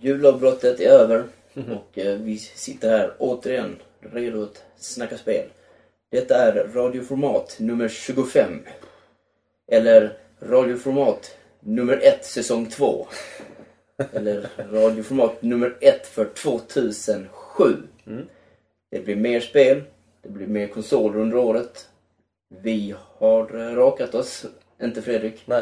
Julavbrottet är över och vi sitter här återigen redo att snacka spel. Detta är radioformat nummer 25. Eller radioformat nummer 1 säsong 2. Eller radioformat nummer 1 för 2007. Det blir mer spel, det blir mer konsoler under året. Vi har rakat oss, inte Fredrik. Nej.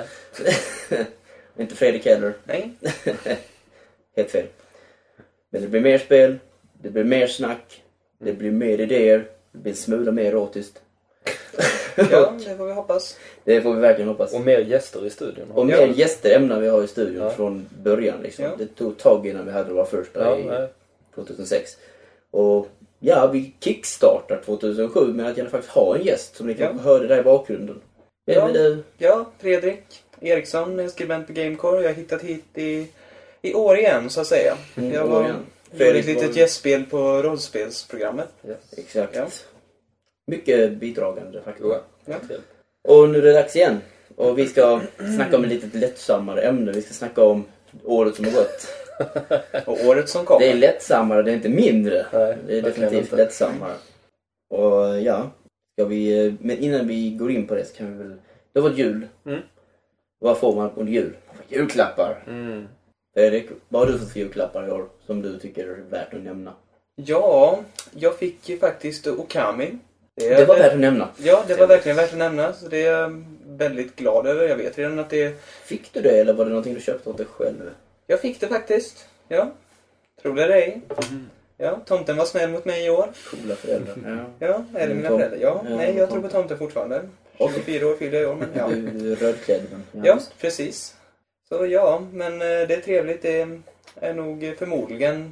Inte Fredrik heller. Nej. Helt fel. Men det blir mer spel, det blir mer snack, det blir mer idéer, det blir en smula mer erotiskt. Ja, det får vi hoppas. Det får vi verkligen hoppas. Och mer gäster i studion. Och mer gäster ämnar vi ha i studion Ja. från början liksom. Ja. Det tog ett tag innan vi hade våra första i 2006. Och ja, vi kickstartar 2007 med att jag faktiskt ha en gäst som ni kanske hörde där i bakgrunden. Vem är du? Ja, Fredrik Eriksson, skribent på Gamecore. Jag har hittat hit i år igen, så att säga. Jag var gjorde ett litet gästspel på rollspelsprogrammet. Yes. Exakt. Ja. Mycket bidragande faktiskt. Ja. Och nu är det dags igen. Och vi ska snacka om ett lite lättsammare ämne. Vi ska snacka om året som har gått. Och året som kommer. Det är lättsammare, det är inte mindre. Nej, det är definitivt inte. lättsammare. Och ja, men innan vi går in på det så kan vi väl... Det var jul. Vad får man under jul? Man får julklappar. Fredrik, vad har du fått för julklappar i år som du tycker är värt att nämna? Ja, jag fick ju faktiskt Okami. Det var värt att nämna. Ja, det var verkligen värt att nämna. Så det är jag väldigt glad över. Jag vet redan att det... Fick du det eller var det någonting du köpte åt dig själv? Jag fick det faktiskt. Ja. Tror det eller ej. Ja, tomten var snäll mot mig i år. Coola föräldrar. Ja, eller mina föräldrar. Ja, nej, jag tror på tomten fortfarande. 24 år fyllde jag i år, men ja. Du är rödklädd. Ja, precis. Så ja, men det är trevligt. Det är nog förmodligen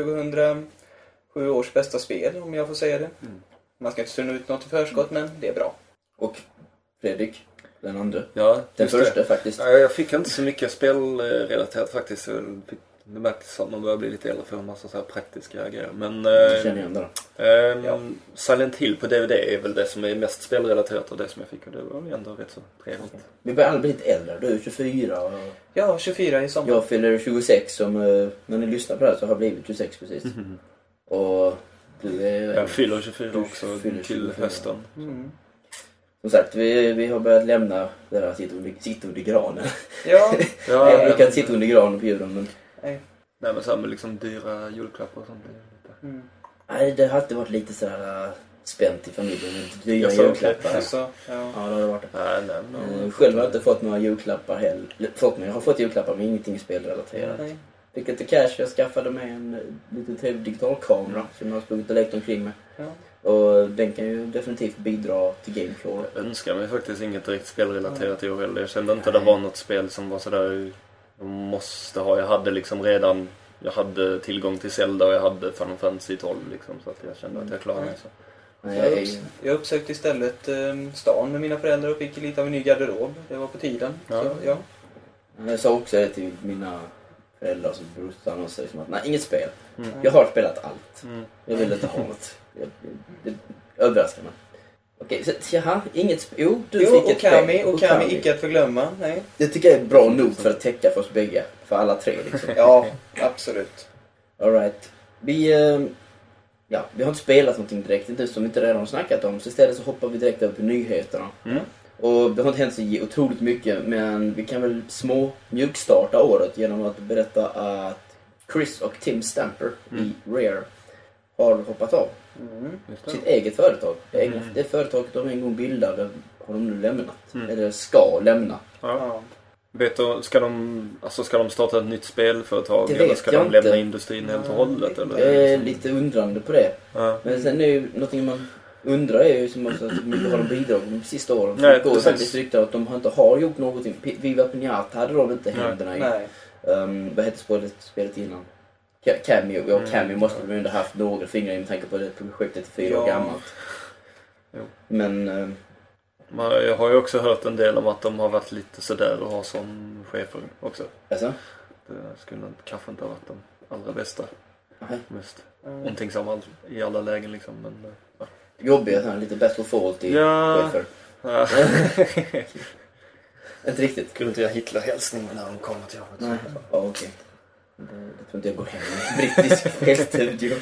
2007 års bästa spel, om jag får säga det. Man ska inte stå ut något i förskott, men det är bra. Och Fredrik, den andra. Ja, Den första faktiskt. Ja, jag fick inte så mycket spelrelaterat faktiskt. Det märktes att man börjar bli lite äldre för en massa så här praktiska grejer. Men Känner igen det. Silent Hill på DVD är väl det som är mest spelrelaterat av det som jag fick. Och det var ändå rätt så trevligt. Vi börjar alla bli lite äldre. Du är 24 och Ja, 24 i sommar. jag fyller 26 som när ni lyssnar på det här så har jag blivit 26 precis. Och du är... Jag fyller 24 du också fyller till 24. hösten. Som sagt, vi har börjat lämna det här sitta under granen. Ja, Jag brukar inte sitta under granen på julen, men... Nej, men så här med liksom dyra julklappar och sånt. Nej, det har alltid varit lite sådär spänt i familjen. Dyra Jag sa julklappar. alltså, ja. Ja, det har det varit. Nej. Själv har jag inte fått några julklappar heller. Jag har fått julklappar men ingenting spelrelaterat. Nej. Fick inte cash, jag skaffade mig en liten trevlig digitalkamera som jag har sprungit och lekt omkring med. Ja. Och den kan ju definitivt bidra till Gamecore. Jag önskar mig faktiskt inget direkt spelrelaterat i år heller. Jag kände inte att det var något spel som var sådär jag måste ha. Jag hade liksom redan jag hade tillgång till Zelda och jag hade Final Fantasy 12 liksom, så att jag kände att jag klarade mig så. Jag uppsökte istället stan med mina föräldrar och fick lite av en ny garderob. Det var på tiden. Ja. Så, ja. Jag sa också det till mina föräldrar som brorsan och så liksom att nej, inget spel. Jag har spelat allt. Jag vill inte ha något. Det överraskar mig. Okej, så jaha, inget spel. Jo, du fick ett spel. Okami, icke att förglömma. Nej. Det tycker jag är bra nog för att täcka för oss bägge. För alla tre liksom. Ja, absolut. All right. Vi har inte spelat någonting direkt. Det är som vi inte redan har snackat om. Så istället så hoppar vi direkt över på nyheterna. Och det har inte hänt så otroligt mycket. Men vi kan väl mjukstarta året genom att berätta att Chris och Tim Stamper i Rare har hoppat av. Sitt eget företag. Det företaget de en gång bildade har de nu lämnat. Eller ska lämna. Ja. Vet du, ska de starta ett nytt spelföretag Det eller vet ska jag de lämna inte. industrin helt och hållet? Eller? Jag är lite undrande på det. Ja. Men sen är ju någonting man undrar är ju som också att mycket har de bidragit de sista åren. Nej, Det går precis. faktiskt rykten att de inte har gjort någonting. Viva Pinata hade de inte händerna i. Nej. Vad hette spelet innan? Cameo. Ja, Cameo måste de ju ändå haft några fingrar i med tanke på det projektet är 4 år gammalt. Jo. Men... Jag har ju också hört en del om att de har varit lite sådär och har som chefer också. Alltså? Det skulle kanske inte ha varit de allra bästa. Nej. Mest omtänksamma i alla lägen liksom. Men, ja. Jobbiga här, lite bättre fault i chefer. Ja. Inte riktigt. Skulle inte jag Hitler-hälsning när de kommer till jobbet. Nej, ja, okej. Det tror inte jag går hem i en brittisk spelstudio.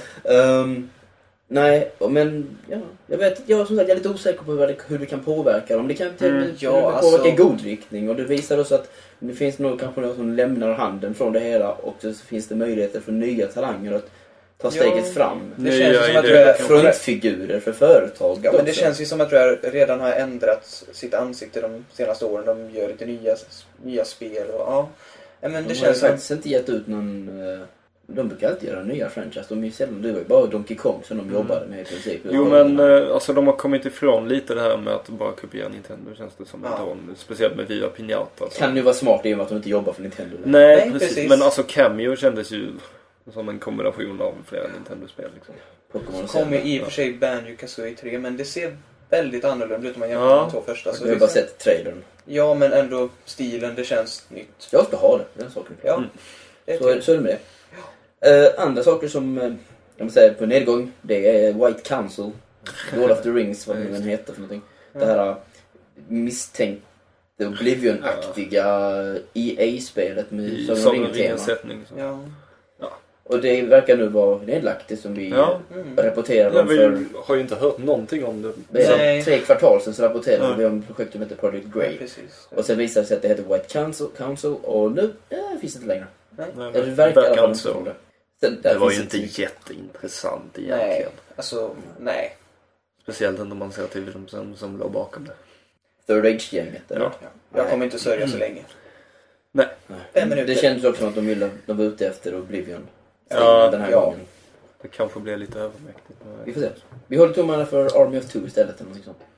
Nej, men ja, jag vet, som sagt, jag är lite osäker på hur det kan påverka dem. Det kan påverka i god riktning, och det visar också att det finns nog kanske någon som lämnar handen från det hela, och så finns det möjligheter för nya talanger att ta steget fram. Det känns som att du är frontfigurer för företag. Ja, men det känns ju som att du redan har ändrat sitt ansikte de senaste åren. De gör lite nya spel och ja. Men det känns faktiskt inte gett ut någon. De brukar alltid göra nya franchise. De är sällan, det var ju bara Donkey Kong som de jobbade med i princip. Jo, men alltså de har kommit ifrån lite det här med att bara kopiera Nintendo, känns det som. Speciellt med Viva Pinata. Alltså. Kan ju vara smart i och med att de inte jobbar för Nintendo. Nej, precis. Men alltså Cameo kändes ju som en kombination av flera Nintendo-spel liksom. Kommer i och för sig Banjo-Kazooie 3, men det ser väldigt annorlunda ut om man jämför med de två första. Jag har bara sett trailern. Ja, men ändå stilen, det känns nytt. Jag ska ha det, den saken. Ja. Så är det med det. Andra saker som jag måste säga på nedgång, det är White Council, Lord of the Rings, vad den heter för någonting. Det här misstänkte Oblivion-aktiga EA-spelet med Sagan om ringen-tema. Ja. Och det verkar nu vara nedlagt, det som vi rapporterade om för... Jag har ju inte hört någonting om det. 3 kvartal sedan så rapporterade vi om projektet som heter Project Grey. Precis. Och sen visade det sig att det heter White Council och nu finns det inte längre. Nej, det verkar inte så. Det var ju inte jätteintressant egentligen. Nej, alltså, nej. Speciellt när man ser till vem som låg bakom det. Third Age-gänget. Ja. Jag kommer inte sörja så länge. Nej. Det känns också som att de var ute efter Oblivion. Den här gången. Det kanske blir lite övermäktigt. Vi får se. Vi håller tummarna för Army of Two istället eller någonting sånt.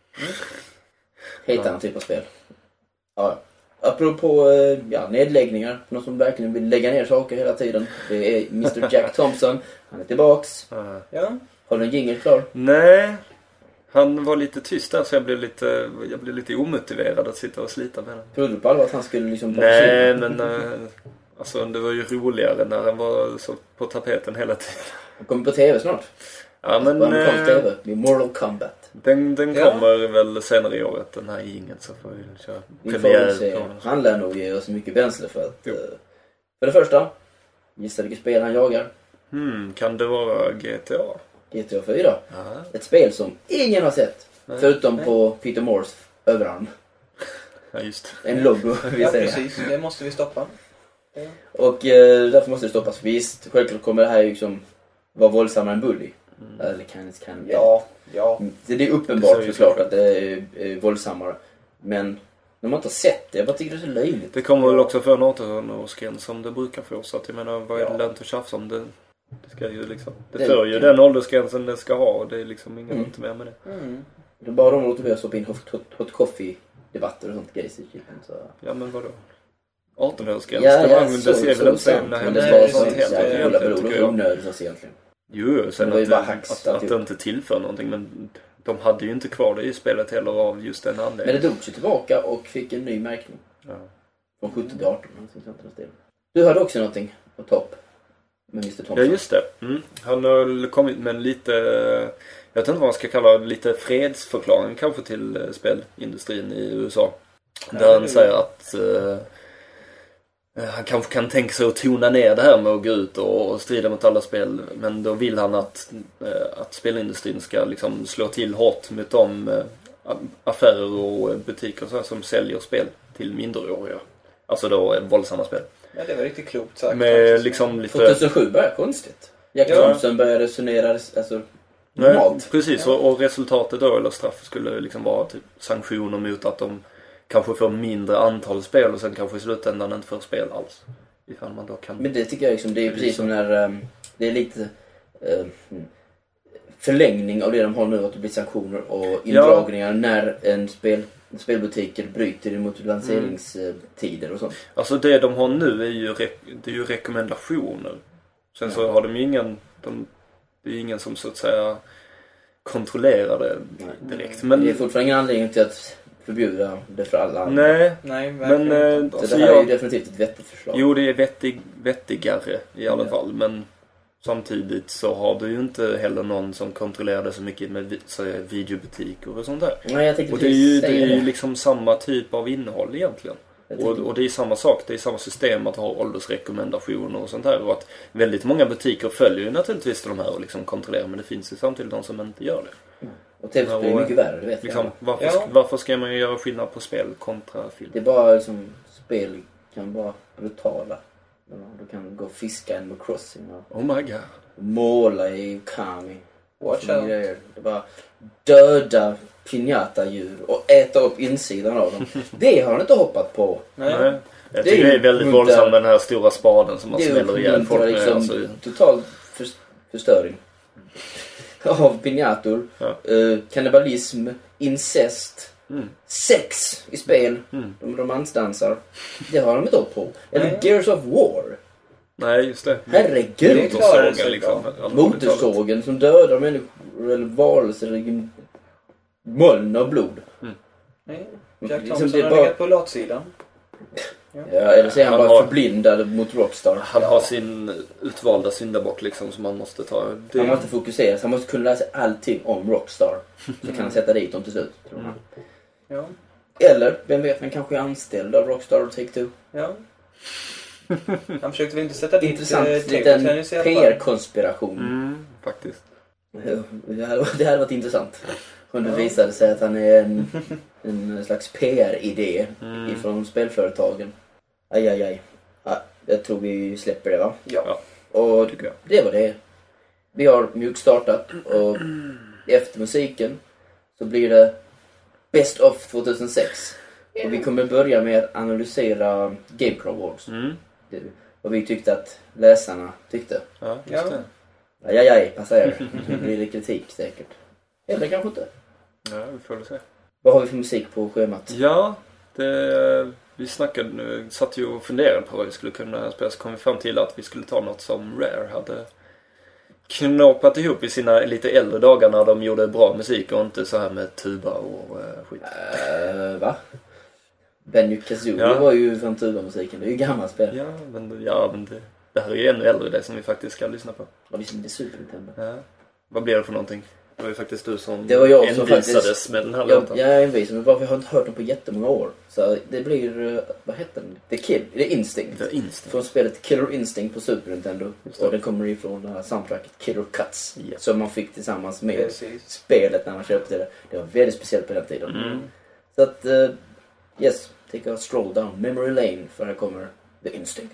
Helt annan typ av spel. Ja. Apropå nedläggningar, någon som verkligen vill lägga ner saker hela tiden. Det är Mr. Jack Thompson. Han är tillbaks. Ja. Har du en jingle klar? Nej. Han var lite tyst där, så jag blev lite omotiverad att sitta och slita med den. Trodde du på allvar att han skulle liksom... Nej, men alltså det var ju roligare när han var så på tapeten hela tiden. Han kommer på tv snart. Ja, men... TV, med Mortal Kombat. Den kommer väl senare i året, den här ingen, så får vi köra premiär på den. Han lär nog ge oss mycket bränsle för att... För det första, gissa vilket spel han jagar. Kan det vara GTA? GTA 4. Ett spel som ingen har sett. Förutom på Peter Moores överarm. Ja, just. En logo, Ja, precis. Det måste vi stoppa. Ja. Och därför måste det stoppas. Visst, självklart kommer det här liksom vara våldsammare än Bully. Eller kan. Ja. Det är uppenbart såklart att det är våldsammare. Men när man inte har sett det, jag bara tycker det är så löjligt. Det kommer väl också för en 18-årsgräns som det brukar få. Så att jag menar, vad är det lönt att tjafsa om det? Det ska ju liksom... Det för ju den åldersgränsen det ska ha. Och det är liksom ingen inte mer med det. Det är bara de låter vi stoppa in hot coffee-debatter och sånt grejs i chicken, så... Ja, men vadå? 18-årsgräns? Det ser väl inte sant. Men det var sånt helt onödigt alltså egentligen. Jo, sen att det inte tillför någonting. Men de hade ju inte kvar det i spelet heller av just den anledningen. Men det drogs ju tillbaka och fick en ny märkning. Från 17 till 18. Du hade också någonting på topp med Mr. Thompson. Ja, just det. Han har kommit med lite... Jag vet inte vad man ska kalla det, lite fredsförklaring kanske till spelindustrin i USA. Där han säger att han kanske kan tänka sig att tona ner det här med att gå ut och strida mot alla spel. Men då vill han att spelindustrin ska liksom slå till hårt mot de affärer och butiker så här, som säljer spel till minderåriga. Alltså då våldsamma spel. Ja, det var riktigt klokt sagt. Med liksom lite... 2007 började konstigt. Jack Thompson började resonera normalt. Precis, och resultatet då, eller straff, skulle liksom vara typ sanktioner mot att de kanske får mindre antal spel och sen kanske i slutändan inte får spel alls. Ifall man då kan... Men det tycker jag liksom, det är precis som när det är lite förlängning av det de har nu, att det blir sanktioner och indragningar när en spelbutiker bryter emot lanseringstider och sånt. Alltså det de har nu är ju rekommendationer. Sen så har de ju ingen... Det är ingen som så att säga kontrollerar det direkt. Men det är fortfarande ingen anledning till att förbjuda det för alla. Nej, verkligen. Men så det här är ju definitivt ett vettigt förslag. Jo, det är vettigare i alla fall. Men samtidigt så har du ju inte heller någon som kontrollerar det så mycket med videobutiker och sånt där. Nej, jag tänkte och det är ju liksom samma typ av innehåll egentligen. Och det är samma sak, det är samma system att ha åldersrekommendationer och sånt här. Och att väldigt många butiker följer ju naturligtvis de här och liksom kontrollerar, men det finns ju samtidigt de som inte gör det. Och tv-spel är mycket värre, det vet liksom, jag. Varför ska man göra skillnad på spel kontra film? Det är bara liksom, spel kan vara brutala. Du kan gå och fiska i Animal Crossing och Oh my god. måla i Kami. Watch Såna out. grejer. Det bara döda pinjata-djur och äta upp insidan av dem. Det har han inte hoppat på. Nej. Jag Det tycker är det är väldigt ju våldsamt inte- med den här stora spaden som man Det är smäller ihjäl folk med. liksom Alltså, total förstöring av pinjator, kannibalism, incest, sex i spel, de romansdansar. Det har de inte upp på. Eller Nej. Gears of War. nej, just det. Herregud. Det klarar Motorsågen sig liksom. bra. allvarligt talat. Motorsågen som dödar människor eller varelser i moln av blod. Nej. Jack Liksom Thompson det är har bara- legat på latsidan. Ja, eller så är han Han bara har- förblindad mot Rockstar. Han har sin utvalda syndabock liksom som man måste ta. Det... Han måste fokusera, så han måste kunna lära sig allting om Rockstar. Så kan han sätta dit dem till slut, tror han. Ja. Eller, vem vet, han kanske är anställd av Rockstar och Take-Two. Ja. Han försökte väl inte sätta dit Intressant, table liten tennis i alla fall. PR-konspiration. Faktiskt. Det hade varit intressant. Om det visade sig att han är en slags PR-idé ifrån spelföretagen. Aj. Ja, jag tror vi släpper det, va? Ja. Och Tycker jag. det var det. Vi har mjukstartat och efter musiken så blir det Best of 2006. Och vi kommer börja med att analysera GameCrawl Awards. Det- Vad vi tyckte att läsarna tyckte. Ja, just Ja. det. Aj, passa er. Det blir det kritik säkert. Eller kanske inte. Ja, vi får väl se. Vad har vi för musik på schemat? Ja, vi snackade nu, satt ju och funderade på vad vi skulle kunna spela, så kom vi fram till att vi skulle ta något som Rare hade knåpat ihop i sina lite äldre dagar när de gjorde bra musik och inte så här med tuba och skit. Va? Benny Kazooie Ja. var ju från tuba-musiken. Det är ju gammalt spel. Ja, men det här är ju ännu äldre, det som vi faktiskt ska lyssna på. Var det som det Super Nintendo? Ja. Vad blir det för någonting? Det var ju faktiskt du som Det var jag som envisades faktiskt... med den här Jag låten. är envis, men bara för jag har inte hört dem på jättemånga år. Så det blir... Vad heter den? The Instinct. Det är Instinct. Från spelet Killer Instinct på Super Nintendo. Just det. Och den kommer ifrån det här soundtracket Killer Cuts. Ja. Som man fick tillsammans med Precis. spelet när man köpte det. Det var väldigt speciellt på den tiden. Så att, yes, take a stroll down memory lane. För här kommer The Instinct.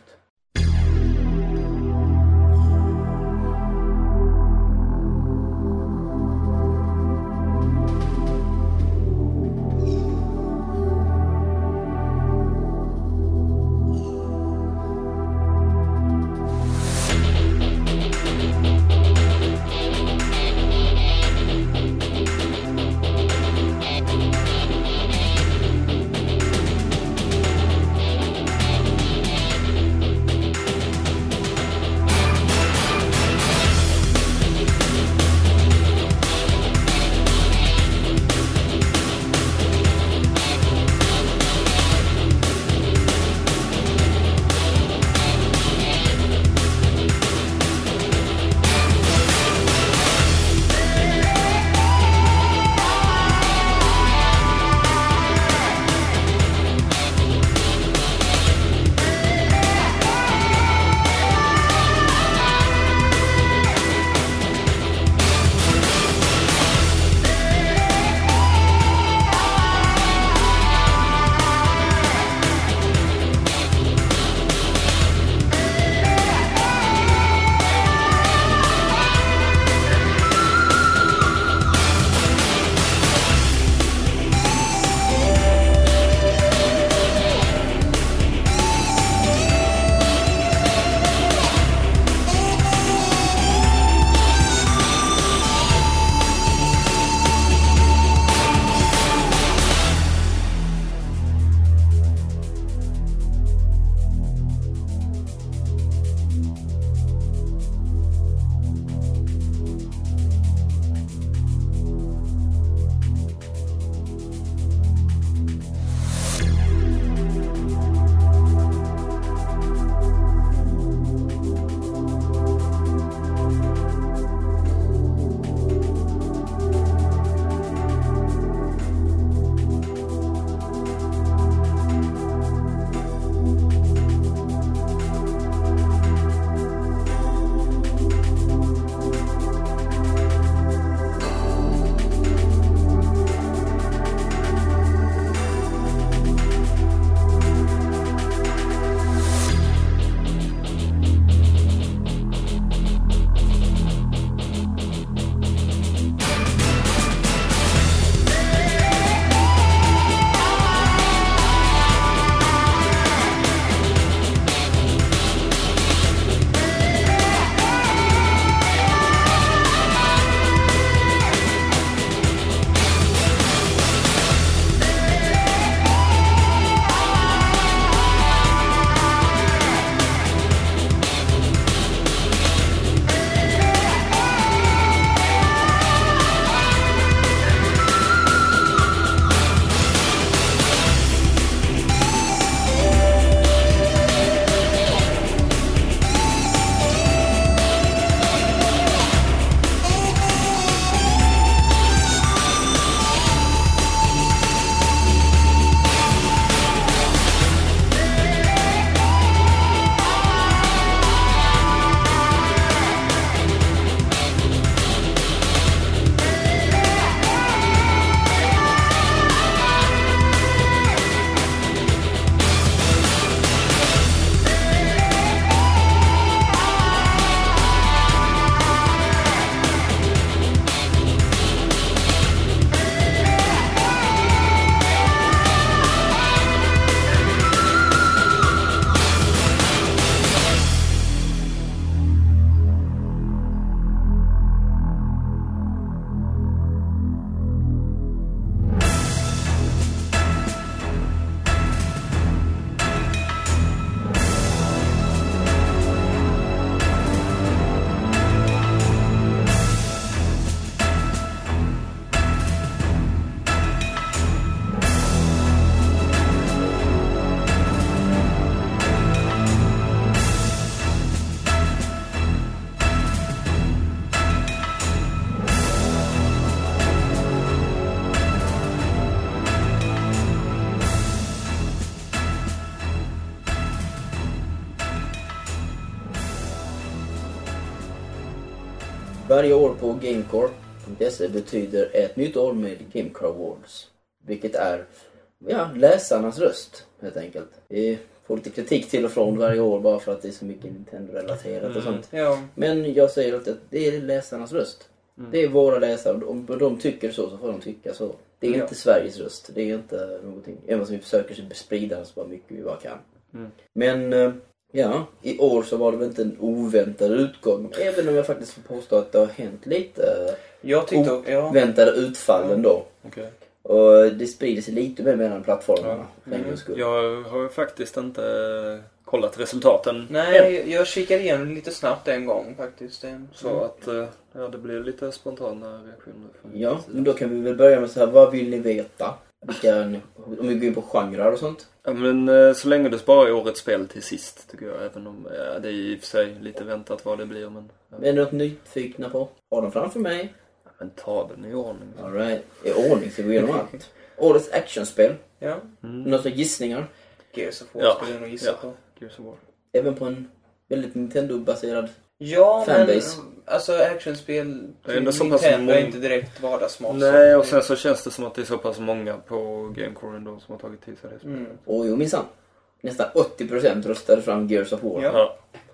Varje år på Gamecore.se betyder ett nytt år med Gamecore Awards. Vilket är läsarnas röst, helt enkelt. Vi får lite kritik till och från varje år bara för att det är så mycket Nintendo-relaterat och sånt. Ja. Men jag säger att det är läsarnas röst. Det är våra läsare. Om de tycker så får de tycka så. Det är inte Sveriges röst. Det är inte någonting. Även som vi försöker sprida så mycket vi bara kan. Men i år så var det väl inte en oväntad utgång. Även om jag faktiskt får påstå att det har hänt lite oväntade utfall ändå. Okay. Och det sprider sig lite mer mellan plattformarna. Jag har ju faktiskt inte kollat resultaten. Nej, jag kikade igenom lite snabbt en gång faktiskt. Så att det blir lite spontana reaktioner. Ja, men då kan vi väl börja med så här, vad vill ni veta? Om vi går in på genrer och sånt. Ja, men så länge det sparar årets spel till sist tycker jag. Även om det är i och för sig lite väntat vad det blir. Men, Är det något nyfikna på? Har de framför mig? Ja, men ta den i ordning. All right. I ordning så vi går igenom allt. Årets actionspel. Ja. Några gissningar. Gears of War skulle jag nog gissa på. Gears of War. Även på en väldigt Nintendo-baserad fanbase. Men alltså actionspel till Nintendo är inte direkt vardagsmat. Nej, och sen så känns det som att det är så pass många på Gamecore ändå som har tagit till sig det spelet. Och jo, minsann. Nästan 80% röstade fram Gears of War. Ja.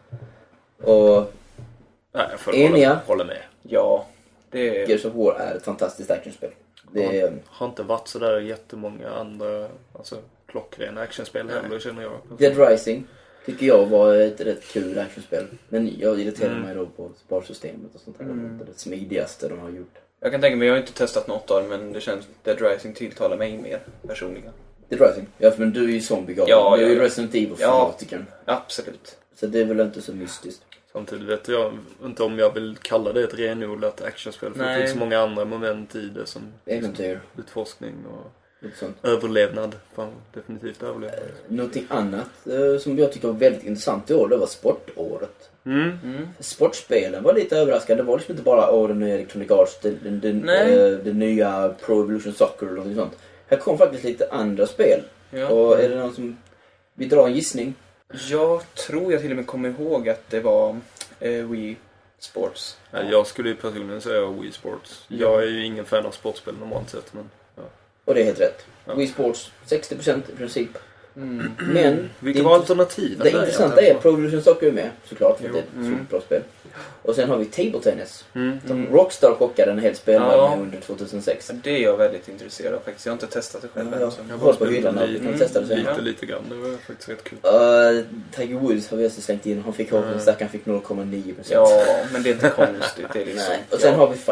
Och jag får hålla med. Ja. Gears of War är ett fantastiskt actionspel. Det har inte varit så där jättemånga andra klockrena actionspel heller, känner jag. Dead Rising tycker jag var ett rätt kul actionspel. Men jag irriterar mig då på sparsystemet och sånt här. Det är det smidigaste de har gjort. Jag kan tänka mig, jag har inte testat något av det, men det känns Dead Rising tilltalar mig mer personligen. Dead Rising? Ja, men du är ju zombie-galen. Ja, du är ju Resident Evil-fanatiken. Ja, absolut. Så det är väl inte så mystiskt. Samtidigt vet jag inte om jag vill kalla det ett renodlat actionspel. För det finns många andra moment i det som äventyr, utforskning och sånt. Överlevnad. Fan, definitivt överlevnad. Någonting annat som jag tycker var väldigt intressant i år, det var sportåret. Sportspelen var lite överraskande. Det var liksom inte bara den nya Electronic Arts, den nya Pro Evolution Soccer eller något sånt. Här kom faktiskt lite andra spel. Ja. Och är det någon som vill dra en gissning? Jag tror jag till och med kommer ihåg att det var Wii Sports. Ja, jag skulle ju personligen säga Wii Sports. Jag är ju ingen fan av sportspel normalt sett. Men, och det är helt rätt. Ja. Wii Sports 60% i princip. Men vilka var alternativen? Det intressanta är Pro Evolution Soccer med, såklart, för det är ett superbra spel. Och sen har vi Table Tennis. Som Rockstar chockade en hel spelare med under 2006. Det är jag väldigt intresserad av faktiskt. Jag har inte testat det själv än. Jag har på hyllan och kan testa det sen. Lite grann, det var faktiskt rätt kul. Tiger Woods har vi också slängt in. Han fick 0,9%. Ja, men det är inte konstigt. Det är liksom. Nej. Och sen har vi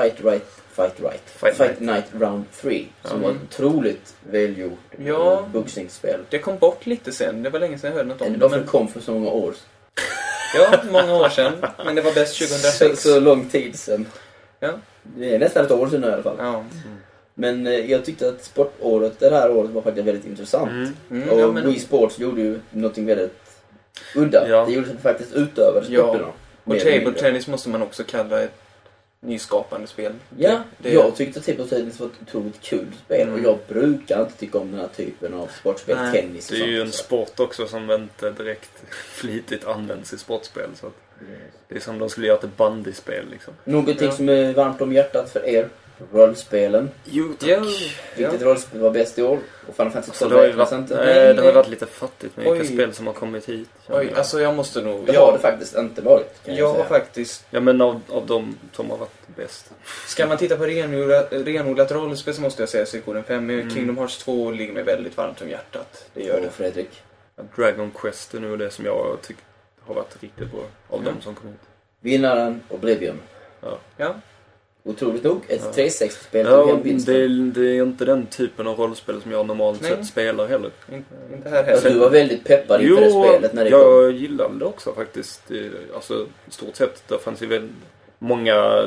Fight Night Round 3. Som var ett otroligt välgjort boxningsspel. Det kom bort lite sen. Det var länge sedan jag hörde något om det. Varför kom för så många år? Ja, många år sedan. Men det var bäst 2006. Så lång tid sedan. Ja. Det är nästan ett år sedan i alla fall. Ja. Men jag tyckte att sportåret, det här året var faktiskt väldigt intressant. Och Wii Sports gjorde ju någonting väldigt udda. Det gjorde faktiskt utöver sporterna. Och Table Tennis måste man också kalla ett nyskapande spel. Ja, jag tyckte att Table Tennis var ett otroligt kul spel. Och jag brukar inte tycka om den här typen av sportspel, tennis och det är ju en sport också som inte direkt flitigt används i sportspel. Så att det är som de skulle göra ett bandyspel liksom. Någonting som är varmt om hjärtat för er. Rollspelen. Jo, tack. Vilket rollspel var bäst i år? Och Final Fantasy 12 räknas inte. Det har varit lite fattigt med vilka spel som har kommit hit. Alltså jag måste nog... Det har det faktiskt inte varit, jag har faktiskt... Ja, men av de som har varit bäst. Ska man titta på renodlat rollspel så måste jag säga Suikoden 5. Kingdom Hearts 2 ligger mig väldigt varmt om hjärtat. Det gör det. Fredrik? Dragon Quest är nu det som jag tycker har varit riktigt bra av de som kom hit. Vinnaren Oblivion. Ja. Otroligt nog, ett 360-spel. Det är inte den typen av rollspel som jag normalt sett spelar heller. Inte här heller. Du var väldigt peppad inför det spelet när det kom. Jag gillade det också faktiskt. Alltså, i stort sett, det fanns ju väldigt många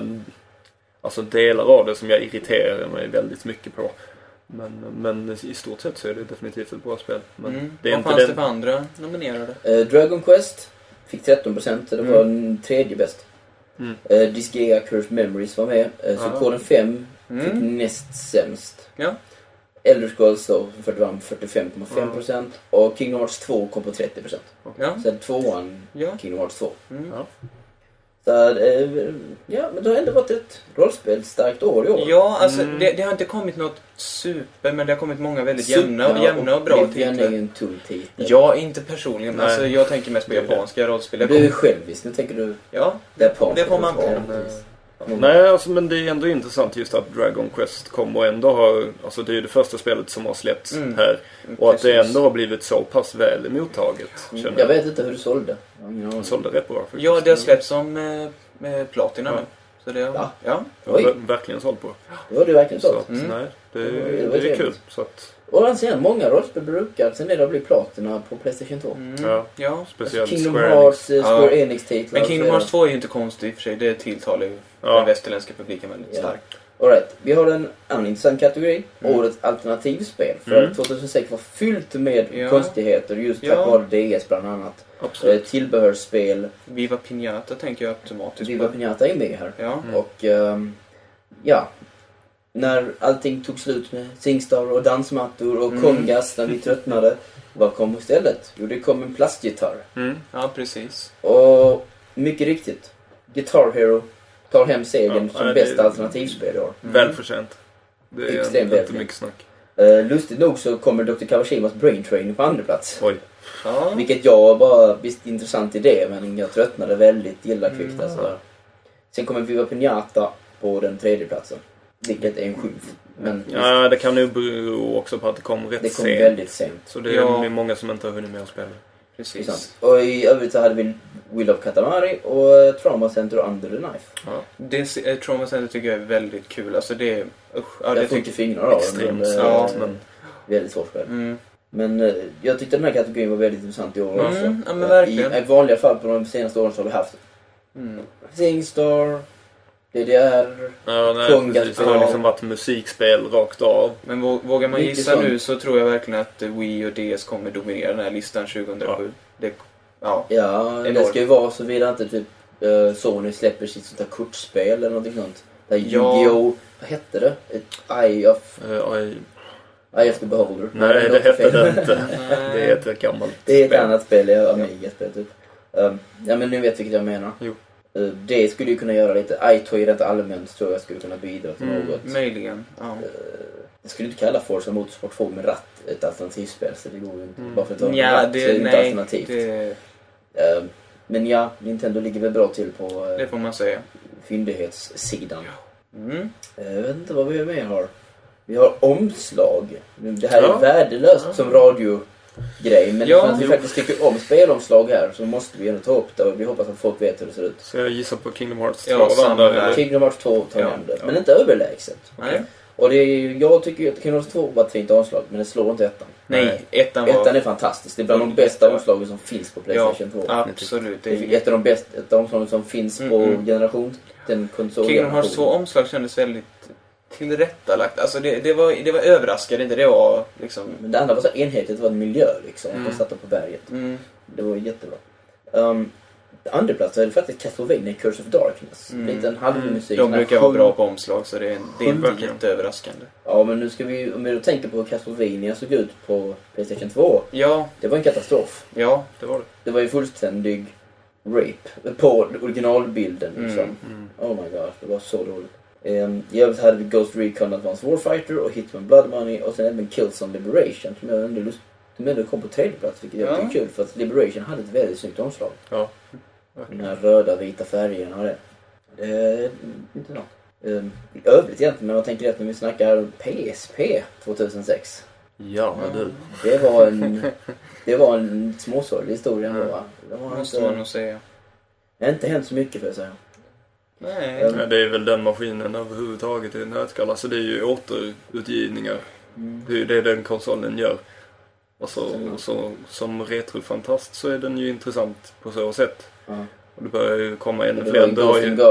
delar av det som jag irriterade mig väldigt mycket på. Men i stort sett så är det definitivt ett bra spel. Men det är vad inte fanns det för andra nominerade? Dragon Quest fick 13%, det var den tredje bäst. Disgaea Cursed Memories var med. Suikoden 5 fick näst sämst. Ja. Elder Scrolls då vann 45,5%. Och Kingdom Hearts 2 kom på 30%. Ja. Sen tvåan Kingdom Hearts 2. Så, ja, men det har ändå varit ett rollspelsstarkt år i år. Ja, alltså det har inte kommit något super, men det har kommit många väldigt jämna och bra titlar. Det är en tull titel. Ja, inte personligen. Alltså, jag tänker mest på japanska rollspel. Du är självisk, nu tänker du... Ja, det får man på. Nej, alltså, men det är ändå intressant just att Dragon Quest kom och ändå har... Alltså det är ju det första spelet som har släppts här. Och att det ändå har blivit så pass väl mottaget. Jag vet inte hur du sålde. Jag sålde rätt bra faktiskt. Ja, det har släppts som med platina nu. Så det jag var verkligen såld på. Det var du verkligen såld. Nej, det är kul. Så att... Och alltså, många rollspel brukar sen det blir platina på PlayStation 2. Ja, speciellt alltså, Kingdom Hearts, Square Enix-titlar. Men Kingdom Hearts 2 är ju inte konstigt i och för sig. Det tilltalar ju den västerländska publiken väldigt starkt. All right. Vi har en annan intressant kategori. Årets alternativspel. För 2006 var fyllt med konstigheter. Just tack vare DS bland annat. Tillbehörsspel. Viva Pinata tänker jag automatiskt. Viva Pinata är med här. Ja. Och när allting tog slut med Singstar och dansmattor och kongas när vi tröttnade, vad kom istället? Jo, det kom en plastgitarr. Ja, precis. Och mycket riktigt, Guitar Hero tar hem segern som bästa alternativspel i år. Välförtjänt. Det är extremt inte mycket snack. Lustigt nog så kommer Dr. Kawashimas Brain Training på andra plats. Oj. Vilket jag bara visst intressant idé, men jag tröttnade väldigt illa kvickt. Alltså. Sen kommer Viva Pinata på den tredje platsen. Vilket är en skymf. Men ja, det kan ju bero också på att det kom rätt sent. Det kom väldigt sent. Så det är många som inte har hunnit med att spela. Precis. Och i övrigt så hade vi Will of Katamari och Trauma Center och Under the Knife. Ja. Det Trauma Center tycker jag är väldigt kul. Alltså det är... jag får inte fingrar av extremt men väldigt svårt spel. Men jag tyckte den här kategorin var väldigt intressant i år också. Ja, men verkligen. I vanliga fall på de senaste åren så har vi haft Singstar, DDR, Kongas. Det har liksom varit musikspel rakt av. Men vågar man gissa nu så tror jag verkligen att Wii och DS kommer dominera den här listan 2007. Det ska ju vara så vidare inte typ Sony släpper sitt sånt här kortspel eller någonting sånt. Där Yu-Gi-Oh! Vad hette det? Eye of the Beholder. Nej, det hette det inte. Det är ett gammalt spel. Det är ett annat spel, Amiga-spel typ. Ja, men nu vet vilket jag menar. Jo. Det skulle ju kunna göra lite. iToy rent allmänt tror jag skulle kunna bidra till något. Möjligen, ja. Jag skulle inte kalla Forza Motorsport 2 med ratt ett alternativspel, så det går ju inte. Bara för att ta en ratt det är inte alternativt. Men ja, Nintendo ligger väl bra till på det får man säga. Fyndighetssidan. Jag vet inte vad vi mer har. Vi har omslag. Det här är värdelöst som radiogrej, men för att vi faktiskt tycker om spelomslag här så måste vi ändå ta upp det och vi hoppas att folk vet hur det ser ut. Så jag gissar på Kingdom Hearts 2. Kingdom Hearts 2 tar hem det, men inte överlägset. Okay. Och jag tycker att Kingdom Hearts 2 var ett fint omslag, men det slår inte ettan. Nej, ettan är fantastisk. Det är bland de bästa omslagen som finns på PlayStation 2. Absolut. Det är ett av de bästa omslagen som finns på den konsolen. Kingdom Hearts 2 omslag kändes väldigt tillrättalagt. Alltså det var överraskande, inte det var liksom... Men det andra var så enhetligt, det var en miljö liksom. De satt på berget. Det var jättebra. Andra plats är det faktiskt Castlevania Curse of Darkness. Lite en halvmusik. De brukar vara bra på omslag, så det är inte jätteöverraskande. Ja, men nu ska vi, om vi då tänker på hur Castlevania såg ut på PlayStation 2. Ja. Det var en katastrof. Ja, det var det. Det var ju fullständig rape på originalbilden liksom. Oh my god, det var så dåligt. I övrigt hade vi Ghost Recon Advanced Warfighter och Hitman Blood Money och sen även Killzone Liberation som jag ändå kom på tredje plats, vilket jag tycker är kul för att Liberation hade ett väldigt snyggt omslag. Ja. Den här röda, vita färgerna och det. Det är inte något. I övrigt egentligen, men jag tänker att när vi snackar PSP 2006. Ja, du. Det var en småsorglig historia ändå, va? Det måste man nog säga. Det har inte hänt så mycket för att säga. Nej. Det är väl den maskinen överhuvudtaget i en nötskal. Alltså det är ju återutgivningar. Det är det den konsolen gör. Och så som retrofantast så är den ju intressant på så sätt. Och det börjar ju komma ännu fler. Du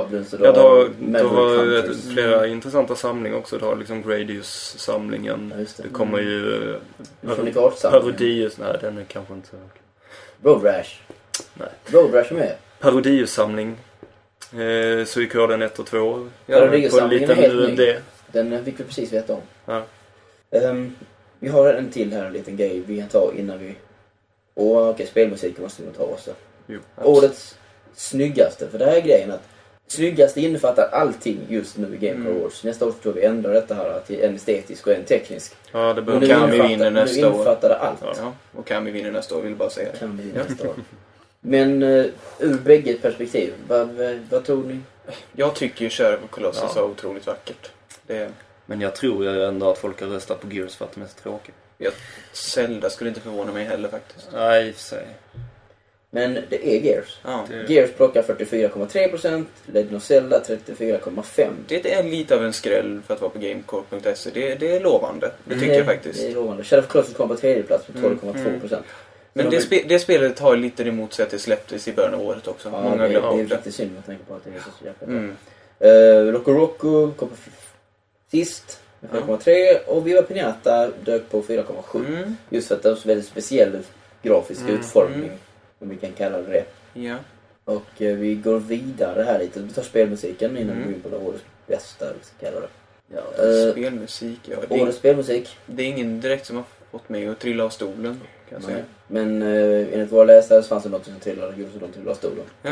har flera intressanta samlingar också. Du har liksom Gradius-samlingen. Det kommer ju Parodius. Nej, den är kanske inte så. Road Rash. Nej. Road Rash är med. Parodius-samling. Suikoden 1 och 2. Parodius-samlingen är helt ny. Den fick vi precis veta om. Ja. Vi har en till här, en liten grej vi kan ta innan vi... Okej, spelmusik måste vi ta också. Jo. Årets snyggaste. För det här är grejen att snyggaste innefattar allting just nu i Game Awards. Nästa år tror vi ändrar detta här till en estetisk och en teknisk. Ja, det Och behöver kan vi vinna nästa år. Nu innefattar det allt. Ja, och kan vi vinna nästa år, vill bara säga det. Kan vi vinna nästa år. Men ur bägge perspektiv, vad tror ni? Jag tycker ju Shadow of Colossus var otroligt vackert. Men jag tror ju ändå att folk har röstat på Gears för att de är så tråkiga. Zelda skulle inte förvåna mig heller faktiskt. Nej, i och för sig. Men det är Gears. Ja. Gears plockar 44,3%, Legend of Zelda 34,5%. Det är lite av en skräll för att vara på Gamecore.se. Det är lovande. Det tycker jag faktiskt. Det är lovande. Shadow of Colossus kom på tredje plats med 12,2%. Men det spelet har lite emot sig att det släpptes i början av året också. Ja, Många glömmer det är bort det. lite synd med tanke på att det är så jäkla bra. Loco kom på sist med 4,3 och Viva Pinata dök på 4,7. Just för att det är så väldigt speciell grafisk utformning, om vi kan kalla det. Ja. Och vi går vidare här lite. Vi tar spelmusiken innan vi går in på det årets bästa, vi ska kalla det. Ja, spelmusik, ja. Årets spelmusik. Det är ingen direkt som har fått mig att trilla av stolen, kan jag säga. Men enligt våra läsare så fanns det något som trillade, just de trillade av stolen. Ja.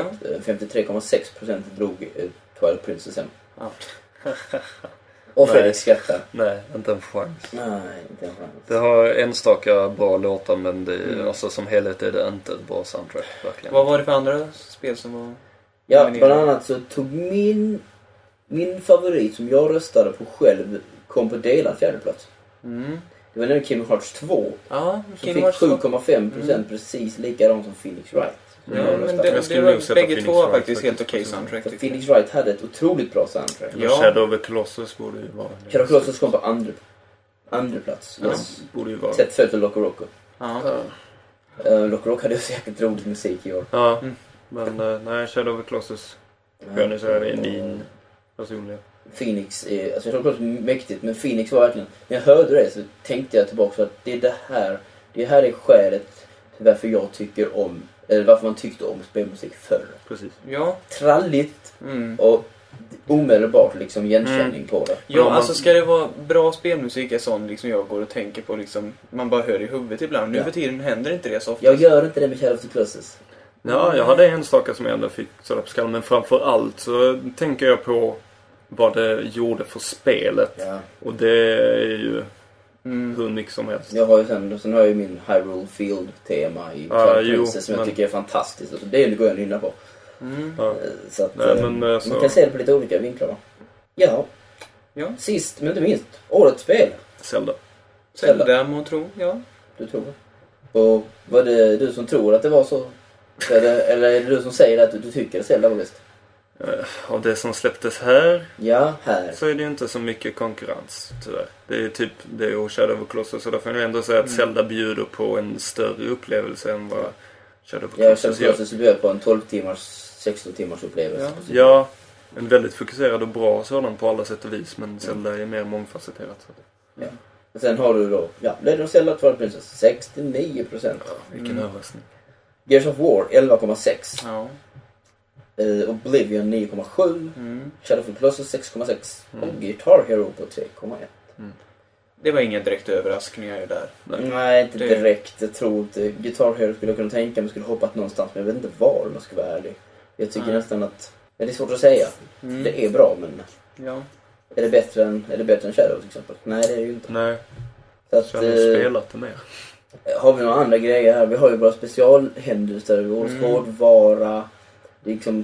53,6% drog Twilight Princess hem. Ja. Och Fredrik skrattar. Nej, inte en chans. Nej, inte en chans. Det har enstaka bra låtar, men det, alltså, som helhet är det inte ett bra soundtrack, verkligen. Vad var det för andra spel som var... Ja, bland annat så tog min favorit som jag röstade på själv kom på delad fjärdeplats. Det var nämligen Kingdom Hearts 2. Ja, som fick 7,5%, precis likadant som Phoenix Wright. Ja, men det var bägge två var faktiskt helt okej soundtrack. För Phoenix Wright hade ett otroligt bra soundtrack. Ja. Shadow of Colossus borde ju vara... Shadow of Colossus kom på andra plats. Ja, borde ju vara... Sett följt av Loco Roco. Ja. Loco Roco hade ju säkert roligt musik i år. Ja, men nej, Shadow of Colossus. Skön så är min personliga. Phoenix är, alltså jag tror det är mäktigt, men Phoenix var verkligen, när jag hörde det så tänkte jag tillbaka så att det här är skälet till varför jag tycker om, eller varför man tyckte om spelmusik förr. Precis. Ja. Tralligt och omedelbart liksom igenkänning på det. Ja, alltså ska det vara bra spelmusik är sån liksom jag går och tänker på liksom, man bara hör i huvudet ibland. Nu för tiden händer inte det så ofta. Jag gör inte det med Shadow of the Colossus. Ja, jag hade en sak som jag ändå fick sådär på skallen, men framför allt så tänker jag på vad det gjorde för spelet. Ja. Och det är ju hur mycket som helst. Jag har ju sen har jag ju min Hyrule Field-tema i Princess som jag tycker är fantastiskt. Alltså, det går jag nynna på. Ja. Så att, nej, men, man kan se det på lite olika vinklar, va? Ja. Sist men inte minst, årets spel. Zelda må tro, ja. Du tror det. Och var det du som tror att det var så? Eller är det du som säger att du tycker att Zelda var bäst? Av det som släpptes här, här så är det ju inte så mycket konkurrens, tyvärr. Det är typ det och Shadow of Colossus, så då får jag ändå säga att Zelda bjuder på en större upplevelse än vad Shadow of Colossus gör. Shadow of Colossus bjuder på en 12 timmars, 16 timmars upplevelse. Ja, en väldigt fokuserad och bra sådan på alla sätt och vis, men Zelda är mer mångfacetterat. Ja. Och sen har du då, Legend of Zelda Twilight Princess 69%. Ja, vilken överraskning. Gears of War 11,6%. Ja. Oblivion 9,7%. Shadow of Colossus 6,6%. Och Guitar Hero på 3,1%. Det var ingen direkt överraskningar där. Nej, inte direkt. Jag tror inte. Guitar Hero skulle jag kunna tänka mig skulle hoppat någonstans, men jag vet inte var om jag ska vara ärlig. Jag tycker nästan att det är svårt att säga. Det är bra, men är det bättre än Shadow till exempel? Nej, det är ju inte. Nej. Så att, spelat det mer. Har vi några andra grejer här? Vi har ju våra specialhändelser, vår hårdvara. Liksom,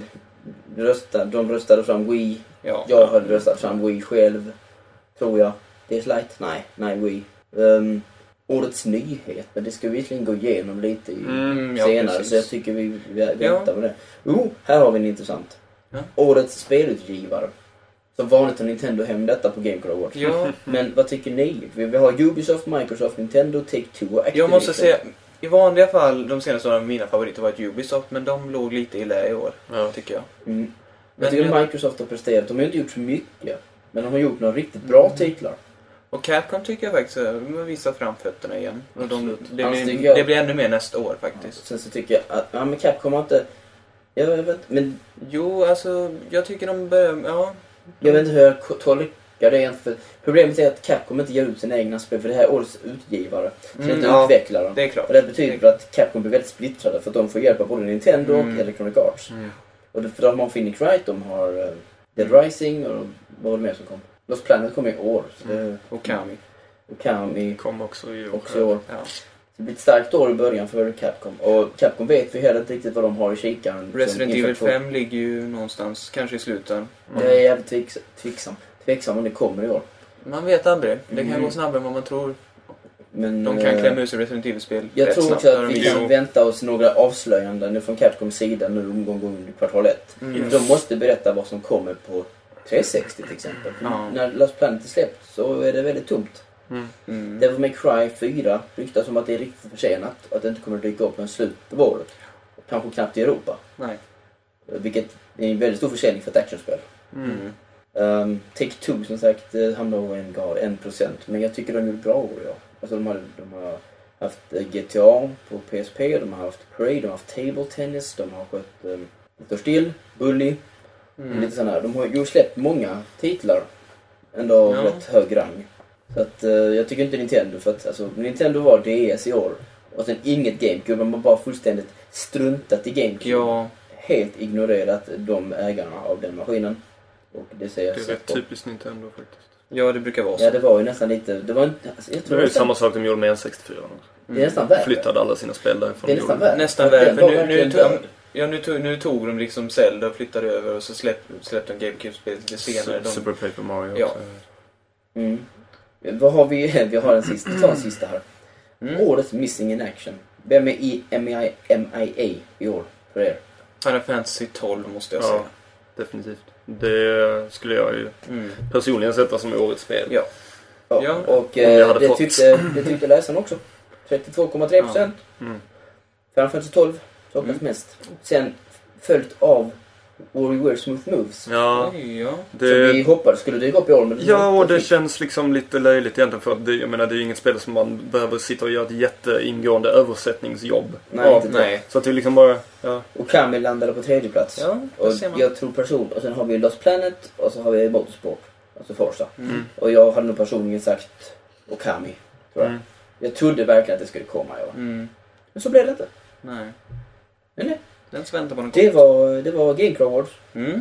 de röstade fram Wii. Jag hade röstat fram Wii själv, tror jag. Det är Light? Nej, Wii. Årets nyhet, men det ska vi visserligen gå igenom lite senare, så jag tycker vi väntar med det. Här har vi en intressant. Årets spelutgivare. Som vanligt har Nintendo hem detta på Game Awards. Men vad tycker ni? Vi har Ubisoft, Microsoft, Nintendo, Take-Two och Activision. Jag måste säga, i vanliga fall, de senaste åren, mina favoriter var Ubisoft, men de låg lite i lä i år, tycker jag. Jag tycker Microsoft har presterat. De har inte gjort så mycket, men de har gjort några riktigt bra titlar. Och Capcom tycker jag faktiskt har visat framfötterna igen. Och det blir ännu mer nästa år faktiskt. Sen så tycker jag att men Capcom har inte... Jag vet, men... Jo, alltså, jag tycker de börjar... Jag vet inte hur jag tolkar det egentligen. Problemet är att Capcom inte ger ut sina egna spel för det här årets utgivare. Så det inte utvecklar dem. Det är klart. Och det betyder att Capcom blir väldigt splittrade för att de får hjälp av både Nintendo och Electronic Arts. Och för de har Phoenix Wright, de har Dead Rising och vad var det mer som kom? Lost Planet kom i år. Så det, Och Kami. och Kami Kom också i år. också i år. Ja. Det blir ett starkt år i början för Capcom. Och Capcom vet vi heller inte riktigt vad de har i kikaren. Resident Evil 5 ligger ju någonstans, kanske i sluten. Jag är jävligt tveksam om det kommer i år. Man vet aldrig. Det kan gå snabbare än vad man tror. Men, De kan klämma ut sig Resident Evil-spel jag rätt tror snabbt. också att Där vi de- kan vänta oss några avslöjanden från Capcoms sida nu under kvartal 1. De måste berätta vad som kommer på 360 till exempel. Ja. När Lost Planet är släppt så är det väldigt tomt. Devil May Cry 4 ryktas som att det är riktigt försenat och att det inte kommer att dyka upp en slut på året. Kanske knappt i Europa. Nej. Vilket är en väldigt stor försening för ett actionspel. Take-Two som sagt hamnar på 1%. Men jag tycker de gjorde bra år, ja. Alltså de har haft GTA på PSP, de har haft Prey, de har haft Table Tennis, de har skött Står still, Bully, lite sådana här. De har ju släppt många titlar ändå av rätt hög rang. Så att jag tycker inte Nintendo, för att alltså, Nintendo var DS i år. Och sen inget GameCube, man har bara fullständigt struntat i GameCube. Ja. Helt ignorerat de ägarna av den maskinen. Och det ser jag Det är så rätt på. typiskt Nintendo faktiskt. Ja, det brukar vara så. Ja, det var ju nästan lite... Det var inte... Alltså, jag Det tror var ju nästan, samma sak de gjorde med N64. det är nästan värre. Flyttade alla sina spel därifrån. Det är nästan värre. Nästan För värre, den för var nu verkligen tog, död. ja, nu tog de liksom Zelda och flyttade över och så släppte de GameCube-spel lite senare. De, Super Paper Mario Ja. också. Vad har vi? Vi har en sista. Ta en sista här. Årets Missing in Action. Vem är i MIA i år för er? Final Fantasy 12 måste jag säga. Ja, definitivt. Det skulle jag ju personligen sätta som årets spel. Ja. Ja. Och jag hade det fått. tyckte läsaren också. 32,3%. Final Fantasy 12 saknas mest. Sen följt av WarioWare Smooth Moves. Ja, Ja. Som vi hoppades skulle dyka upp i år. Men ja, och det känns liksom lite löjligt egentligen för att det, jag menar, det är ju inget spel som man behöver sitta och göra ett jätteingående översättningsjobb. Nej, inte Nej. Så att det är liksom bara, ja. Och Kami landade på 3:e plats. Ja, det Och ser man. jag tror och sen har vi Lost Planet och så har vi Motorsport. Alltså Forza. Och jag hade nog personligen sagt Okami, tror jag. Jag trodde verkligen att det skulle komma i år. Men så blev det inte. Nej. Men nej. Den ska vänta på den. Det var Game Awards.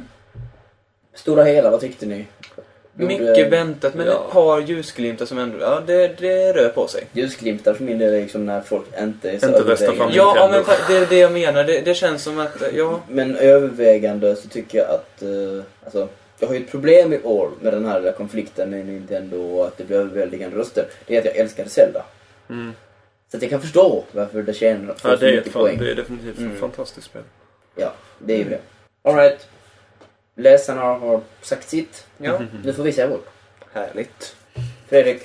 Stora hela, vad tyckte ni? Mycket väntat, men ja. ett par ljusglimtar som ändå... Ja, det rör på sig. Ljusglimtar för min del är liksom när folk inte är så Inte röstar fram. Ja, men det är det jag menar. Det känns som att... Ja. Men övervägande så tycker jag att... alltså, jag har ju ett problem i år med den här konflikten med Nintendo och att det blir överväldigande röster. Det är att jag älskade Zelda. Så att jag kan förstå varför det tjänar Ja, så mycket poäng. det är definitivt ett fantastiskt spel. Ja, det är ju det. All right. Läsarna har sagt sitt. Ja. Nu får vi säga vårt. Härligt. Fredrik.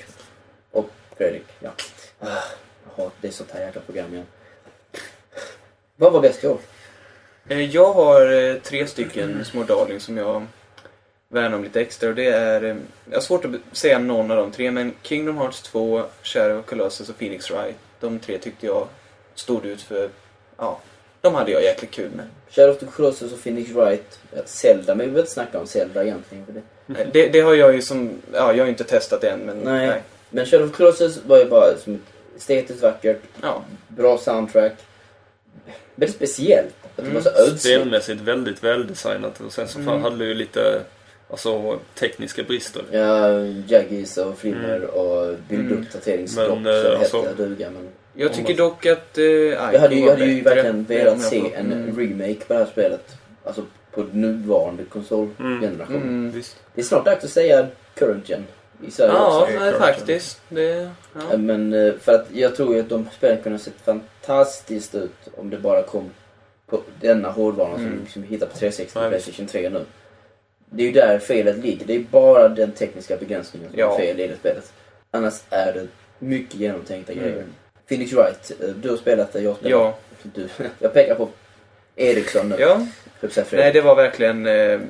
Ja. Det är sånt här jäkla program igen. Vad var bäst i år? Jag har 3 stycken små darling som jag värnar om lite extra. Och det är... Jag har svårt att säga någon av de 3, men Kingdom Hearts 2, Shadow of Colossus och Phoenix Wright. De 3 tyckte jag stod ut för... Ja, de hade jag jäkligt kul med. Shadow of the Colossus och Phoenix Wright. Zelda, men vi vill inte snacka om Zelda egentligen. För det. Det har jag ju som... Ja, jag har inte testat det än, men... Nej. Men Shadow of the Colossus var ju bara som ett estetiskt vackert. Ja. Bra soundtrack. Väldigt speciellt. Att det var så ödsligt. Spelmässigt väldigt väldesignat och sen så hade det ju lite tekniska brister. Ja, jaggies och flimmer och bilduppdateringsblock Men, så alltså, heter duga. Men Jag tycker dock att... jag hade ju verkligen velat se en remake på det här spelet. Alltså på nuvarande konsolgeneration. Visst. Det är snart dags att säga current gen i Sverige Ja, också. nej, faktiskt. Det, ja. Men för att jag tror ju att de spelen kunde ha sett fantastiskt ut om det bara kom på denna hårdvaran som vi hittar på 360 och PlayStation 3 nu. Det är ju där felet ligger. Det är bara den tekniska begränsningen som är fel i det spelet. Annars är det mycket genomtänkta grejer. Phoenix Wright, du har spelat det, jag har spelat det. Jag pekar på Eriksson nu. Ja. Nej, det var verkligen...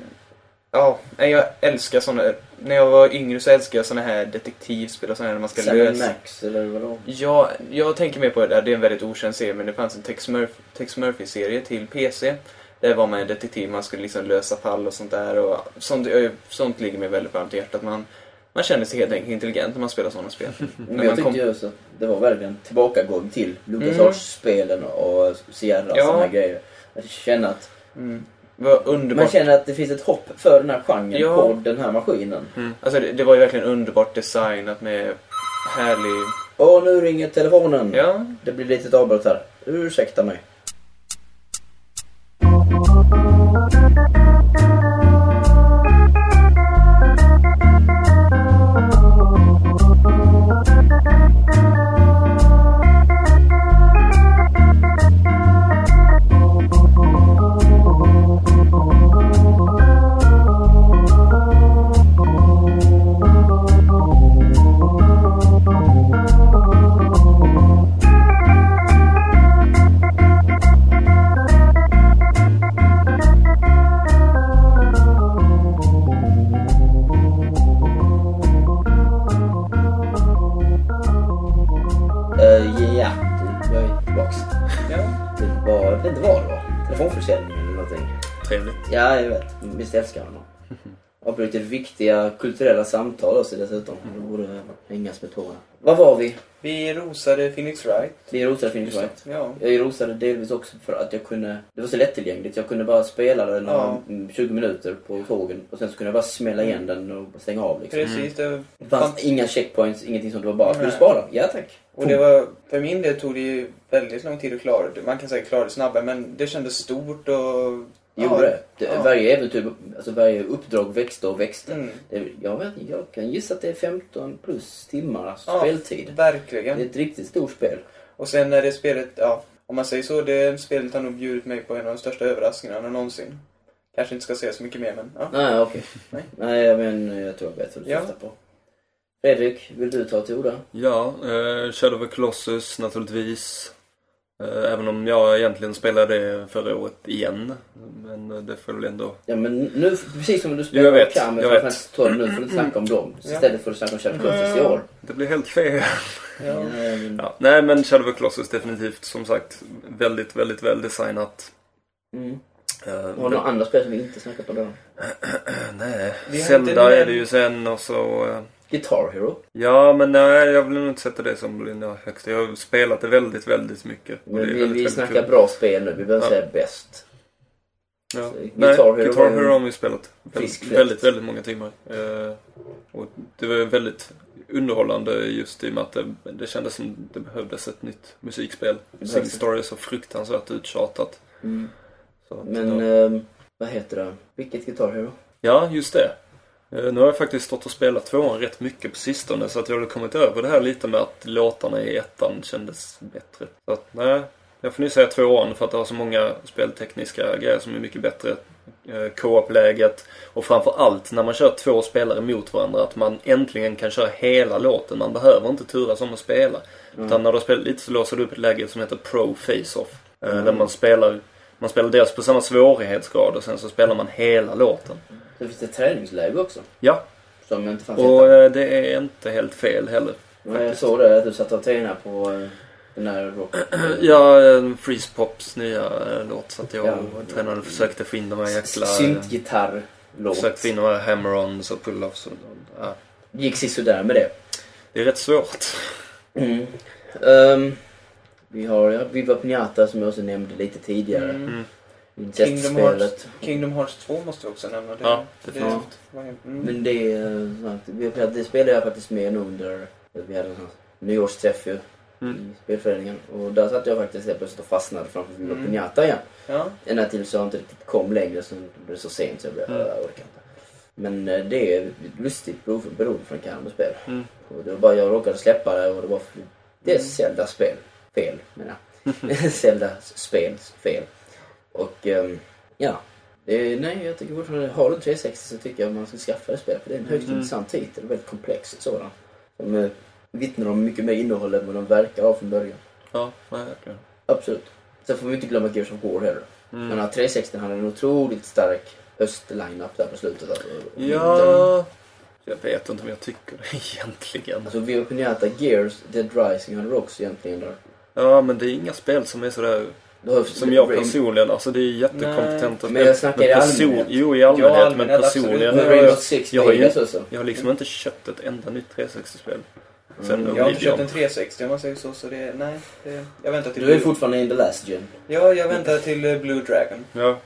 jag älskar såna... När jag var yngre så älskade jag såna här detektivspel och såna här när man ska lösa... Max, eller vadå? Ja, jag tänker mer på det där. Det är en väldigt okänd serie, men det fanns en Tex Murphy-serie till PC. Där var man en detektiv, man skulle liksom lösa fall och sånt där. Och sånt ligger mig väldigt varmt i hjärtat. Man känner sig helt enkelt intelligent när man spelar sådana spel. Men jag tyckte ju så att det var verkligen tillbakagång till LucasArts-spelen och Sierra och såna här grejer. Jag känner att Vad underbart. Man känner att det finns ett hopp för den här genren på den här maskinen. Alltså det var ju verkligen underbart designat med härlig... Nu ringer telefonen. Ja. Det blir lite avbrott här. Ursäkta mig. Jag vet inte vad det var. Telefonförsäljning eller någonting. Trevligt. Ja, jag vet. Visst älskar honom. Avbrutit viktiga kulturella samtal också dessutom. Det borde hängas med tårna. Vad var vi? Vi rosade Phoenix Wright. Vi rosade Phoenix Wright. Ja. Jag rosade delvis också för att jag kunde... Det var så lättillgängligt. Jag kunde bara spela den 20 minuter på tågen. Och sen så kunde jag bara smälla igen den och stänga av liksom. Precis. Det fanns inga checkpoints, ingenting som det var bara. Vill du spara? Ja tack. Och det var, för min del tog det ju väldigt lång tid att klara det. Man kan säga klara det snabbare, men det kändes stort och... Varje äventyr, alltså varje uppdrag växte och växte. Jag kan gissa att det är 15 plus timmar speltid. Verkligen. Det är ett riktigt stort spel. Och sen när det spelet, om man säger så, det spelet har nog bjudit mig på en av de största överraskningarna någonsin. Kanske inte ska säga så mycket mer, men Nej, okej. Nej, men jag tror jag vet vad du syftar på. Fredrik, vill du ta till orda? Ja, Shadow of the Colossus naturligtvis. Även om jag egentligen spelade det förra året igen. Men det får väl ändå... Ja, men nu, precis som du spelar jag kan men faktiskt ta det nu får du snacka om dem. Istället för att snacka om Shadow of the Colossus i år. Det blir helt fel. Nej, men Shadow of the Colossus definitivt, som sagt, väldigt, väldigt väl designat. Har några andra spel som vi inte snackat om då? Nej, Zelda är det ju sen och så... Guitar Hero? Ja, men nej, jag vill nog inte sätta det som högst. Jag har spelat det väldigt, väldigt mycket. Och men det är vi snackar kul. Bra spel nu, vi behöver säga bäst. Ja. Guitar Hero har vi spelat väldigt, väldigt många timmar. Och det var väldigt underhållande just i och med att det kändes som det behövdes ett nytt musikspel. Sing Story är så fruktansvärt uttjatat. Så, men vad heter det? Vilket Guitar Hero? Ja, just det. Nu har jag faktiskt stått och spelat 2 rätt mycket på sistone, så att jag har kommit över det här lite med att låtarna i 1 kändes bättre. Så att, nej, jag får nu säga 2 för att det har så många speltekniska grejer som är mycket bättre. Co-op-läget och framförallt när man kör 2 spelare mot varandra, att man äntligen kan köra hela låten. Man behöver inte turas om att spela. Utan när du spelar lite så låser du upp ett läge som heter Pro Face-Off. Där man spelar dels på samma svårighetsgrad och sen så spelar man hela låten. Det finns ett träningsläge också. Ja. Som inte fanns och det är inte helt fel heller. Men jag såg det att du satt och tränade på den här rock. Ja, Freeze Pops nya låt, så att jag tränade och försökte få in de här jäkla... Syntgitarr-låt. Försökte få in de här hammer-ons och pull-offs. Ja. Gick sådär med det. Det är rätt svårt. Vi har Viva Pinata som jag också nämnde lite tidigare. Kingdom Hearts 2 måste vi också nämna. Men det spelade jag faktiskt med nu under vi hade en nyårsträff i spelföreningen. Och där satt jag faktiskt plötsligt och fastnade framför Viva Pinata igen. Ända till så jag inte riktigt kom längre, så det blev så sent så jag orkade inte. Men det är lustigt beroende från Kanada-spel. Och det var bara jag råkade släppa det och det var det är Zelda-spel. Fel, menar jag. Zelda-spel. Fel. Och jag tycker fortfarande, har du 360 så tycker jag att man ska skaffa det spel. För det är en högst intressant titel, väldigt komplex sådan. Som vittnar om mycket mer innehåll än vad de verkar av från början. Ja, verkligen. Absolut. Sen får vi inte glömma Gears of War heller. Men 360 hade en otroligt stark höst-line-up där på slutet. Ja, jag vet inte om jag tycker det egentligen. Alltså Viva Pinata, Gears, Dead Rising hade också egentligen där. Ja, men det är inga spel som är sådär... Som jag personligen, alltså det är jättekompetenta spel. Men jag snackar i allmänhet. Jo, i allmänhet, men personligen. Jag har liksom inte köpt ett enda nytt 360-spel. Jag har inte köpt en 360 om man säger så jag väntar till... Du är fortfarande in the last gen. Ja, jag väntar till Blue Dragon. Ja.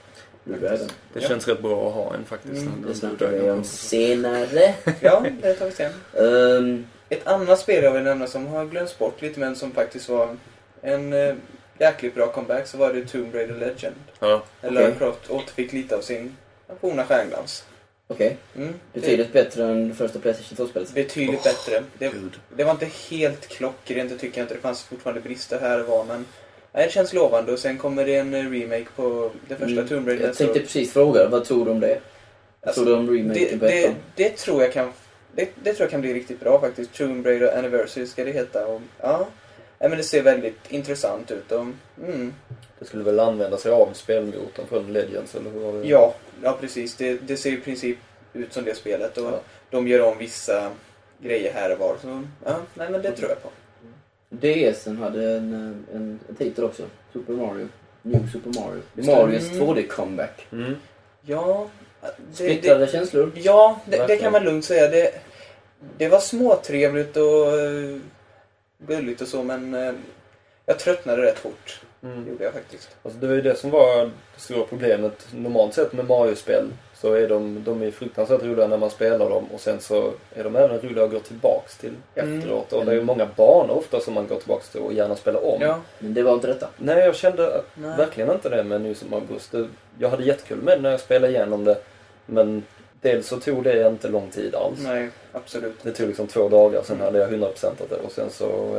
Blue-Dragon. Det känns rätt bra att ha en faktiskt. Det snackar vi om senare. Ja, det tar vi sen. Um, Ett annat spel jag vill nämna som har glömts bort lite men som faktiskt var en jäkligt bra comeback, så var det Tomb Raider Legend. Ja. Lara Croft återfick lite av sin forna stjärnglans. Okej. Betydligt bättre än det första PlayStation 2-spelet. Betydligt bättre. Gud. Det var inte helt klockrent, det tycker jag inte. Det fanns fortfarande brister här och var, men det känns lovande. Och sen kommer det en remake på det första Tomb Raider. Jag tänkte precis fråga, vad tror du om det? Alltså, tror du om remaken på ettan? det tror jag kan... Det tror jag kan bli riktigt bra faktiskt. Tomb Raider Anniversary ska det heta. Och, ja, men det ser väldigt intressant ut. Och, Det skulle väl använda sig av spelmotorn från Legends, eller hur var det? Ja, precis. Det ser i princip ut som det spelet. Och de gör om vissa grejer här och var. Så, nej, men det tror jag på. DSen hade en titel också. Super Mario. New Super Mario. Marios 2D-comeback. Ja... Splittrade känslor? Ja, det kan man lugnt säga. Det var småtrevligt och gulligt och så, men jag tröttnade rätt fort. Det gjorde jag faktiskt. Alltså det var ju det som var det stora problemet. Normalt sett med Mario-spel så är de är fruktansvärt roliga när man spelar dem, och sen så är de även roliga att gå tillbaks till efteråt. Och det är ju många banor ofta som man går tillbaks till och gärna spelar om. Ja, men det var inte detta. Nej, jag kände verkligen inte det med New Super Mario Bros. Jag hade jättekul med när jag spelade igenom det, men dels så tog det inte lång tid alls. Nej, absolut. Det tog liksom 2 dagar, sen hade jag 100% av det, och sen så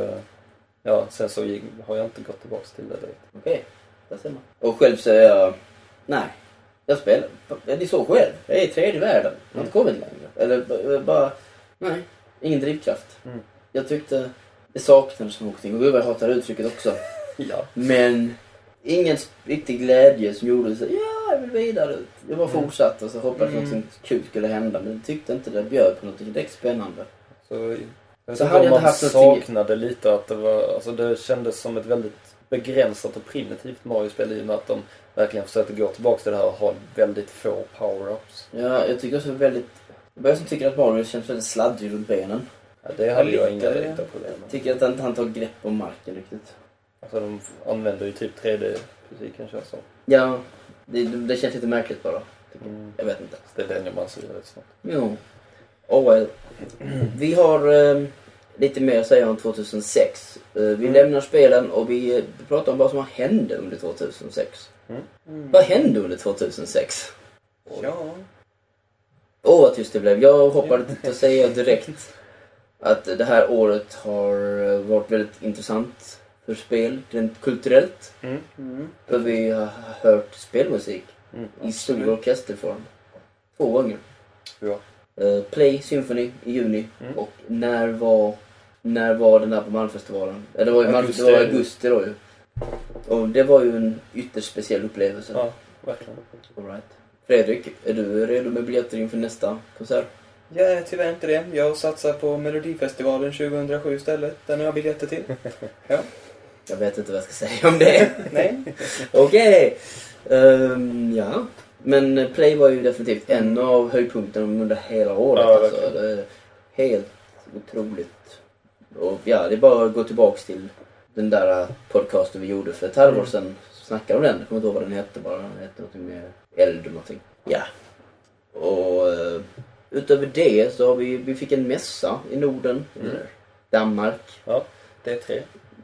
har jag inte gått tillbaks till det direkt. Okej, där ser man. Och själv säger jag, nej, jag spelar. Det är så själv. Jag är i tredje världen. Jag har inte kommit längre. Eller bara, nej, ingen drivkraft. Jag tyckte det saknades någonting. Och gud vad jag hatar uttrycket också. Ja. Men ingen riktig glädje som gjorde så, ja, jag vill vidare. Jag bara fortsatte och så hoppades att någonting kul skulle hända. Men jag tyckte inte det bjöd på något direkt spännande. Så hade jag inte haft saknade lite att det var, alltså det kändes som ett väldigt begränsat och primitivt Mario-spel, i och med att de verkligen försökte gå tillbaka till det här och ha väldigt få power-ups. Ja, jag tycker också väldigt... Jag som tycker att Mario känns väldigt sladdrig runt benen. Ja, det hade jag inga direkta problem med. Jag tycker att han tar grepp om marken riktigt. Alltså de använder ju typ 3D-fysiken, känns så. Ja, det känns lite märkligt bara. Jag vet inte. Det vänjer man sig rätt snart. Jo. Well. Vi har lite mer att säga om 2006. Vi lämnar spelen och vi pratar om vad som hände under 2006. Vad hände under 2006? Ja. Vad tyst det blev. Jag hoppade att säga direkt att det här året har varit väldigt intressant för spel, rent kulturellt. För vi har hört spelmusik i stor orkesterform 2 gånger. Ja. Play Symphony i juni och när var den här på Malmfestivalen? Det var ju det var augusti då ju. Och det var ju en ytterst speciell upplevelse. Ja, verkligen. All right. Fredrik, är du redo med biljetter inför nästa konsert? Jag är tyvärr inte det. Jag satsar på Melodifestivalen 2007 istället. Den har jag biljetter till. Ja. Jag vet inte vad jag ska säga om det. Nej. Okej. Ja. Men Play var ju definitivt en av höjdpunkterna under hela året. Ja, alltså. Det är helt otroligt. Och ja, det är bara att gå tillbaks till den där podcasten vi gjorde för ett halvår sedan. Snackade om den. Jag kommer inte ihåg vad den hette bara. Den hette något med eld eller någonting. Ja. Och utöver det så har vi fick en mässa i Norden. Danmark. Ja, D3.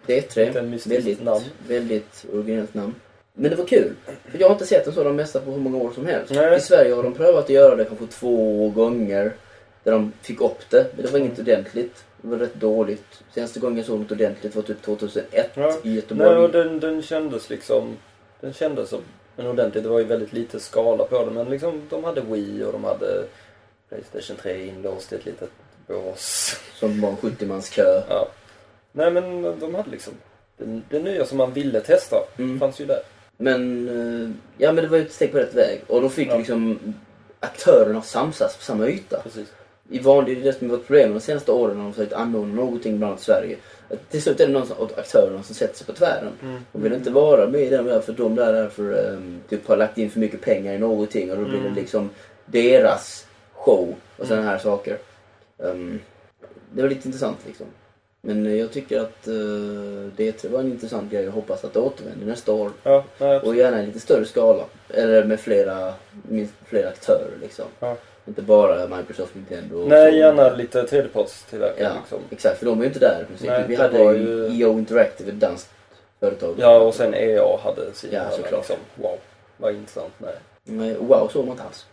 Väldigt originellt namn. Men det var kul. För jag har inte sett en sådan mässa på hur många år som helst. Nej. I Sverige har de prövat att göra det kanske 2 gånger. Där de fick upp det. Men det var inget ordentligt. Det var rätt dåligt. Senaste gången jag såg något ordentligt var typ 2001 i Göteborg. Nej, och den kändes liksom... Den kändes som en ordentlig. Det var ju väldigt lite skala på det. Men liksom, de hade Wii och de hade PlayStation 3 inlåst i ett litet bås. Som var en 70-mans kö. Ja. Nej, men de hade liksom... Det nya som man ville testa fanns ju där. Men, ja, men det var ju ett steg på rätt väg. Och då fick liksom aktörerna samsas på samma yta. Precis. I vanligt, det som var problemet de senaste åren när de försökt anordna någonting bland annat Sverige. Till slut är det någon av aktörerna som sätter sig på tvären. Och vill inte vara med i den där, för de där för typ har lagt in för mycket pengar i någonting. Och då blir det liksom deras show och sådana här saker. Det var lite intressant liksom. Men jag tycker att det var en intressant grej. Jag hoppas att det återvänder nästa år. Ja, och gärna i lite större skala. Eller med flera aktörer liksom. Ja. Inte bara Microsoft, Nintendo och nej, så. gärna lite tredjepartstillverkare Ja, liksom. exakt. För de är ju inte där i princip. Nej, Vi det hade var ju EO Interactive, ett danskt företag. Ja, och sen EA hade sina. Ja, såklart. Liksom. Wow, vad intressant. Nej. Wow, så man inte alls.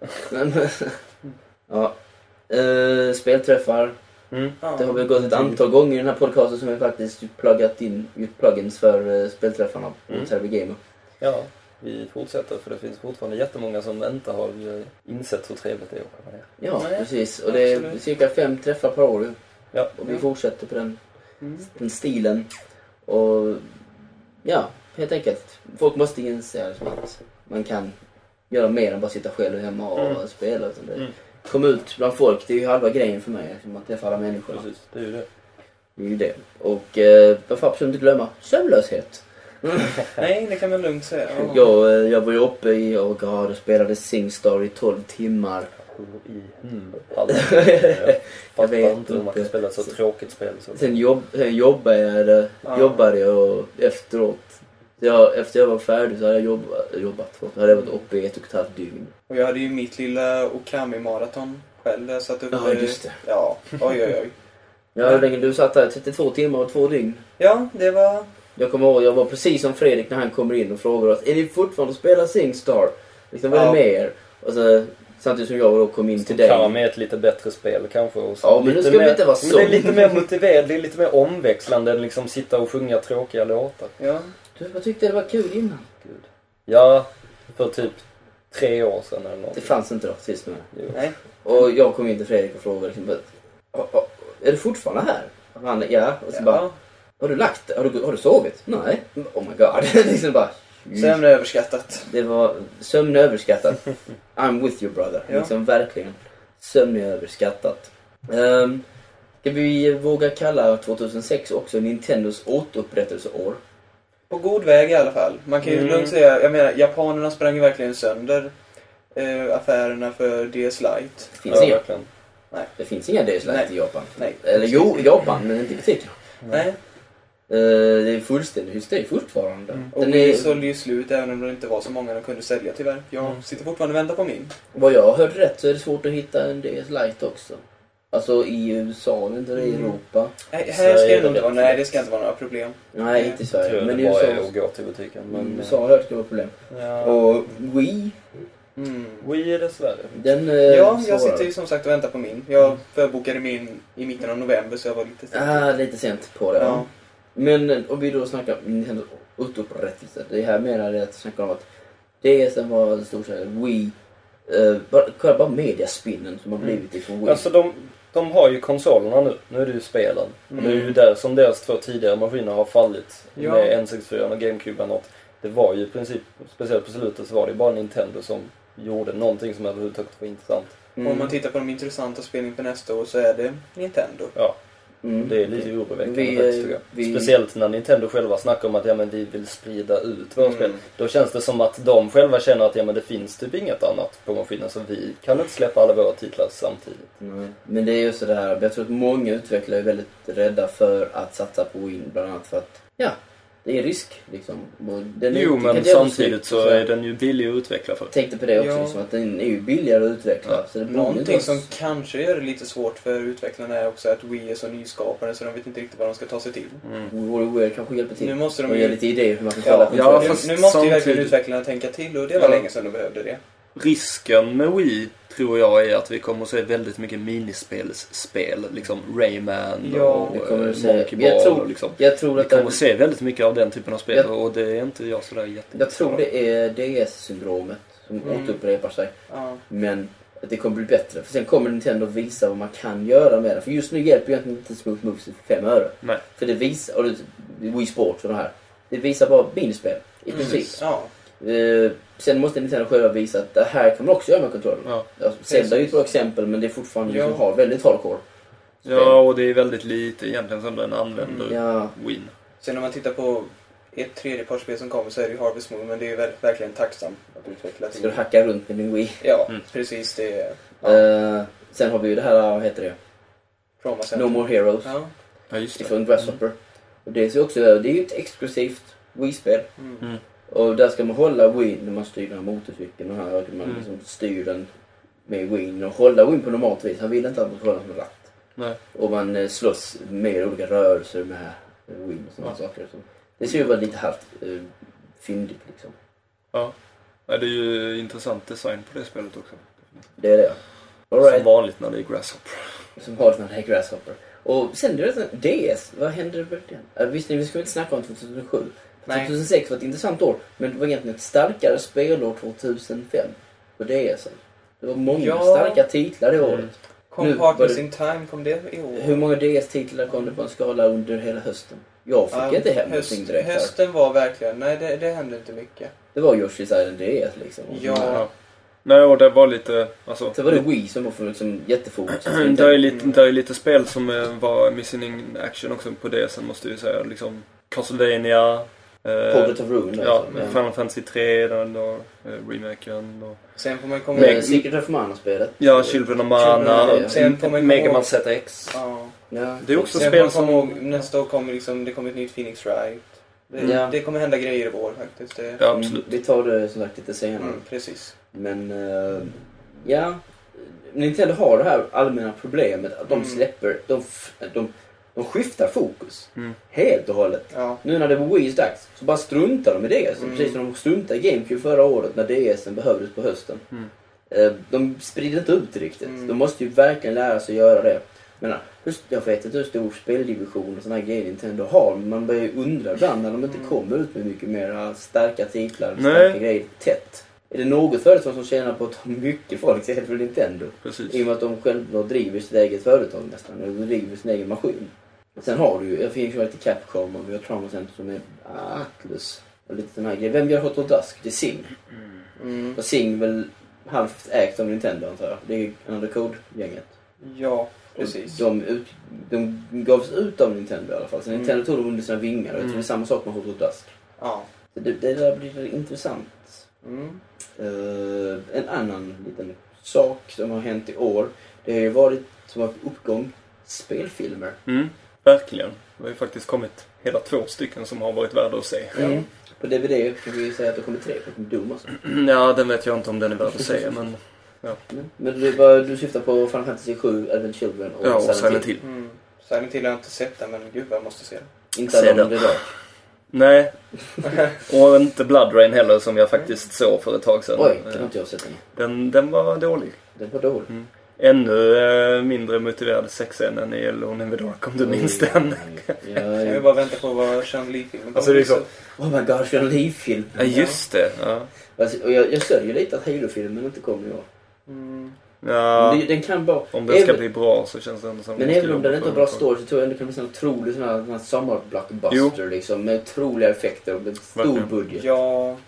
Ja. Spelträffar. Det har väl gått ett antal gånger i den här podcasten som vi faktiskt pluggat in plugins för spelträffarna på Terry Gamer. Ja, vi fortsätter för det finns fortfarande jättemånga som inte har insett hur trevligt det är att komma ner. Ja, Nej, precis. Och det är cirka 5 träffar per år. Ja. Och vi fortsätter på den stilen. Och ja, helt enkelt. Folk måste inse att man kan göra mer än bara sitta själv hemma och spela. Utan det kom ut bland folk, det är ju halva grejen för mig. Liksom, att träffa alla människor. Precis, det är ju det. Det är ju det. Och jag får absolut inte glömma sömnlöshet. Nej, det kan man lugnt säga. Ja. Jag var ju uppe i och spelade SingStar i 12 timmar. Jag fattar inte hur man kan spela ett så tråkigt spel. Så. Sen jobbade jag efteråt. Efter jag var färdig så hade jag jobbat. Så hade jag varit uppe i 1,5 dygn. Och jag hade ju mitt lilla Okami-maraton själv. Jag satt uppe... Ja, just det. Ja, oj. Ja, hur länge du satt där? 32 timmar och 2 dygn. Ja, det var... Jag kommer ihåg, jag var precis som Fredrik när han kommer in och frågar oss: är ni fortfarande att spela SingStar? Liksom, vad är det med er? Och så, samtidigt som jag då kom in till dig. Kan med ett lite bättre spel kanske. Och så ja, men nu ska det inte vara så. Men det är lite mer motiverande, det är lite mer omväxlande än liksom sitta och sjunga tråkiga låtar. Ja. Jag tyckte det var kul innan. Gud. Ja, för typ 3 år sedan eller något. Det fanns inte då, sist med. Nej. Och jag kom in till Fredrik och frågade liksom, är du fortfarande här? Och han, ja. Och så bara, har du lagt det? Har du sovit? Nej. Oh my god. liksom bara... Sömn är överskattat. Det var sömn är överskattat. I'm with you brother. Ja. Liksom verkligen. Sömn är överskattat. Ska vi våga kalla 2006 också Nintendos återupprättelseår? På god väg i alla fall. Man kan ju lugnt säga, jag menar, japanerna sprang ju verkligen sönder affärerna för DS Lite. Det finns inga. Verkligen. Nej. Det finns inga DS Lite i Japan. Nej. Eller jo, i Japan, men inte i butikerna. Nej. Det är fullständigt hysteri fortfarande. Och vi sålde ju slut även om det inte var så många de kunde sälja tyvärr. Jag sitter fortfarande och väntar på min. Vad jag har hört rätt så är det svårt att hitta en DS Lite också. Alltså i USA, inte det i Europa. Nej, här ska det nog inte vara. Nej, det ska inte vara några problem. Nej, inte i Sverige. Men Men det i bara USA, är att gå till butiken. Men, USA har jag hört det ska vara problem. ja. Och Wii, Wii är dessvärre. den Ja, jag svårare. sitter ju som sagt och väntar på min. Jag förbokade min i mitten av november så jag var lite Lite sent på det. Ja. Men om vi då snackar Nintendo återupprättelse. Det här menar jag att snacka om att DSen var stort sett Wii. Bara mediaspinnen som har blivit ifrån Wii. Alltså de har ju konsolerna nu. Nu är det ju spelen. Och det är ju där som deras 2 tidigare maskiner har fallit. Ja. Med N64 och GameCube och något. Det var ju i princip, speciellt på slutet så var det bara Nintendo som gjorde någonting som överhuvudtaget var intressant. Och om man tittar på de intressanta spelen för nästa år så är det Nintendo. Ja. Det är lite oroväckande Vi- faktiskt, tycker jag. Speciellt när Nintendo själva snackar om att men vi vill sprida ut våra spel. Då känns det som att de själva känner att men det finns typ inget annat på maskinen så vi kan inte släppa alla våra titlar samtidigt. Nej. Men det är ju så där. Jag tror att många utvecklare är väldigt rädda för att satsa på Wii. Bland annat för att det är risk liksom. Jo, men samtidigt så är den ju billig att utveckla för. Jag tänkte på det också, Ja. liksom, att den är ju billigare att utveckla. Ja. Så det borde Någonting inte som vara- kanske gör det lite svårt för utvecklarna är också att Wii är så nyskapande så de vet inte riktigt vad de ska ta sig till. WarioWare kanske hjälper till. Nu måste de och ju- ge lite idéer hur man kan Ja, ställa kontroller. ja, fast Nu måste ju verkligen samtidigt- utvecklarna tänka till och det var länge sedan de behövde det. Risken med Wii tror jag är att vi kommer att se väldigt mycket minispelsspel. Liksom Rayman Ja, och det kommer att se. Monkey Jag Ball. tror- Och liksom. Jag tror Vi att kommer att se väldigt mycket av den typen av spel Jag- och det är inte jag sådär jag jätteintresserad tror av. det är DS-syndromet som återupprepar sig. Ja. Men att det kommer bli bättre. För sen kommer Nintendo visa vad man kan göra med det. För just nu hjälper ju inte Smooth Moves för 5 öre. Nej. För det visar, och Wii Sports och det här. Det visar bara minispel i princip. Ja. Sen måste Nintendo själva visa att det här kan man också göra med kontrollen. Ja. Alltså, Zelda är ju ett bra exempel, men det är fortfarande Ja. som har väldigt hardcore. Ja, och det är väldigt lite egentligen som den använder Ja. Wii. Sen om man tittar på ett tredjepartsspel som kommer så är det ju Harvest Moon men det är ju verkligen tacksamt att utveckla Ska till. du hacka runt med din Wii? Ja, precis det. Ja. Sen har vi ju det här, vad heter det? Trauma No Center. More Heroes. Ja. Ja, just det. Ifrån Grasshopper. Och det är också, det är ju ett exklusivt Wii-spel. Och där ska man hålla Wii när man styr den här motorcykeln och här man liksom styr den med Wii och hålla Wii på normalt vis. Han vill inte att man ska hålla som en ratt. Nej. Och man slåss med olika rörelser med Wii och sådana saker. Så det ser ju vara lite halvt fyndigt liksom. Ja. Ja, det är ju intressant design på det spelet också. Det är det. All right. Som vanligt när det är Grasshopper. Som vanligt när det är Grasshopper. Och sen är det DS. Vad hände med den? Visst, vi ska inte snacka om 2007. Nej. 2006 var ett intressant år. Men det var egentligen ett starkare spelår 2005 på DS. Det var många starka titlar det året. Kom Partners in Time, kom det i år? Hur många DS-titlar kom det på en skala under hela hösten? Jag fick inte hem någonting direkt. Hösten var verkligen, nej det hände inte mycket. Det var Yoshi's Island DS liksom. Ja. Nej, och det var lite... Alltså, så var det Wii som var för liksom jättefokus. Det är lite spel som var missing in action också på DSen, måste jag säga. Liksom Castlevania... Portrait of Ruin. Ja, Final Fantasy 3, då, remaken. Och sen får man komma... Secret of Mana-spelet. Ja, Children of Mana. Sen får man Mega Man ZX. Ja. Det är också spel som... Nästa år kommer liksom, det kommer ett nytt Phoenix Wright. Det kommer hända grejer i vår faktiskt. Ja, absolut. Vi tar det som sagt lite senare. Precis. Men Nintendo har det här allmänna problemet att de släpper, de skiftar fokus helt och hållet. Ja. Nu när det var Wii's dags så bara struntar de i DS. Precis som de struntade i GameCube förra året när DSen behövdes på hösten. De sprider inte ut riktigt. De måste ju verkligen lära sig göra det. Men jag vet inte hur stor speldivision och såna här grejer Nintendo har. Men man börjar ju undra ibland när de inte kommer ut med mycket mer starka titlar, starka grejer tätt. Är det något företag som tjänar på att ha mycket folk så är det för Nintendo. Precis. I och med att de själva driver sitt eget företag nästan. De driver sin egen maskin. Sen har du ju, jag fick ju lite Capcom och vi har Trauma Center som är Atlus. Och lite sån här grejer. Vem gör Hot or Dusk? Det är Sing. Och Sing väl halvt ägt av Nintendo antar jag. Det är Under Code-gänget. Ja, precis. De gavs ut av Nintendo i alla fall. Så Nintendo tog dem under sina vingar. Och jag tror det är samma sak med Hot or Dusk. Ja. Så det där blir intressant. En annan liten sak som har hänt i år. Det har ju varit som har uppgång spelfilmer. Verkligen. Det har ju faktiskt kommit hela 2 stycken som har varit värda att se. På DVD kan vi säga att det kommer 3 på Doom också. Ja, den vet jag inte om den är värd att se, men... Ja. Men du syftar på Final Fantasy 7, Advent Children och Silent Hill. Silent Hill har jag inte sett den, men gud jag måste se den. Inte alla om det då. Nej. Och inte Blood Rain heller som jag faktiskt såg för ett tag sedan. Oj, kan inte jag sett den? Den var dålig. Den var dålig. Ännu mindre motiverad sexscenen i Alone in the Dark, om du minns den. Jag vill bara vänta på vad Sean Lee-filmen alltså det är så... Oh my god, Sean Lee-film. Ja, just det. Ja. Alltså, och jag stödjer lite att Halo-filmen inte kommer i år. Ja, den kan bara... om den ska bli bra så känns det ändå som... Men även om den inte har bra story så tror jag det kan bli en otrolig sån här sommar-blockbuster liksom, med otroliga effekter och med stor budget. Ja.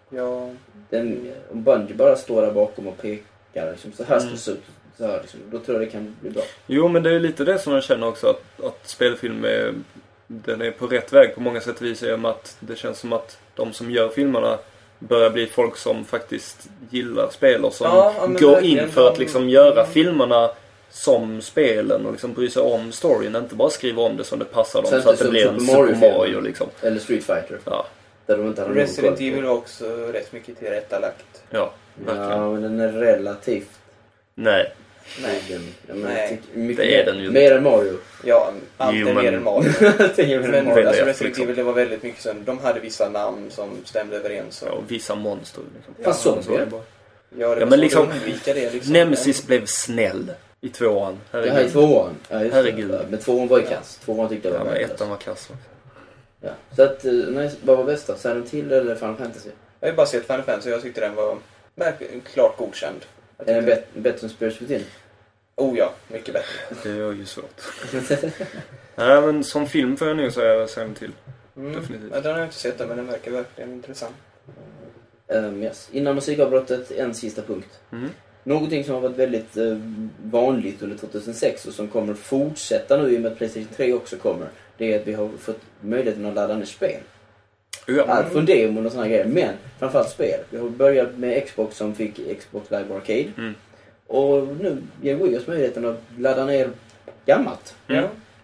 Om Bungie bara står där bakom och pekar liksom, så här ska det se ut. Så här, liksom, då tror jag det kan bli bra. Jo, men det är lite det som jag känner också, att spelfilm den är på rätt väg på många sätt och vis, i och med att det känns som att de som gör filmerna börjar bli folk som faktiskt gillar spel och som går in för att liksom göra filmerna som spelen och liksom bry sig om storyn, inte bara skriva om det som det passar dem så att det blir en Super Mario liksom. Eller Street Fighter. Ja. Där de inte har Resident Evil är också rätt mycket tillrättalagt. Ja, verkligen. Ja, men den är relativt... Nej. Mycket det är den ju. Mer än Mario. Ja, allt är mer än Mario. Men alltså Resident Evil, det var väldigt mycket så, de hade vissa namn som stämde överens. Och vissa monster liksom. Fast zombier. Ja, men liksom, det, liksom Nemesis blev snäll i 2:an. Ja, i 2:an. Ja, herregud. Men 2:an var ju kass. 2:an tyckte jag var men 1:an var kass också. Ja. Så att, vad var bästa? Silent Hill eller Final Fantasy? Jag har ju bara sett Final Fantasy och jag tyckte den var klart godkänd. Är den bättre än Spirits Within? Oh ja, mycket bättre. Det är ju svårt. Nej, men som film får jag nu säga Silent Hill. Definitivt. Ja, den har jag inte sett, men den verkar verkligen intressant. Yes. Innan musikavbrottet, en sista punkt. Någonting som har varit väldigt vanligt under 2006 och som kommer fortsätta nu i och med att PlayStation 3 också kommer, det är att vi har fått möjligheten att ladda ner spel. Allt från demon och såna grejer, men framförallt spel. Vi har börjat med Xbox som fick Xbox Live Arcade. Och nu ger Wii oss möjligheten att ladda ner gammalt.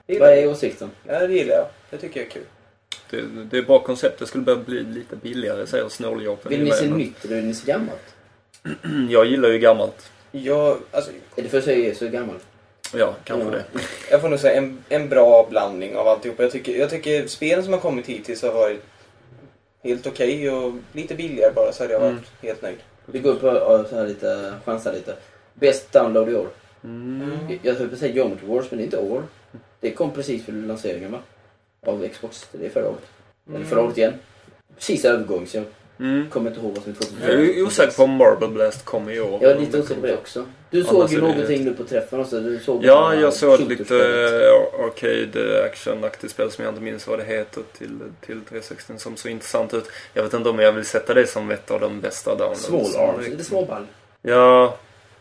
Vad är åsikten? Ja, det gillar jag. Det tycker jag är kul. Det är bra koncept. Det skulle behöva bli lite billigare, säger snåljåpen. Vill ni se nytt eller vill ni se gammalt? Jag gillar ju gammalt. Alltså, Är det för att säga så gammalt? Ja, kanske det. jag får nog säga en bra blandning av alltihopa. Jag tycker spelen som har kommit hittills har varit helt okej och lite billigare bara, så hade jag varit helt nöjd. Vi går på så här lite, chansa lite. Best download i år. Jag höll på att säga Geometry Wars, men det är inte år. Det kom precis för lanseringen, va? Av Xbox. Det är förra året. Eller förra året igen. Precis övergång, så jag kommer inte ihåg vad som är 2000. Jag är osäker på om Marble Blast kommer i år. Jag är lite osäker på det också. Du såg ju någonting nu på träffen också. Du såg jag såg lite arcade action-aktigt spel som jag inte minns vad det heter till 360 som så intressant ut. Jag vet inte om jag vill sätta det som ett av de bästa downloads. Small Arms, är det småball? Ja,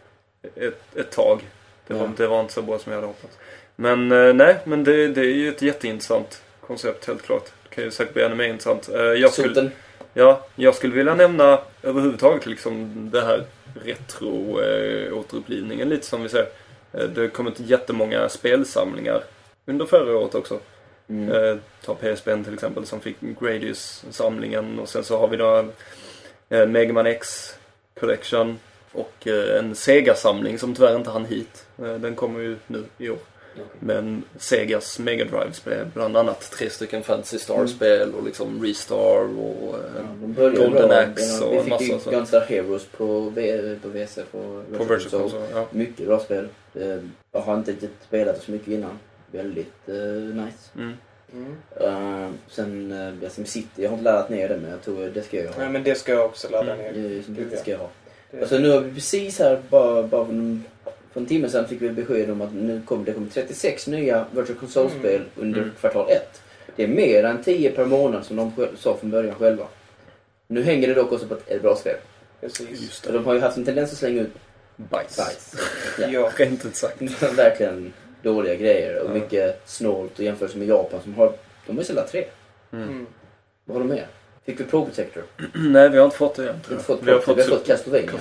ett tag. Det var inte så bra som jag hade hoppats. Men nej, men det är ju ett jätteintressant koncept, helt klart. Det kan ju säkert bli ännu mer intressant. Jag skulle vilja nämna överhuvudtaget liksom det här retro-återupplivningen lite som vi ser. Det kom inte jättemånga spelsamlingar under förra året också. Ta PSPN till exempel som fick Gradius-samlingen, och sen så har vi då Mega Man X Collection och en Sega-samling som tyvärr inte hann hit. Den kommer ju nu i år. Men Segas Mega Drive-spel, bland annat 3 stycken Fantasy Star-spel och liksom Restar och Golden Axe och en massa. Vi fick ju Gunstar Heroes på VC på Virtual Console, ja. Mycket bra spel. Jag har inte riktigt spelat så mycket innan. Väldigt nice. Sen City, jag har inte laddat ner det, men jag tror det ska jag ha. Nej, men det ska jag också ladda ner. Det ska jag ha. Alltså nu har vi precis här bara för en timme sedan fick vi besked om att nu kommer det 36 nya Virtual Console-spel under kvartal 1. Det är mer än 10 per månad som de sa från början själva. Nu hänger det dock också på ett bra spel. Precis. Så de har ju haft en tendens att slänga ut bajs. Ja. Rent ut sagt. Verkligen dåliga grejer och mycket snålt och jämfört med Japan som har, de har ju sällat 3. Vad har de med? Fick vi Pro Protector? Nej, vi har inte fått det än. Vi har fått Castlevania.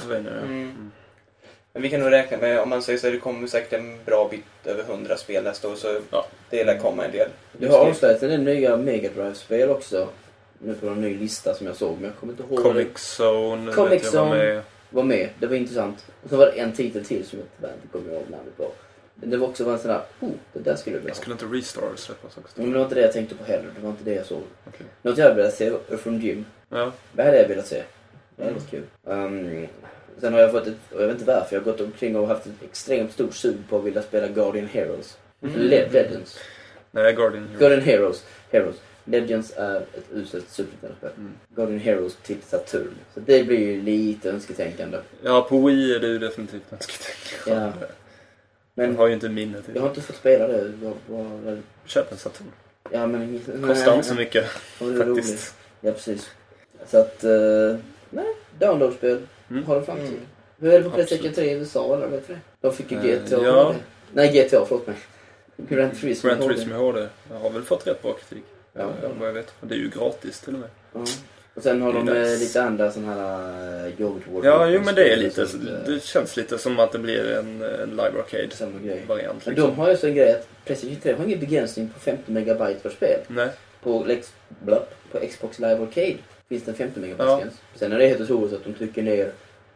Men vi kan nog räkna med, om man säger så, det kommer säkert en bra bit över 100 spel nästa år, så det lär komma en del. Du har avslöjat en nya Mega Drive-spel också. Nu på en ny lista som jag såg, men jag kommer inte ihåg. Comic Zone var med. Det var intressant. Och så var det en titel till som jag tyvärr inte kommer ihåg namnet på. Det var också en sån där, det där skulle bli. Skulle inte Restar släppas också? Men det var inte det jag tänkte på heller. Det var inte det jag såg. Okay. Något jag hade velat se från Jim. Ja. Vad hade jag velat se? Det är lite kul. Sen har jag fått och jag vet inte varför, jag har gått omkring och haft ett extremt stort sug på att vilja spela Guardian Heroes. Legends. Nej, Guardian Heroes. Legends är ett uselt Super Nintendo-spel. Guardian Heroes till Saturn. Så det blir ju lite önsketänkande. Ja, på Wii är det ju definitivt önsketänkande. Ja. Men jag har ju inte minne till. Jag har inte fått spela det. Köp en Saturn. Ja, men kostar inte så mycket faktiskt. Roligt. Ja, precis. Så att downloadspel har de framtid. Hur är det på PlayStation 3 i USA eller vet du det? De fick ju GTA. Ja. Nej, GTA, förlåt mig. Gran Turismo HD. Jag har väl fått rätt bra kritik. Vad jag vet. Det är ju gratis till och med. Ja. Och sen har de lite andra sån här Geometry. Ja, men det är lite, det känns lite som att det blir en live arcade variant. Liksom. De har ju så en grej att PlayStation 3 har ingen begränsning på 50 megabyte per spel. Nej. På Xbox Live Arcade finns det en 50 megabyte gräns. Sen är det helt otroligt att de trycker ner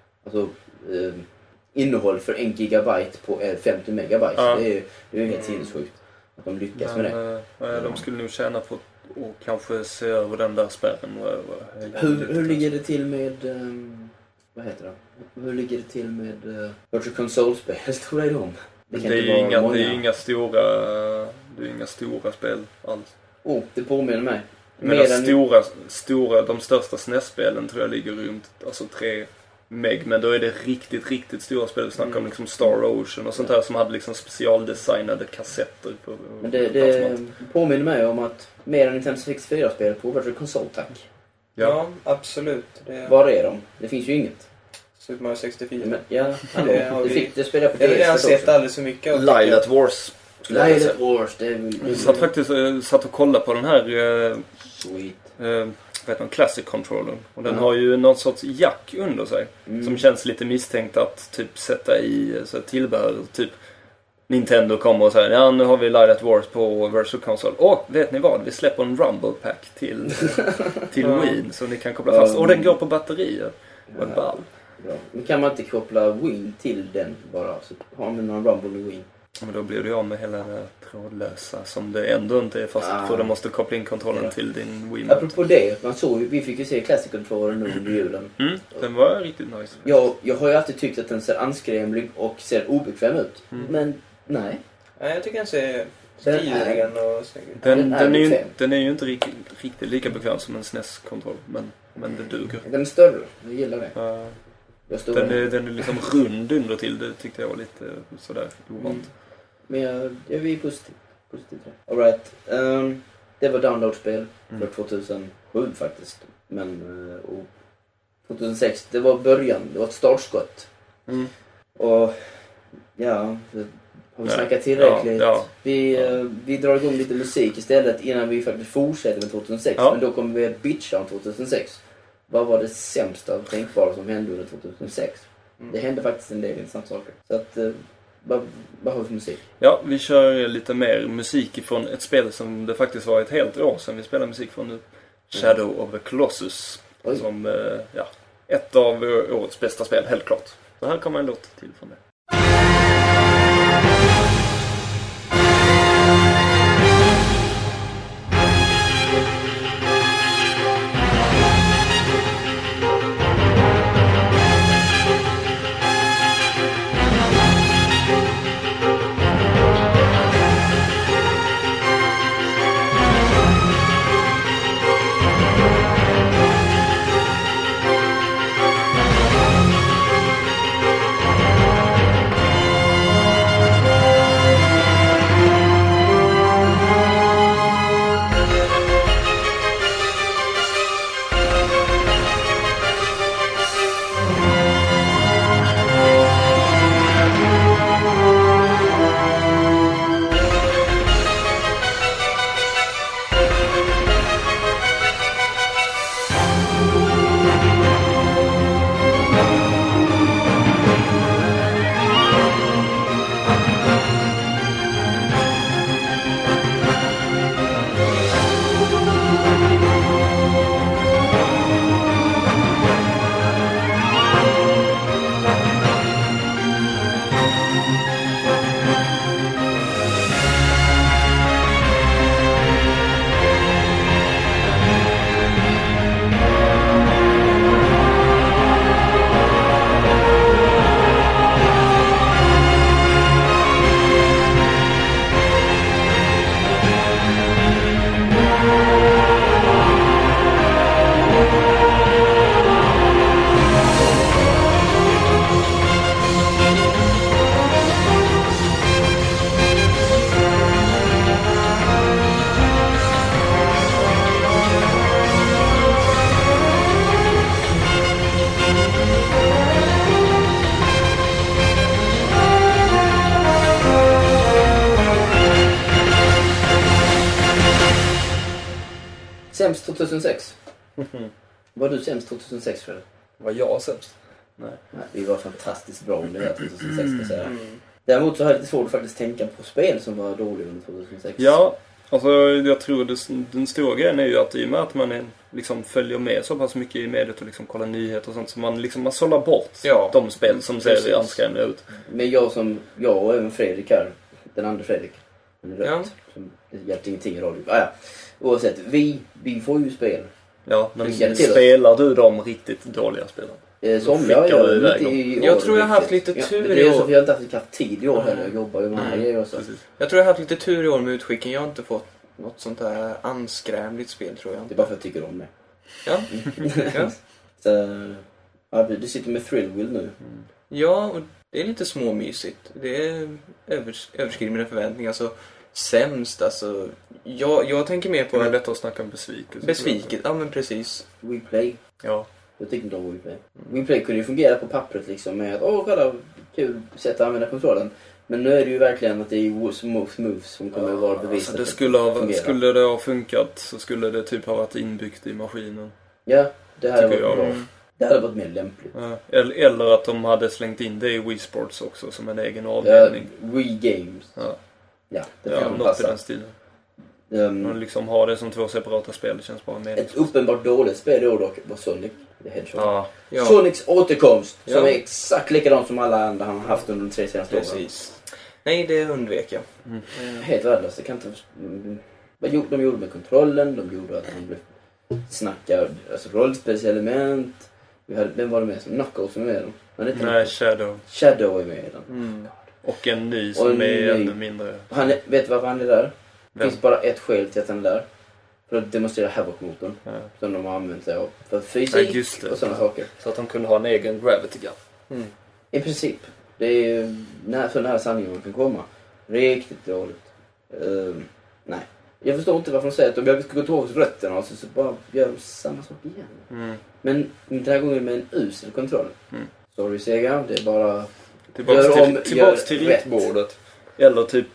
innehåll för 1 gigabyte på 50 megabyte. Ja. Det är ju helt sinnessjukt att de lyckas med det. De skulle nog tjäna på och kanske se över den där spärren. Hur ligger det till med vad heter det? Hur ligger det till med Virtual Console-spel? Hur stora är de? Det är inga stora spel alls. Det påminner mig. De största SNES-spelen tror jag ligger runt 3 meg, men då är det riktigt stora spel. Vi snackar om liksom Star Ocean och sånt där som hade liksom specialdesignade kassetter på. Men det påminner mig om att mer än Nintendo 64-spel på Virtual Console, tack. Ja, absolut. Var är de? Det finns ju inget. Super Mario 64. Men, det fick du spela på det. Jag har sett alldeles för mycket. Lilat Wars. Lilat Wars, jag satt och kollade på den här Classic Controller. Och den har ju någon sorts jack under sig. Som känns lite misstänkt att typ sätta i så tillbehör. Typ Nintendo kommer och säger ja, nu har vi Light at Wars på Virtual Console. Och vet ni vad? Vi släpper en Rumble Pack till Wii så ni kan koppla fast. Och den går på batterier. Vad ball. Ja. Men kan man inte koppla Wii till den bara? Så har man någon Rumble i Wii. Men då blir du av med hela det trådlösa som det ändå inte är fast för du måste koppla in kontrollen till din Wii. Apropå det, vi fick ju se Classic-kontrollen nu under julen. Den var riktigt nice. Jag har ju alltid tyckt att den ser anskrämlig och ser obekväm ut. Men nej. Nej, jag tycker den ser stilig och snygg. Den är ju inte riktigt lika bekväm som en SNES-kontroll, men det duger. Den är större, jag gillar det. Den är liksom rund under till, det tyckte jag var lite sådär ovant. Men jag är positiv till det. All right. Det var downloadspel för 2007 faktiskt. Men och 2006, det var början, det var ett startskott. Och ja, har vi snackat tillräckligt. Ja. Vi drar igång lite musik istället innan vi faktiskt fortsätter med 2006. Men då kommer vi att bitcha om 2006. Vad var det sämsta och tänkbara som hände under 2006? Det hände faktiskt en del intressanta saker. Så att, vad har vi för musik? Ja, vi kör lite mer musik från ett spel som det faktiskt var ett helt år sedan vi spelade musik från nu. Shadow of the Colossus. Som, ett av årets bästa spel, helt klart. Så här kommer en låt till från det. Sämst 2006. Var du sämst 2006 för det? Var jag sämst? Nej, vi var fantastiskt bra under det här 2006 ska säga. Däremot så har jag lite svårt att faktiskt tänka på spel som var dåliga under 2006. Ja, alltså jag tror den stora grejen är ju att i och med att man liksom följer med så pass mycket i mediet och liksom kollar nyheter och sånt så man sållar bort de spel som ser anskrämliga ut. Men jag och även Fredrik här, den andra Fredrik, det hjälpte ingenting i radio. Oavsett, vi får ju spel. Ja, men spelar du de riktigt dåliga spelen? Jag tror jag har haft lite tur i år. Jag har inte haft tid i år heller. Jag jobbar ju med andra grejer också. Jag tror jag har haft lite tur i år med utskicken. Jag har inte fått något sånt där anskrämligt spel, tror jag. Det är bara för att jag tycker om det. Ja. Så, du sitter med Thrillwheel nu. Ja, och det är lite småmysigt. Det är överskrider mina förväntningar. Alltså, sämst, alltså... Jag tänker mer på... Det är lätt att snacka om besvikelse. Besviket, ja men precis. WePlay. Ja. Jag tycker inte om WePlay. WePlay kunde ju fungera på pappret liksom med att kolla, kul sätt att använda kontrollen. Men nu är det ju verkligen att det är smooth moves som kommer att vara bevisat. Alltså skulle det ha funkat så skulle det typ ha varit inbyggt i maskinen. Ja, det här var bra. Det hade varit mer lämpligt. Ja. Eller att de hade slängt in det i Wii Sports också som en egen avdelning. Wii Games. Ja, det ja kan något passa. i den stilen. Man liksom har det som 2 separata spel, det känns bara meningsfullt. Ett uppenbart dåligt spel då dock var Sonic the Hedgehog. Ja. Sonics återkomst, Ja. som är exakt likadant som alla andra han har haft under de 3 senaste åren. Precis. Nej, det undvek jag. Helt värdelöst. Det kan inte... De gjorde med kontrollen, de gjorde att de blev snackade, alltså rollspelselement. Vem var det med som? Knuckles med dem? Nej, Shadow. Shadow är med i den. Och en ny som är ännu mindre. Vet du varför han är där? Det Vem? finns bara ett skäl till att han är där. För att demonstrera Havoc-motorn. Ja. Som de har använt sig av. För fysik just det. och sådana saker. Så att de kunde ha en egen Gravity Gun. I princip. Det är ju så nära sanningen man kan komma. Riktigt dåligt. Nej. Jag förstår inte varför de säger att de ska gå tillbaka till rötterna och så bara gör de samma sak igen. Men den här gången med en usel kontroll. Sorry Sega, det är bara... Tillbaks till ritbordet. Eller typ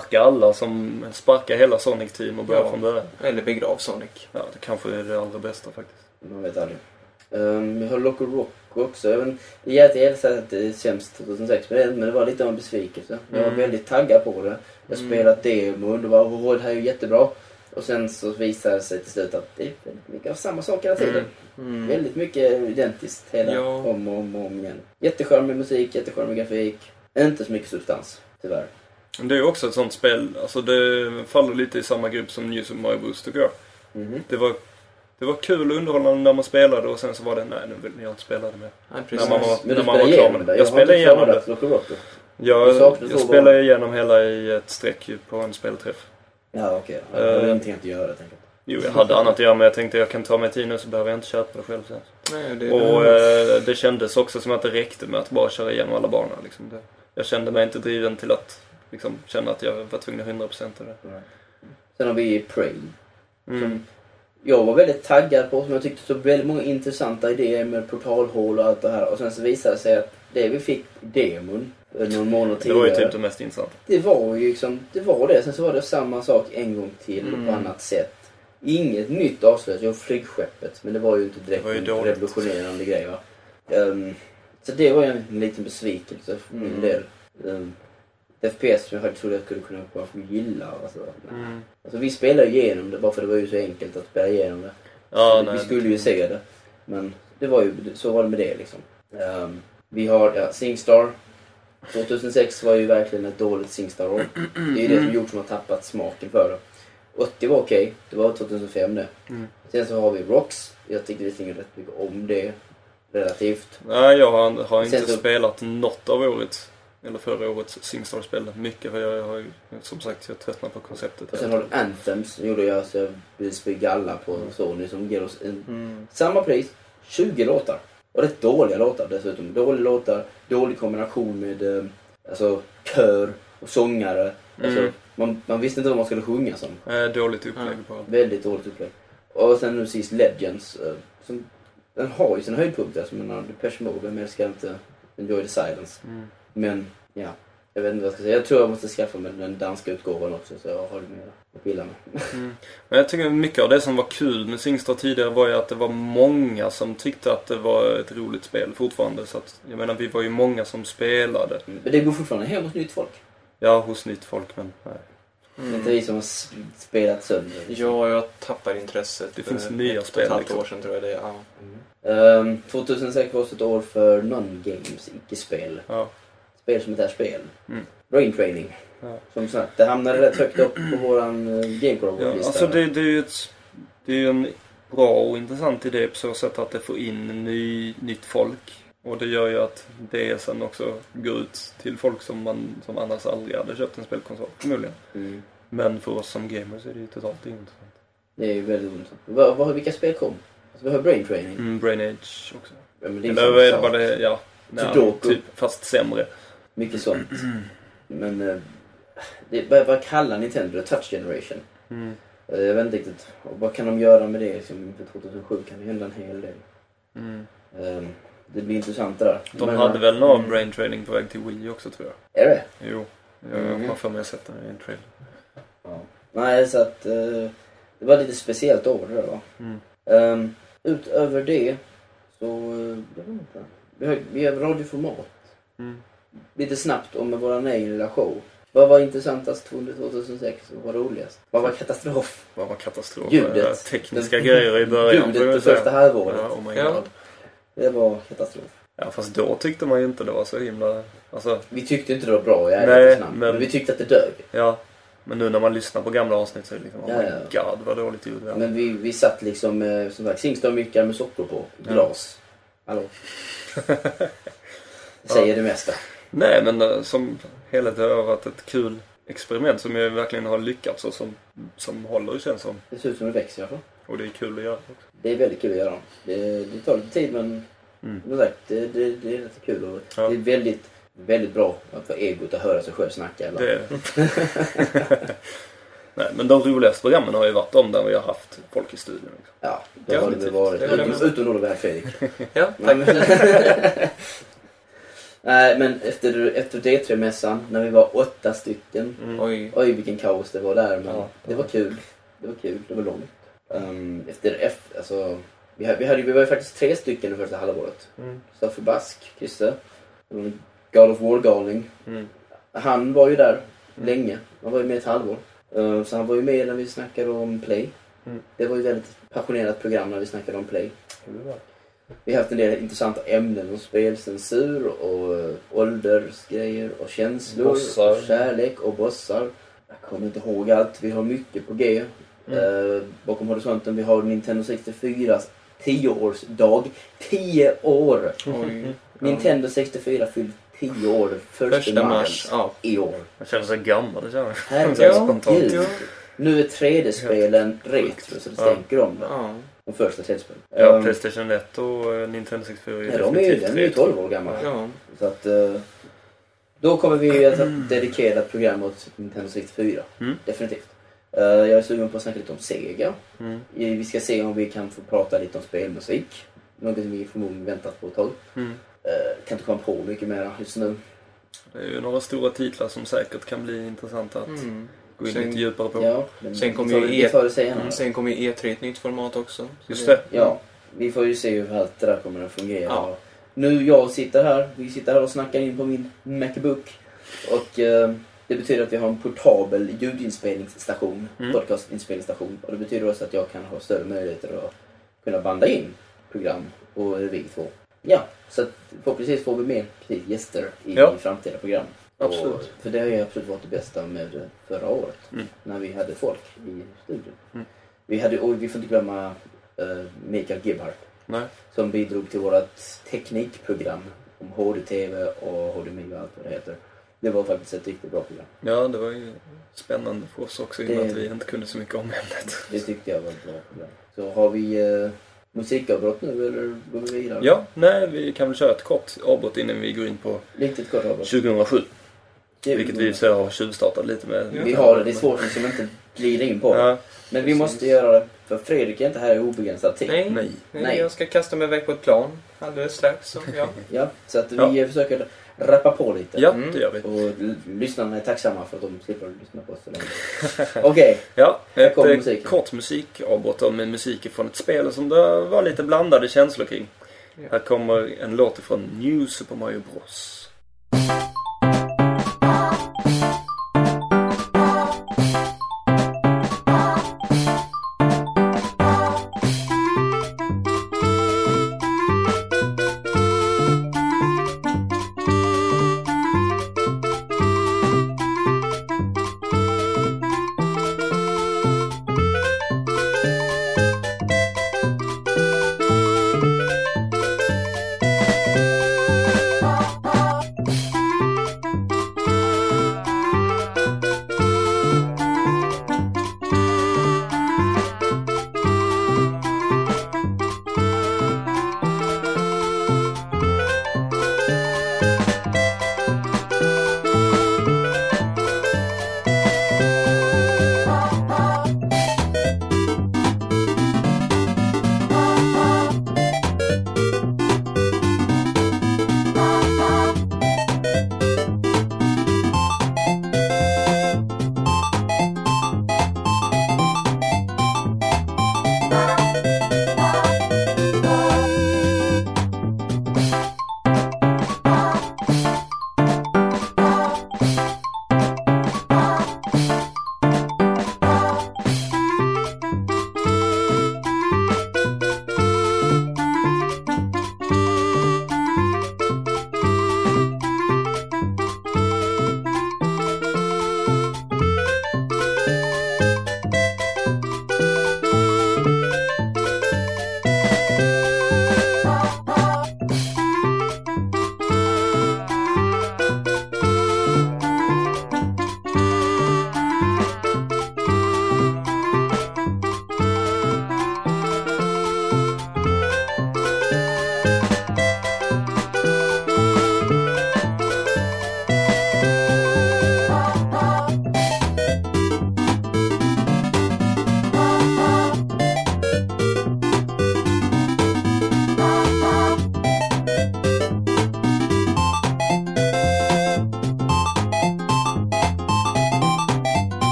sparka hela Sonic-team och börja från början. Eller begrav Sonic. Ja, det kanske är det allra bästa faktiskt. Man vet aldrig. Vi har Loco Rock också. Det är jättesätt att det är sämst 2006 men det var lite av en besvikelse. Jag var väldigt taggad på det. Jag spelat demo och var det här är ju jättebra. Och sen så visade det sig till slut att det är väldigt mycket av samma sak hela tiden. Väldigt mycket identiskt om och om igen. Jättecharmig musik, jättecharmig grafik. Inte så mycket substans, tyvärr. Det är ju också ett sånt spel, alltså det faller lite i samma grupp som New Super Mario Bros. Tycker jag. Det var kul och underhållande när man spelade och sen så var det, nej nu vill jag inte spela det mer. När man var klar med det. Jag spelade igenom det. Jag spelade igenom hela i ett streck på en spelträff. Ja, okej. Jag hade ingenting att göra, tänker jag. Jo, jag hade annat att göra men jag tänkte jag kan ta mig tid nu så behöver jag inte köpa det själv sen. Nej, det kändes också som att det räckte med att bara köra igenom alla banor. Liksom. Jag kände mig inte driven till att liksom, känna att jag var tvungen 100% av det. Sen har vi Prey. Som jag var väldigt taggad på, som jag tyckte så väldigt många intressanta idéer med portalhål och allt det här. Och sen så visade det sig att det vi fick demon någon månad tidigare. Det var ju typ det mest intressanta. Det var ju liksom, det var det. Sen så var det samma sak en gång till på annat sätt. Inget nytt avslöjat. Jag flygskeppet, men det var ju inte direkt en revolutionerande grej, va? Så det var ju en liten besvikelse för min del. FPS som jag trodde jag skulle kunna gilla. Alltså vi spelade ju igenom det bara för det var ju så enkelt att spela igenom det. Vi skulle ju se det. Men det var ju, så var det med det liksom. Vi har SingStar. 2006 var ju verkligen ett dåligt SingStar-år. Det är ju det som gjort som har tappat smaken för det. 80 var okej. Det var 2005 det. Sen så har vi Rocks. Jag tyckte det rätt mycket om det. Relativt. Nej, jag har inte spelat något av årets eller förra årets SingStar-spel mycket för jag har ju som sagt jag tröttnat på konceptet. Och sen har du Anthems som gjorde jag så jag ville spela galla på Sony som ger oss samma pris, 20 låtar. Och rätt dåliga låtar dessutom. Dåliga låtar, dålig kombination med alltså kör och sångare. Alltså, man visste inte vad man skulle sjunga som. Dåligt upplägg på. Väldigt dåligt upplägg. Och sen nu sist Legends som den har ju sina höjdpunkter som en Depeche Mode, men jag ska inte Enjoy the Silence. Men ja, jag vet inte vad jag ska säga. Jag tror jag måste skaffa mig den danska utgåvan också så jag har det mer att pilla med. Men jag tycker mycket av det som var kul med SingStar tidigare var ju att det var många som tyckte att det var ett roligt spel fortfarande. Så att, jag menar, vi var ju många som spelade. Men det går fortfarande hem hos nytt folk. Ja, hos nytt folk, men nej. Det är inte vi som har spelat sönder. Ja, jag tappar intresset. Det finns nya spel. Ett halvt år sedan tror jag det är. 2006 var ett år för non-games, icke-spel. Ja. Spel som inte är spel. Brain Training. Ja. Som sagt, det hamnade rätt högt upp på våran GameCube-lista. Ja, alltså det är ju en bra och intressant idé på så sätt att det får in nytt folk. Och det gör ju att det sen också går ut till folk som annars aldrig hade köpt en spelkonsol, förmodligen. Men för oss som gamers är det ju totalt intressant. Det är ju väldigt intressant. Vilka spel kom? Alltså, vi har Brain Training. Brain Age också. Ja, men det eller var det, ja. Typ, fast sämre. Mycket sånt. Men vad kallar Nintendo Touch Generation? Jag vet inte riktigt. Vad kan de göra med det? Liksom, för 2007 kan det hända en hel del. Det blir intressant där. De hade väl någon Brain Training på väg till Wii också, tror jag. Är det? Jo. Jag har för mig att sett den i en trailer. Ja. Nej, så att det var lite speciellt år det då. Utöver det Så, jag vet inte. Vi har radioformat. Lite snabbt om vår egen lilla show. Vad var intressantast 2006? Vad var roligast? Vad var katastrof? Vad var katastrof? Ljudet. Tekniska grejer i början. Ljudet det första halvåret. Ja, oh my Ja. god. Det var katastrof. Ja, fast då tyckte man ju inte det var så himla... Alltså, Vi tyckte inte det var bra, jag är Nej, lite snabb. men- Men vi tyckte att det dög. ja. Men nu när man lyssnar på gamla avsnitt så är det liksom, oh Ja, my ja. god vad dåligt ljud det är. Men vi satt liksom med som sagt Singstar-mickar med socker på. Glas. Hallå? Säger det mesta. Nej, men som helhet har varit ett kul experiment som jag verkligen har lyckats och som håller känns som. Det ser ut som det växer i alla fall. Och det är kul att göra också. Det är väldigt kul att göra. Det tar lite tid men som sagt, det är rätt kul. Och Ja. det är väldigt, väldigt bra att få egot att höra sig själv snacka. Eller? Det är Nej, men de roligaste programmen har ju varit de där vi har haft folk i studion. Liksom. Ja, det Ja, har det väl varit. det har det med. Utom då det var Fredrik. Ja, Nej, men efter D3-mässan, när vi var 8 stycken. Oj. Oj, vilken kaos det var där. Men Ja. det var kul. Det var långt. Alltså, vi var ju faktiskt 3 stycken det första halvåret. Stoffer Bask, Christer. God of War-galning. Han var ju där länge. Han var ju med ett halvår. Så han var ju med när vi snackade om Play. Det var ju ett väldigt passionerat program när vi snackade om Play. Vi har haft en del intressanta ämnen om spelcensur och åldersgrejer och känslor Bossar. och kärlek och bossar. Jag kommer inte ihåg allt. Vi har mycket på G. Bakom horisonten vi har Nintendo 64s 10-årsdag. 10 år! Oj. Nintendo 64 fyllde 10 år första mars Ja. i år. Man känner sig gammal, det känner jag. Herregud. Spontant. Ja. Nu är 3D-spelen retro så det stänker om det. Ja. De första 3D-spelen. Ja, Playstation 1 och Nintendo 64 Nej, de är ju 12 år gamla. Ja. Så att då kommer vi att dedikera ett program åt Nintendo 64. Definitivt. Jag är sugen på att snacka lite om Sega. Vi ska se om vi kan få prata lite om spelmusik. Något som vi förmodligen väntat på ett tag. Kan inte komma på mycket mer just nu. Det är ju några stora titlar som säkert kan bli intressanta att gå in Sen- lite djupare på. Ja, men Sen kommer vi tar- ju vi tar det senare. Sen kommer ju E3 i ett nytt format också. Så Just det. Ja, vi får ju se hur allt det där kommer att fungera. Ja. Nu vi sitter här och snackar in på min Macbook. Och det betyder att vi har en portabel ljudinspelningsstation, podcastinspelningsstation. Och det betyder också att jag kan ha större möjligheter att kunna banda in program och vi två. Ja, så att förhoppningsvis får vi mer gäster i framtida program. Absolut. Och, för det har ju absolut varit det bästa med förra året. När vi hade folk i studion. Vi får inte glömma Mikael Gebhardt. Nej. Som bidrog till vårt teknikprogram om HD-TV och HDMI och allt vad det heter. Det var faktiskt ett riktigt bra program. Ja, det var ju spännande för oss också i och med Det- att vi inte kunde så mycket om ämnet. Det tyckte jag var ett bra program. Så har vi musikavbrott nu eller går vi vidare? Ja, nej, vi kan väl köra ett kort avbrott innan vi går in på Riktigt kort avbrott. 2007. Vilket vi så har tjuvstartat lite med. Vi har det är svårt liksom inte glida in på det. Ja. Men vi måste göra det. För Fredrik är inte här i obegränsad tid. Nej. Nej. Jag ska kasta mig iväg på ett plan alldeles strax. Så, ja. Ja, så att vi försöker rappa på lite. Ja, det gör vi. Och lyssnarna är tacksamma för att de slipper lyssna på oss så länge. Okej. Ja, Här kommer ett musiken. kort musikavbrott då med musik från ett spel som det var lite blandade känslor kring. Här kommer en låt från New Super Mario Bros.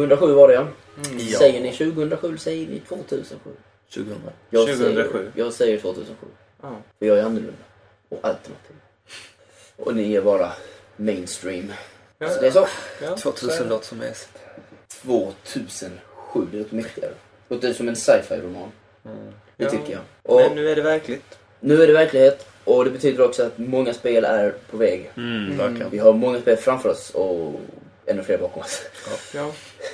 2007 var det, ja. Ja. Säger ni 2007 eller säger ni 2007? 2000. 2007. Jag säger 2007. Ja. För jag är annorlunda. Och alternativ. Och ni är bara mainstream. Ja. Så det är så. Ja, 2000 låter som mest. 2007, det låter mäktigare. Det låter som en sci-fi-roman. Det Ja. tycker jag. Och Men nu är det verkligt. nu är det verklighet. Och det betyder också att många spel är på väg. Verkligen. Vi har många spel framför oss och ännu fler bakom oss. Ja.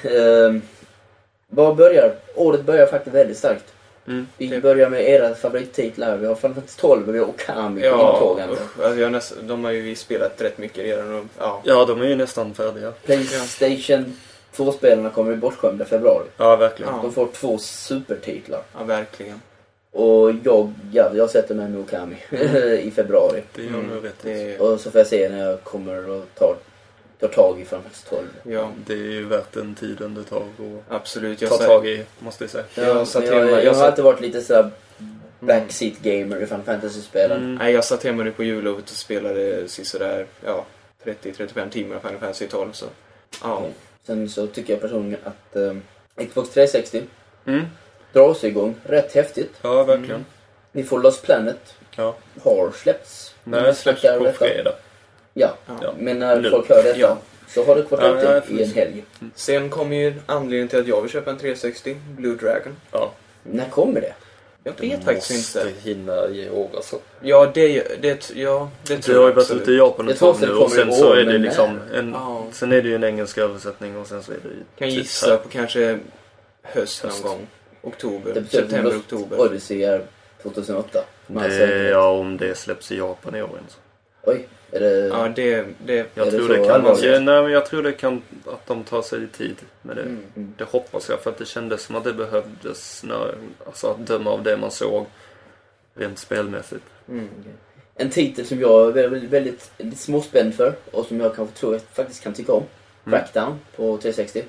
Vad börjar? Året börjar faktiskt väldigt starkt. Vi Det- börjar med era favorittitlar. Vi har Final Fantasy 12 och vi har Okami på Ja, intågande. alltså de har ju spelat rätt mycket redan. Och, ja. Ja, de är ju nästan färdiga. PlayStation 2-spelarna kommer bli bortskämda i februari. Ja, verkligen. Ja. De får 2 supertitlar. Ja, verkligen. Och jag sätter mig med Okami i februari. Det gör du rätt i. Det, Och så får jag se när jag kommer och tar tag i Final Fantasy 12. ja, Det är ju värt den tiden det tar att absolut. ta tag i, måste jag säga. Jag satt men hemma- jag jag har satt- alltid varit lite såhär backseat gamer i Final Fantasy-spelen. Nej, jag satt hemma nu på jullovet och spelade sådär, 30-35 timmar Final Fantasy 12. Så. Ja. Sen så tycker jag personligen att Xbox 360 Mm. drar sig igång rätt häftigt. Ja, verkligen. Ni får Lost Planet Ja. har släppts. Nej, det släpps Snackar på detta. fredag. Ja, Ja. men när Nu. folk hör detta Ja. så har det varit Ja, nej, ute i en helg. Sen kom ju anledningen till att jag vill köpa en 360, Blue Dragon. Ja. När kommer det? Jag vet faktiskt inte. Måste hinna i år alltså. Ja, det tror Du har jag ju varit absolut. ute i Japan Jag ett tror tag att nu det och kommer sen i så år, är det men liksom Ja. sen är det ju en engelsk översättning och sen så är det ju Kan typ gissa här. på kanske höst någon gång. Oktober, Det betyder september, att Lost oktober. Odyssey är 2008. Med all Det, säkerhet. ja, om det släpps i Japan i år ens. Oj, är det... Ja, det Jag Är det tror så det kan allvarligt? ja, nej, men jag tror det kan att de tar sig tid med det. Mm. Det hoppas jag för att det kändes som att det behövdes när, alltså att döma av det man såg rent spelmässigt. En titel som jag är väldigt lite småspänd för och som jag kanske tror jag faktiskt kan tycka om. Crackdown på 360.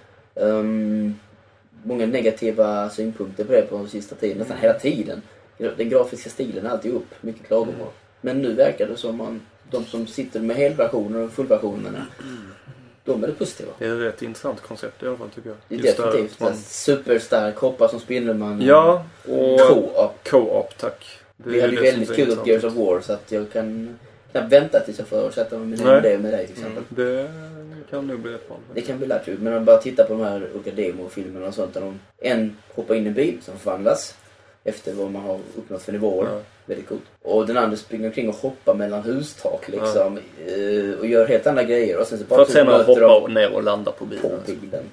Många negativa synpunkter på det på sista tiden, nästan hela tiden. Den grafiska stilen är alltid upp, mycket klagomål. Men nu verkar det som att de som sitter med helversioner och fullversionerna, de är det positiva. Det är ett intressant koncept i alla fall tycker jag. Det är Just där definitivt att man- superstark, hoppa som Spindelman. Ja, och Co-op. co-op, tack. Det Vi är hade det ju som väldigt är kul åt intressant. Gears of War så att jag kan knappt vänta tills jag får sätta mig Nej. med det med dig till exempel. Det kan nog bli ett bra. Det kan bli lätt ut, men om man bara tittar på de här olika demofilmerna och sånt där en hoppar in i en bil som förvandlas efter vad man har uppnått för nivåer. Ja. Väldigt coolt. Och den andra springer omkring och hoppar mellan hustak liksom och gör helt andra grejer och sen så bara För att sen möter hoppa de ner och landa på bilen. på bilen.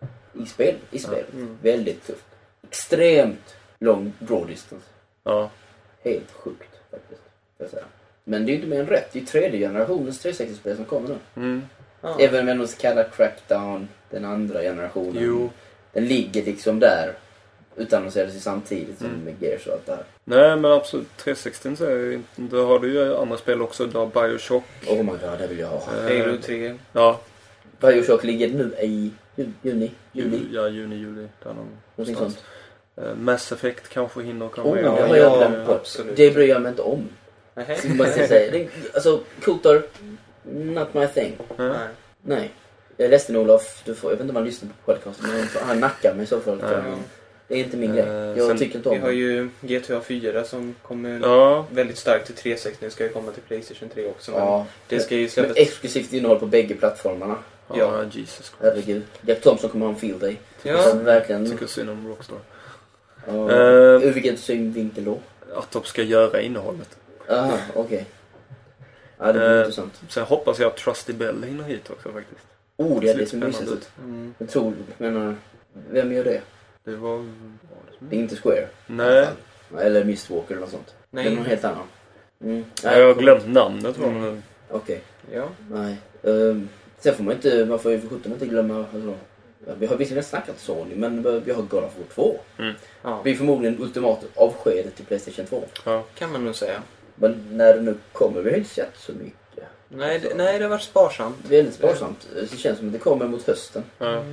I spel. Väldigt tufft. Extremt lång draw distance. Ja. Helt sjukt faktiskt. Får jag säga. Men det är ju inte mer än rätt. Det är tredje generationens 360-spel som kommer nu. Mm. Ja. Även med något kallat Crackdown, den andra generationen. Jo. Den ligger liksom där. Utannonserades samtidigt som med Gears och allt det här. Nej men absolut, 360 så är ju inte, då har du ju andra spel också. Du har Bioshock. Oh my god, det vill jag ha. Halo 3. Ja, Bioshock ligger nu i juni. Juli. juli. Där Någonting sånt. Mass Effect kanske hinner komma Oh, i det år. har jag glömt bort. absolut. Det bryr jag mig inte om. Nähä. Måste jag säga. Alltså, Kotor, not my thing. Nej. Nej. Jag är ledsen Olof, jag vet inte om man lyssnar på podcasten, men han nackar mig i så fall. Ja. Det är inte min grej. Jag sen- tycker inte Vi om har det. ju GTA 4 som kommer Ja, väldigt starkt till 360. Det ska ju komma till PlayStation 3 också. Men Ja. det ska ju Med släppas. exklusivt innehåll på bägge plattformarna. ja, Jesus Christ. Herregud. Jack Thompson kommer ha en field day. Ja. Så verkligen. Tycker synd om Rockstar. Ja. Eh, Ur vilken synvinkel då? Att de ska göra innehållet. Aha, okej. Ja, det blir intressant. Sen hoppas jag att Trusty Bell hinner hit också faktiskt. Oh, det är ser det som spännande mysigt ut. ut. Mm. Jag tror, menar, vem gör det? Det var... Det är inte Square. i Nej, alla fall. Eller Mistwalker eller något sånt. Det är någon Nej. helt annan. Mm. jag har glömt namnet. Mm. Okej. Ja. Nej. Sen får man får ju för sjutton inte glömma. Alltså, vi har visserligen snackat Sony, men vi har God of War 2. Ja. Vi är förmodligen ultimat avskedet till PlayStation 2. Ja. Kan man nog säga. Men när det nu kommer, vi har inte sett så mycket. Nej, det har varit sparsamt. Väldigt sparsamt. Det känns som att det kommer mot hösten. Ja.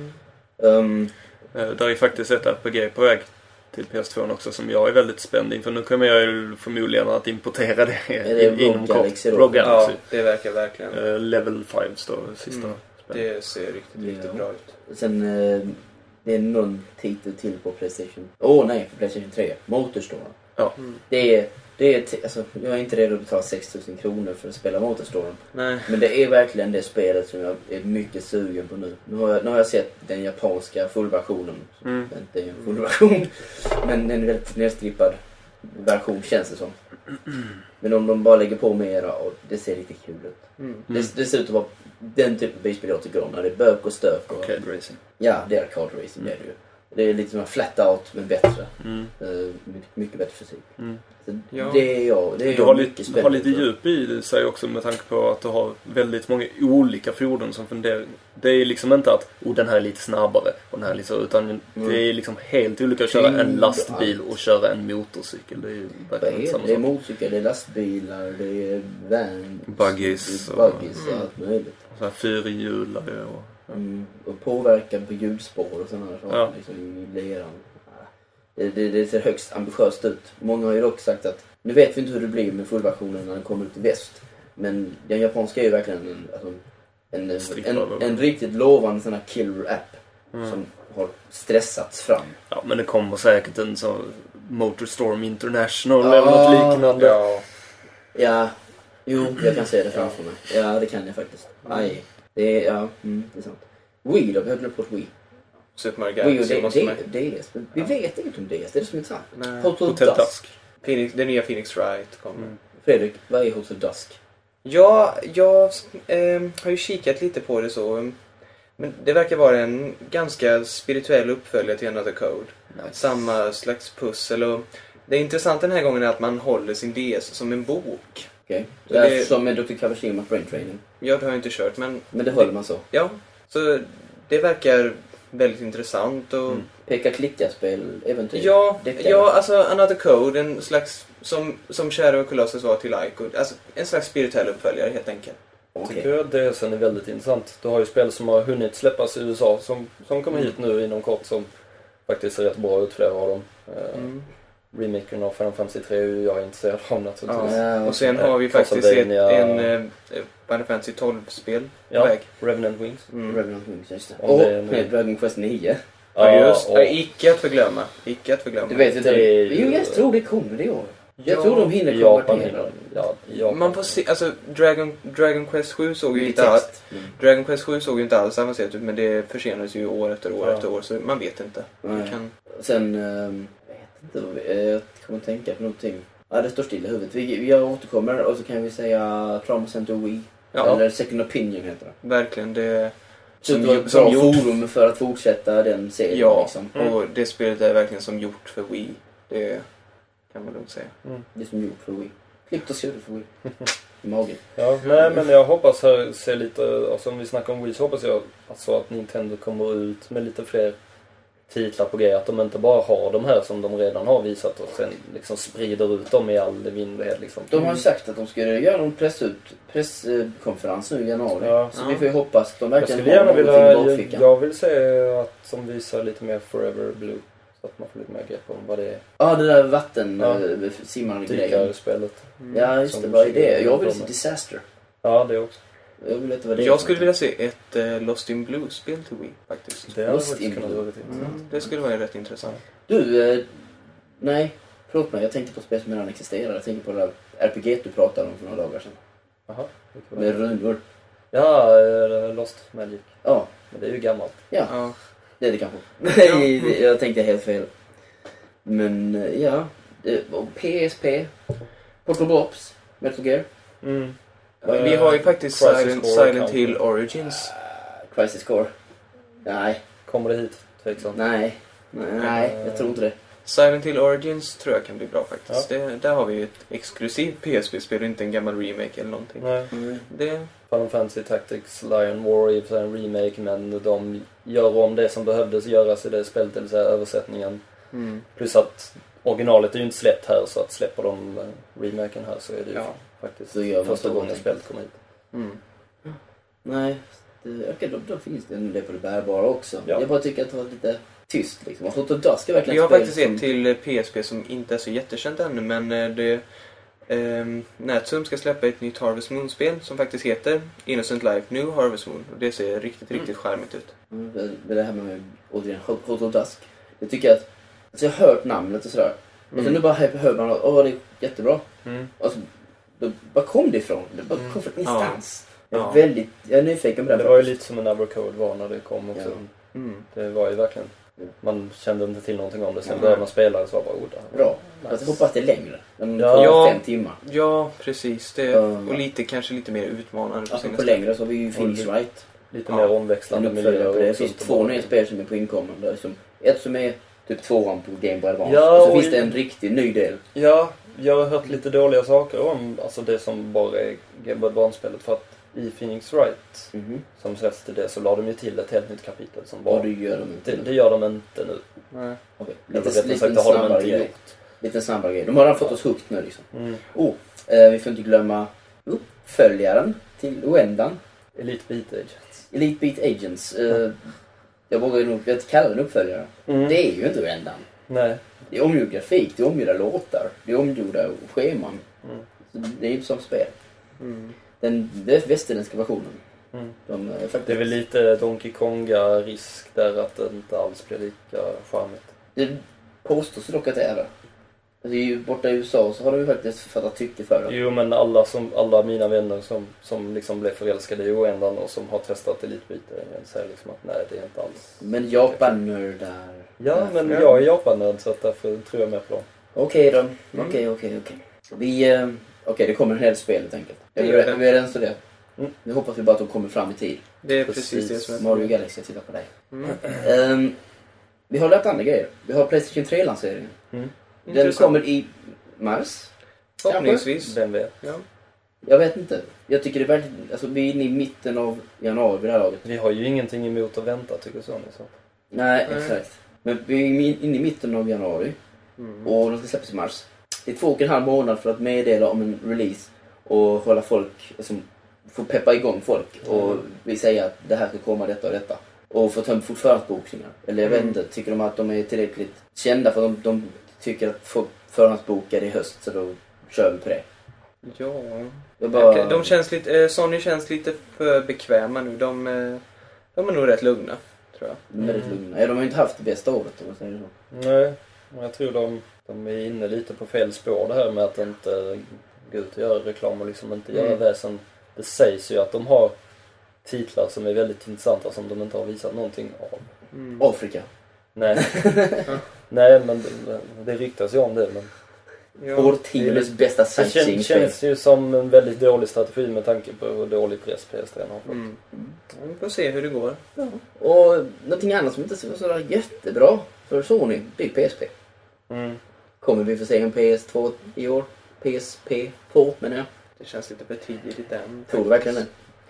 Där är faktiskt ett RPG på väg till PS2 också som jag är väldigt spänd inför. Nu kommer jag ju förmodligen att importera det, Är det inom Rogue kort. Galaxy då? Rogue Galaxy. Ja, det verkar verkligen. Level 5 står sista Det ser riktigt bra ut. Sen det är någon titel till på PlayStation. Nej, på PlayStation 3. Motorstorm. Ja. Alltså, jag är inte redo att betala 6 000 kronor för att spela Motorstorm. Nej. Men det är verkligen det spelet som jag är mycket sugen på nu. Nu har jag sett den japanska fullversionen. Inte en fullversion, men en väldigt nedstrippad version känns det som. Men om de bara lägger på mera, och det ser riktigt kul ut. Det ser ut att vara den typ av bilspel jag tycker om. När det är bök och stök. Och, Arcade racing. Ja, det är arcade racing, det är det ju. Det är lite som en flat out, men bättre. Mycket bättre fysik. Så det är jag. Det är du har lite för. djup i sig också med tanke på att du har väldigt många olika fordon som funderar. Det är liksom inte att den här är lite snabbare och den här är lite så, utan det är liksom helt olika att köra en lastbil och köra en motorcykel. Det är ju verkligen samma sak. Det är motorcykel, det är lastbilar, det är van, buggies och allt möjligt. Så här fyrhjulare och påverkan på ljudspår och sådana saker liksom i leran. Det ser högst ambitiöst ut. Många har ju dock sagt att nu vet vi inte hur det blir med fullversionen när den kommer ut i väst. Men den japanska är ju verkligen en riktigt lovande sån här killer app som har stressats fram. Ja, men det kommer säkert en sån Motorstorm International eller något liknande. Jo, jag kan se det framför mig. Ja, det kan jag faktiskt. Det är sant. Wii då, vi har glömt bort Wii. Super Mario Galaxy måste man... DS. Vi vet inte om DS, det är det som är intressant. Hotel Dusk. Det nya Phoenix Wright kommer. Fredrik, vad är Hotel Dusk? Ja, jag har ju kikat lite på det så. Men det verkar vara en ganska spirituell uppföljare till Another Code. Nice. Samma slags pussel. Och det intressanta den här gången är att man håller sin DS som en bok. Okej. Det som med Dr. Kawashimas Brain Training. Ja, det har jag inte kört, men det håller man så. Ja, så det verkar väldigt intressant och peka-klicka-spel, äventyr. Ja, alltså Another Code, en slags som Shadow of Colossus var till Ico, alltså en slags spirituell uppföljare helt enkelt. Tycker jag det sen är väldigt intressant. Du har ju spel som har hunnit släppas i USA som kommer hit nu inom kort som faktiskt ser rätt bra ut, flera av dem. Remaken av Final Fantasy 3 är jag intresserad av naturligtvis. Ja, och sen har vi faktiskt en Final Fantasy 12-spel på väg. Revenant Wings. Revenant Wings, just det. Och Dragon Quest 9. Ja, just. Icke att förglömma. Du vet inte. Jo, jag tror det kommer i år. Jag tror de hinner konvertera. Man får se, alltså Dragon Quest 7 såg ju inte alls. Dragon Quest 7 såg ju inte alls avancerat ut, men det försenades ju år efter år så man vet inte. Sen jag vet inte, jag kommer att tänka på någonting. Ja, det står stilla i huvudet. Vi återkommer och så kan vi säga Trauma Center Wii. Ja. Eller Second Opinion heter det. Verkligen, det som forum för att fortsätta den serien. Ja, liksom. Och det spelet är verkligen som gjort för Wii. Det kan man lugnt säga. Det är som gjort för Wii. Klippt och skuret för Wii. I magen. Ja, nej, men jag hoppas här se lite, alltså om vi snackar om Wii så hoppas jag alltså att Nintendo kommer ut med lite fler titlar på grejer. Att de inte bara har de här som de redan har visat och sen liksom sprider ut dem i all evinnerlighet. Liksom. De har ju sagt att de skulle göra någon presskonferens nu i januari. Så vi får ju hoppas att de verkligen har någonting i bakfickan. Jag vill säga att de visar lite mer Forever Blue. Så att man får lite mer grepp om vad det är. Ja, det där vatten simmande grejen. Spelet. Ja, just det. Vad är det? Jag vill se Disaster. Ja, det också. Jag skulle vilja se ett Lost in Blue-spel till Wii, faktiskt. Det skulle vara rätt intressant. Du, nej. Förlåt mig, jag tänkte på spel som redan existerar. Jag tänker på det där RPG du pratade om för några dagar sedan. Jaha. Med runor. Ja, Lost Magic. Ja. Men det är ju gammalt. Ja. Det är det kanske. Nej, jag tänkte helt fel. Men ja. PSP. Portal Bops. Metal Gear. Vi har ju faktiskt Silent Hill Origins. Crisis Core. Nej. Kommer det hit? Tveksamt. Nej, jag tror inte det. Silent Hill Origins tror jag kan bli bra faktiskt. Där har vi ju ett exklusivt PSP-spel och inte en gammal remake eller någonting. Final Fantasy Tactics Lion War är en remake, men de gör om det som behövdes göras i det spelet, det vill säga översättningen. Plus att originalet är ju inte släppt här, så att släpper de remaken här så är det ju faktiskt första gången spelet kommer hit. Nej, då finns det på det bärbara också. Jag bara tycker att det var lite tyst liksom. Vi har faktiskt ett till PSP som inte är så jättekänt ännu, men det Natsum ska släppa ett nytt Harvest Moon-spel som faktiskt heter Innocent Life New Harvest Moon. Och det ser riktigt charmigt ut. Det här med återigen Hot of Dusk. Jag tycker att alltså jag har hört namnet och sådär. Och sen nu bara hör man att det är jättebra. Alltså, var kom det ifrån? Det bara kom från instans. Jag är nyfiken på det. Det var ju lite som en Evercode var när det kom också. Det var ju verkligen... Man kände inte till någonting om det. Sen började man spela så var bara bra. Nice. Jag hoppas det är längre. 5 timmar. Ja, precis. Och kanske lite mer utmanande. På längre så har vi ju Phoenix Wright. Lite mer omväxlande miljöer. Det finns 2 nya spel som är på inkommande. Ett som är typ 2an på Game Boy Advance. Och så finns det en riktig ny del. Ja, jag har hört lite dåliga saker om alltså det som bara är Game Boy Advance-spelet. För att i Phoenix Wright som släpps till det så la de ju till ett helt nytt kapitel som var... det gör de inte. Det gör de inte nu. Nej. Okay. Lite snabbare grej. De har redan fått oss hooked nu liksom. Vi får inte glömma uppföljaren till Oendan. Elite Beat Agents. Elite Beat Agents. Jag vågar nog inte kalla den uppföljare. Det är ju inte Oendan. Nej. Det är omgjord grafik, det är omgjorda låtar, det är omgjorda scheman. Så det är ju som spel. Det är västerländska versionen. Det är väl lite Donkey Konga-risk där att det inte alls blir lika charmigt. Det påstås dock att det är det. Alltså, borta i USA så har de ju faktiskt fattat tycke för det. Jo, men alla mina vänner som liksom blev förälskade i Oendan och som har testat Elite Beat säger liksom att nej, det är inte alls. Men Japan-nördar. Ja, men jag är Japan-nörd så att därför tror jag mer på dem. Okej då. Okej. Okej, det kommer en hel spel helt enkelt. Vi är överens om det. Nu hoppas vi bara att de kommer fram i tid. Det är precis det som är Mario Galaxy tittar på dig. Vi har lärt andra grejer. Vi har PlayStation 3-lanseringen. Den kommer i mars. Förhoppningsvis. Vem vet? Ja. Jag vet inte. Jag tycker det är väldigt... Alltså vi är inne i mitten av januari vid det här laget. Vi har ju ingenting emot att vänta, tycker Sony så. Nej, exakt. Men vi är inne i mitten av januari. Och de ska släppas i mars. Det är 2,5 månader för att meddela om en release. Och hålla folk... Alltså, få peppa igång folk. Och vi säger att det här ska komma detta och detta. Och få ta upp förhandsbokningar. Eller jag vet inte. Tycker de att de är tillräckligt kända för att de tycker att folk förhandsbokar i höst. Så då kör vi på det. Ja. De känns lite... Sony känns lite för bekväma nu. De är nog rätt lugna, tror jag. De är rätt lugna. Ja, de har ju inte haft det bästa året då, säger så. Nej, jag tror de är inne lite på fel spår det här med att inte gå ut och göra reklam och liksom inte göra väsen. Det sägs ju att de har titlar som är väldigt intressanta som de inte har visat någonting av. Afrika. Nej. Nej, men det ryktas ju om det. Men... Årtiondets bästa sightseeing. Det känns ju som en väldigt dålig strategi med tanke på hur dålig press PS3 har fått. Vi får se hur det går. Ja. Och någonting annat som inte var så jättebra för Sony, det är PSP. Kommer vi få se en PS2 i år? PSP 2 menar jag. Det känns lite för tidigt än. Tror du verkligen det?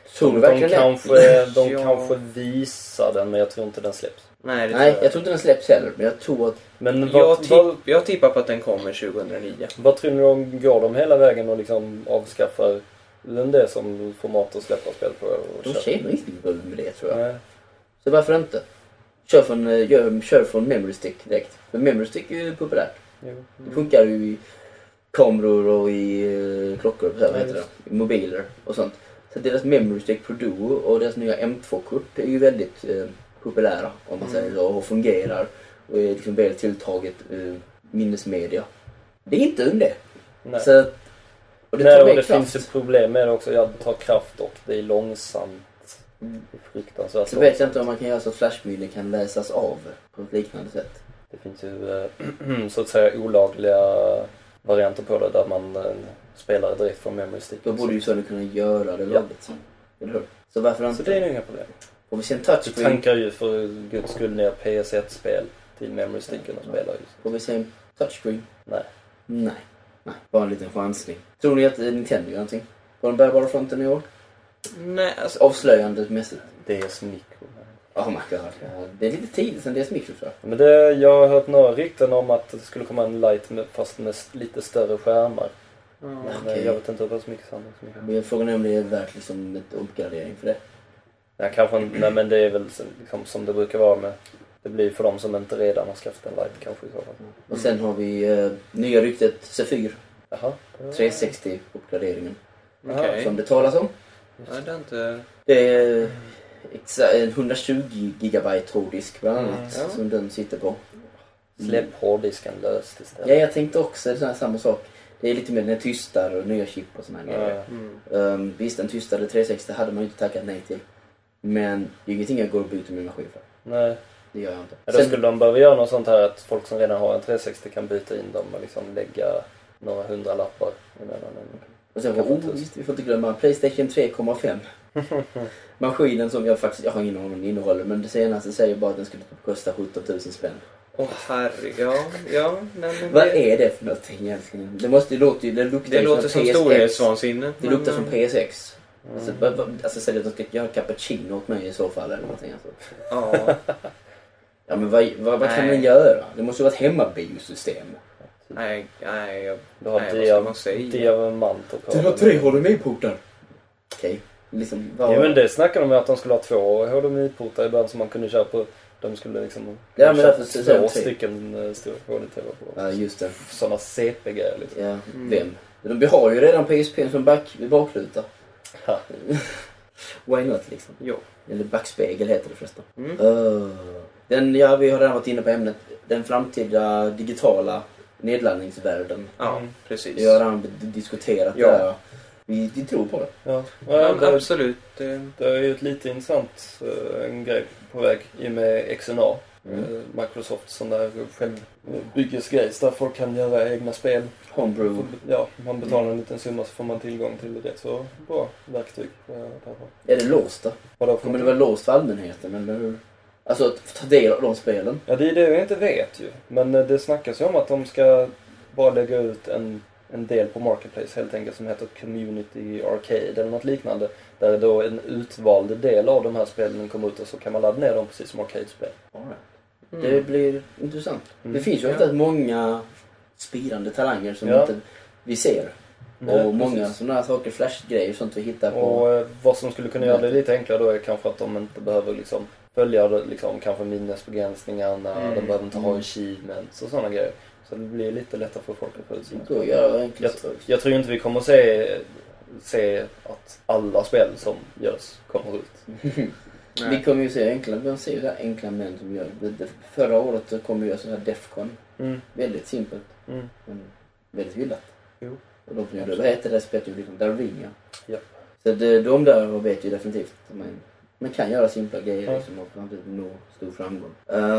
De kanske visar den, men jag tror inte den släpps. Nej, jag tror inte den släpps heller, men jag tror att... Men jag tippar på att den kommer 2009. Vad tror ni går de hela vägen och liksom avskaffar det som format att släppa spel på? De tjänar inte med det, tror jag. Nej. Så varför inte? Kör från Memory Stick direkt. För Memory Stick är ju populärt. Det funkar ju i kameror och i klockor, så heter det. I mobiler och sånt. Så deras Memory Stick Pro Duo och deras nya M2-kort är ju väldigt populära, om man säger så, och fungerar och är liksom väldigt tilltaget minnesmedia. Det är inte det. Nej. Så, och det finns ju problem med det också. Jag tar kraft och det är långsamt. Fruktansvärt. Så vet jag inte om man kan göra så att flashminne kan läsas av på ett liknande sätt. Det finns ju så att säga olagliga varianter på det där man spelar direkt från Memory Stick. Då borde ju så kunna göra det lagligt. Eller hur? Så varför inte? Så det är nog inga problem. Och vi ser en touchscreen. Vi tankar ju för guds skull ner PS1-spel till Memory Sticken och spelar just. Och vi ser en touchscreen. Nej. Bara en liten chansning. Tror ni att Nintendo gör någonting? På den bärbara fronten i år? Nej, alltså... Avslöjandemässigt. DS Micro. Det är lite tidigt sen DS Micro, tror jag. Men jag har hört några rykten om att det skulle komma en Lite fast med lite större skärmar. Men jag vet inte hur mycket sanning som är. Men frågan är om det är värt liksom ett uppgradering för det. Nej, kanske inte. Nej, men det är väl liksom, som det brukar vara med. Det blir för dem som inte redan har skaffat en Lite kanske i så fall. Och sen har vi nya ryktet Zephyr. Jaha. 360-uppgraderingen. Okej. Som det talas om. Ja, det är inte... Det är en 120 gigabyte hårddisk bland annat Ja. som den sitter på. Släpp hårddisken löst istället. Ja, jag tänkte också det är samma sak. Det är lite mer den är tystare och nya chip och såna här grejer. Visst, en tystare 360 hade man ju inte tackat nej till. Men det är ingenting jag går och byter min maskin för. Nej. Det gör jag inte. Ja, då skulle de behöva göra något sånt här att folk som redan har en 360 kan byta in dem och liksom lägga några 100-lappar emellan. Och sen visst, vi får inte glömma PlayStation 3,5. Maskinen som jag har ingen aning om den innehåller, men det senaste säger bara att den skulle kosta 17 000 spänn. Herre, ja. Nej, men Vad är det för någonting egentligen? Det måste ju låta, det låter som PSX. storhetsvansinne. Det luktar som PSX. Alltså säg att de ska göra cappuccino åt mig i så fall eller någonting alltså. Ja. Ja men vad kan man göra? Det måste ju vara ett hemmabiosystem. Nej, Du har vad ska man säga? diamant och Du har 3 HDMI-portar. Okej. Liksom, Ja, men det snackade de om att de skulle ha 2 HDMI-portar ibland som man kunde köra på. De skulle liksom Ja, men därför köpa så 2 tre. stycken stora HD-TV på. Ja just det. Sådana CP-grejer liksom. Ja, vem? De har ju redan PSP:n som bakluta. Ha. Why not liksom? Jo. Eller backspegel heter det förresten. Vi har redan varit inne på ämnet. Den framtida digitala nedladdningsvärlden. Ja, precis. Vi har redan diskuterat det där. Vi tror på det. Ja, Ja, det, absolut. det är ju ett lite intressant en grej på väg i och med XNA. Microsoft sån där självbyggesgrejs där folk kan göra egna spel. Homebrew. Ja, man betalar en liten summa så får man tillgång till rätt så bra verktyg. Är det låst då? Vadå, Kommer det vara låst för allmänheten eller hur? Alltså att ta del av de spelen? Ja, det är det jag inte vet ju. Men det snackas ju om att de ska bara lägga ut en del på Marketplace helt enkelt som heter Community Arcade eller något liknande. Där då en utvald del av de här spelen kommer ut och så kan man ladda ner dem precis som arcade-spel. Det blir intressant. Det finns ju ofta många spirande talanger som inte vi ser. Nej, och många precis. sådana här saker, flashgrejer och sånt vi hittar på. Och vad som skulle kunna göra det lite enklare då är kanske att de inte behöver liksom följa liksom, kanske minnesbegränsningarna, de behöver inte ha achievements och sådana grejer. Så det blir lite lättare för folk att få ut sina. Jag tror inte vi kommer se att alla spel som görs kommer ut. Vi kommer ju se enkla män som gör det. Förra året kom ju så här Defcon. Väldigt simpelt. Men väldigt hyllat. Jo. Och de som gjorde vad heter det spelet ju liksom Darwinia. Ja. Så de där vet ju definitivt att man kan göra simpla grejer liksom, och samtidigt nå stor framgång.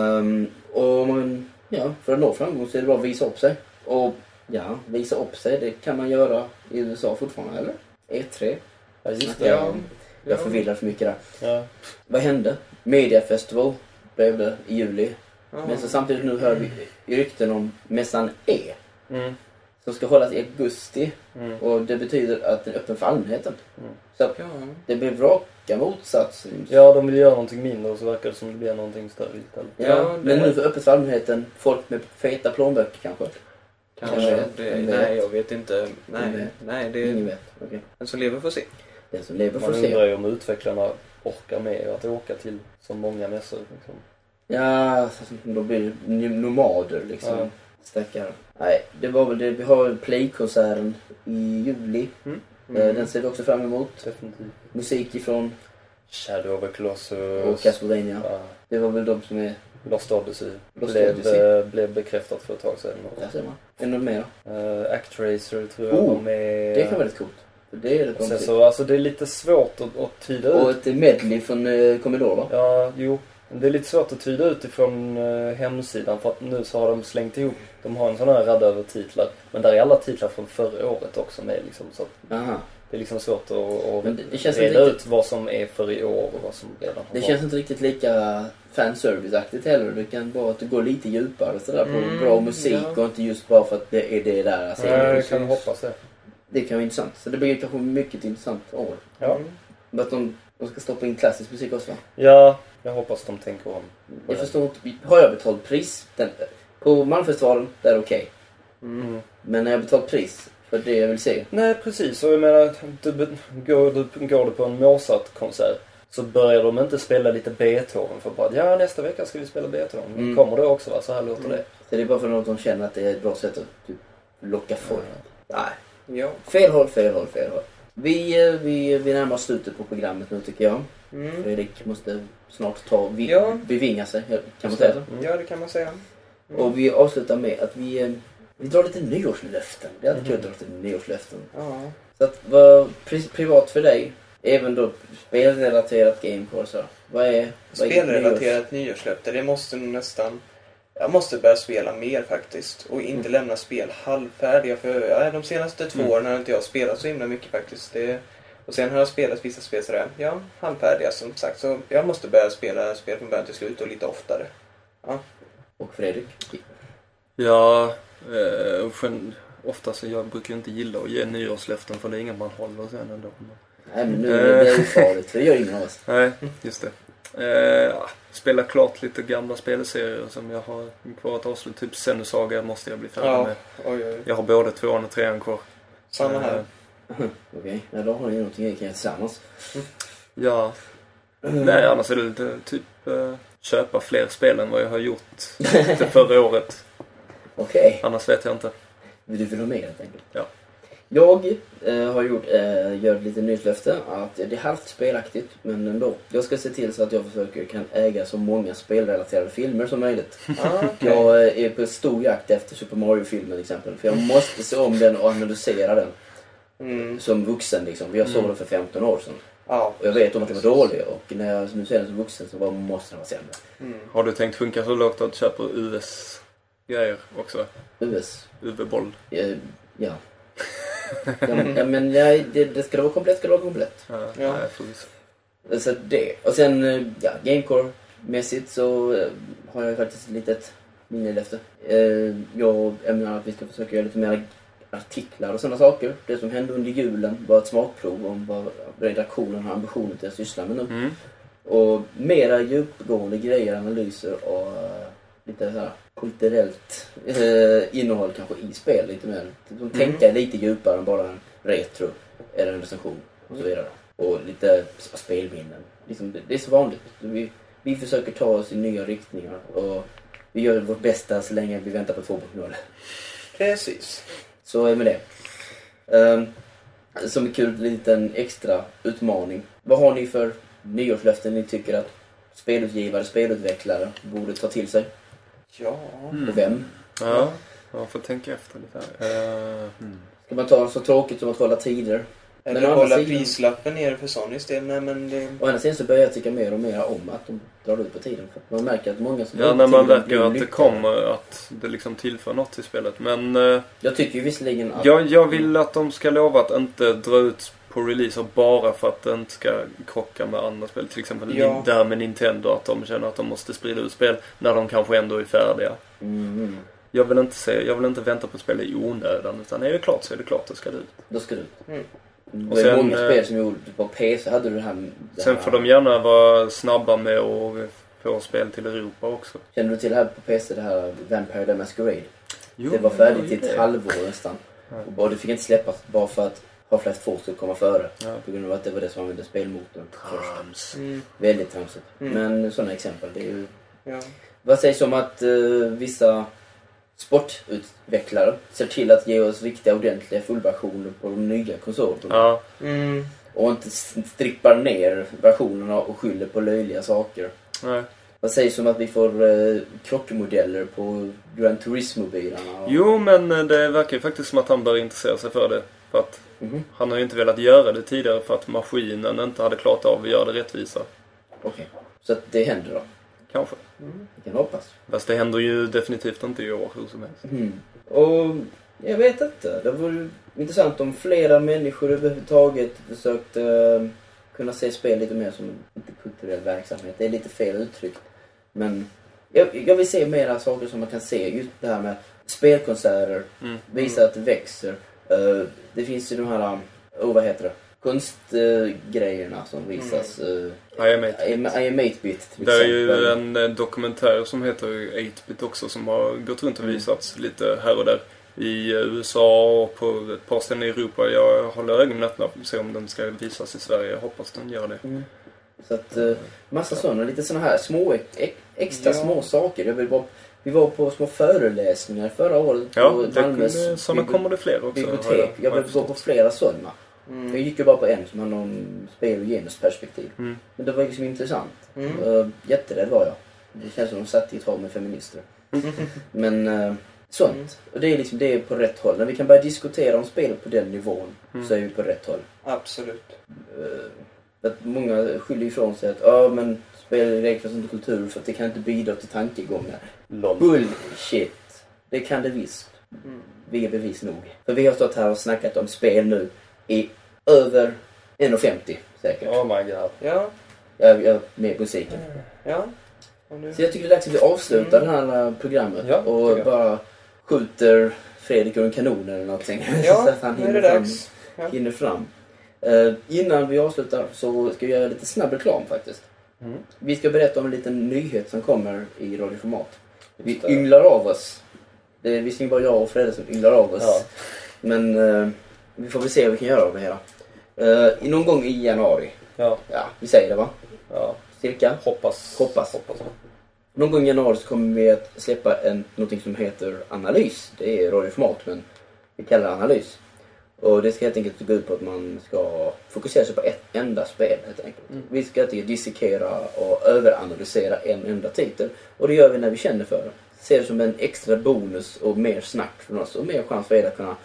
För att nå framgång så är det bra att visa upp sig. Och visa upp sig, det kan man göra i USA fortfarande, eller? E3. Ja, just det. Jag förvillar för mycket där. Ja. Vad hände? Media Festival blev det i juli. Men så samtidigt nu hör vi rykten om mässan E. Som ska hållas i augusti. Och det betyder att den är öppen för allmänheten. Så det blir raka motsatsen. Ja, de vill göra någonting mindre och så verkar det som det blir någonting större istället. Ja, men nu för öppet för allmänheten, folk med feta plånböcker kanske. Nej, jag vet inte. Ingen vet. Okay. Den som lever får se. Den som lever får Man se. undrar ju om utvecklarna orkar med att åka till så många mässor. Liksom. Ja, då blir det nomader liksom. Ja. Stackare. Nej, det var väl det. Vi har Play-konserten i juli. Den ser vi också fram emot. Definitivt. Musik ifrån Shadow of the Colossus och Castlevania. Ja. Det var väl de som är Lost Odyssey. Blev bekräftat för ett tag sedan. Där ser man. Är det något mer då? Actracer tror jag var med. Det kan vara väldigt coolt. Det är det så, alltså det är lite svårt att tyda ut. Och ett medley från Commodore va? Ja, jo. Det är lite svårt att tyda ut ifrån hemsidan för att nu så har de slängt ihop. De har en sån här radda över titlar. Men där är alla titlar från förra året också med liksom. Så det är liksom svårt att reda ut vad som är för i år och vad som redan har varit. Känns inte riktigt lika fanservice-aktigt heller. Det kan vara att det går lite djupare sådär på bra musik och inte just bara för att det är det där. Alltså, jag kan hoppas det. Det kan vara intressant. Så det blir kanske mycket intressant år. Ja. Men att de ska stoppa in klassisk musik också va? Ja, jag hoppas de tänker om. Jag förstår inte. Har jag betalt pris? På Malmfestivalen, där är det okej. Men när jag betalt pris för det jag vill se. Nej, precis. Och jag menar, går du på en Mozart-konsert så börjar de inte spela lite Beethoven för bara, nästa vecka ska vi spela Beethoven. Kommer det också va? Så här låter det. Så det är bara för att de känner att det är ett bra sätt att typ locka folk. Nej. Ja. Fel håll. Vi närmar oss slutet på programmet nu tycker jag. Fredrik måste snart bevinga sig, kan man säga så? Ja, det kan man säga. Och vi avslutar med att vi drar lite nyårslöften. Det är alltid kul att dra lite nyårslöften. Ja. Så att vad privat för dig, även då spelrelaterat gamecore så. Vad är Spelrelaterat nyårslöfte, det måste nästan... Jag måste börja spela mer faktiskt. Och inte lämna spel halvfärdiga. För de senaste 2 åren har inte jag spelat så himla mycket faktiskt. Och sen har jag spelat vissa spel sådär. Ja, halvfärdiga som sagt. Så jag måste börja spela spel från början till slut och lite oftare. Ja. Och Fredrik? Ja, oftast jag brukar inte gilla att ge nyårslöften för det är inget man håller sen ändå. Nej, men nu är det ofarligt för det gör ingen av oss. Nej, just det. Spela klart lite gamla spelserier som jag har kvar att avsluta. Typ Xenosaga måste jag bli färdig med. Oj. Jag har både 2:an och 3:an kvar. Samma här. Okej, då har ni någonting vi kan göra tillsammans. Ja. Nej, annars är det lite typ köpa fler spel än vad jag har gjort till förra året. Okej. Annars vet jag inte. Du vill ha mer helt enkelt? Ja. Jag har gör lite nyårslöfte att det är halvt spelaktigt, men ändå. Jag ska se till så att jag kan äga så många spelrelaterade filmer som möjligt. Okay. Jag är på stor jakt efter Super Mario-filmen till exempel. För jag måste se om den och analysera den. Som vuxen liksom. Jag såg den för 15 år sedan. Ja. Och jag vet om att den var dålig. Och när jag nu ser den som vuxen så måste den vara sämre. Har du tänkt funka så lågt att du köper US-grejer också? UV-boll? Ja. Ja, men nej, det ska vara komplett, Ja. Nej, förvisso. Så det. Och sen, Gamecore-mässigt så har jag faktiskt ett litet minnelöfte. Jag menar att vi ska försöka göra lite mer artiklar och sådana saker. Det som hände under julen var ett smakprov om vad redaktionen har ambitionen till att syssla med nu. Och mera djupgående grejer, analyser och lite så här kulturellt innehåll kanske i spel lite mer. Tänka lite djupare än bara en retro eller en recension och så vidare. Och lite spelminnen. Liksom, det är så vanligt. Vi försöker ta oss i nya riktningar och vi gör vårt bästa så länge vi väntar på 2.0. Precis. Så är med det. Som en kul liten extra utmaning. Vad har ni för nyårslöften ni tycker att spelutgivare, spelutvecklare borde ta till sig? Ja. Och vem? Ja, jag får tänka efter lite här. Ska man ta så tråkigt som att hålla tider? Eller hålla prislappen nere för Sonys del. Nej, men det... Å andra sidan så börjar jag tycka mer och mer om att de drar ut på tiden. För man märker att många som... Ja, när man märker att det kommer, att det liksom tillför något till spelet. Men... jag tycker ju visserligen att... Jag vill att de ska lova att inte dra ut på releaser bara för att det inte ska krocka med andra spel. Till exempel det här med Nintendo, att de känner att de måste sprida ut spel när de kanske ändå är färdiga. Jag vill inte vänta på spel i onödan, utan är det klart så är det klart, det ska det ut. Då ska det ut. Och det sen, många spel som gjorde på PC hade du det här... Sen får de gärna vara snabba med att få spel till Europa också. Känner du till det här på PC, det här Vampire the Masquerade? Jo, det var färdigt i ett halvår nästan. Och det fick inte släppas bara för att Half-Life 2 skulle komma före. På grund av att det var det som använde spelmotorn först. Väldigt tramsigt. Men sådana exempel, det är ju... Vad sägs om att vissa sportutvecklare ser till att ge oss riktiga ordentliga fullversioner på de nya konsolerna? Och inte strippar ner versionerna och skyller på löjliga saker. Nej. Vad sägs om att vi får krockmodeller på Gran Turismo-bilarna? Jo, men det verkar ju faktiskt som att han bör intressera sig för det. För att han har ju inte velat göra det tidigare för att maskinen inte hade klart av att göra det rättvisa. Okej. Så att det händer då? Kanske. Vi kan hoppas. Fast det händer ju definitivt inte i år hur som helst. Och jag vet inte. Det vore intressant om flera människor överhuvudtaget försökte kunna se spel lite mer som inte kulturell verksamhet. Det är lite fel uttryck. Men jag vill se mera saker som man kan se. Just det här med spelkonserter. Visa att det växer. Det finns ju de här, vad heter det? Konstgrejerna som visas. I am 8-bit. Det är ju en dokumentär som heter 8-bit också som har gått runt och visats lite här och där. I USA och på ett par ställen i Europa. Jag håller ögonen öppna för att se om den ska visas i Sverige. Jag hoppas den gör det. Så att massa sådana, lite såna här små extra små saker. Jag vill bara Vi var på små föreläsningar förra året Ja, på Malmös sådana kommer det fler också. bibliotek. Jag vill gå på flera sådana. Jag gick ju bara på en som hade någon spel- och genusperspektiv. Men det var liksom intressant. Jätterädd var jag. Det känns som de satt i ett hav med feminister. Men sånt. Och det är liksom det är på rätt håll. När vi kan börja diskutera om spel på den nivån så är vi på rätt håll. Absolut. Att många skyller ifrån sig att men spel räknas inte kultur för att det kan inte bidra till tankegångar. Bullshit. Det kan det visst. Vi är bevis nog. För vi har stått här och snackat om spel nu i över 1,50 säkert. Oh my god. Ja. Jag med musiken. Ja. Så jag tycker det är dags att vi avslutar det här programmet och bara skjuter Fredrik ur en kanon eller någonting. Ja, så att han hinner fram. Innan vi avslutar så ska vi göra lite snabb reklam faktiskt. Vi ska berätta om en liten nyhet som kommer i radioformat. Vi ynglar av oss. Det är visserligen bara jag och Fredrik som ynglar av oss. Ja. Men vi får väl se vad vi kan göra av det hela. Någon gång i januari. Ja, vi säger det va? Ja. Cirka. Hoppas. Någon gång i januari så kommer vi att släppa någonting som heter Analys. Det är radioformat men vi kallar det Analys. Och det ska helt enkelt gå ut på att man ska fokusera sig på ett enda spel helt enkelt. Vi ska inte dissekera och överanalysera en enda titel. Och det gör vi när vi känner för det. Ser det som en extra bonus och mer snack från oss och mer chans för er att kunna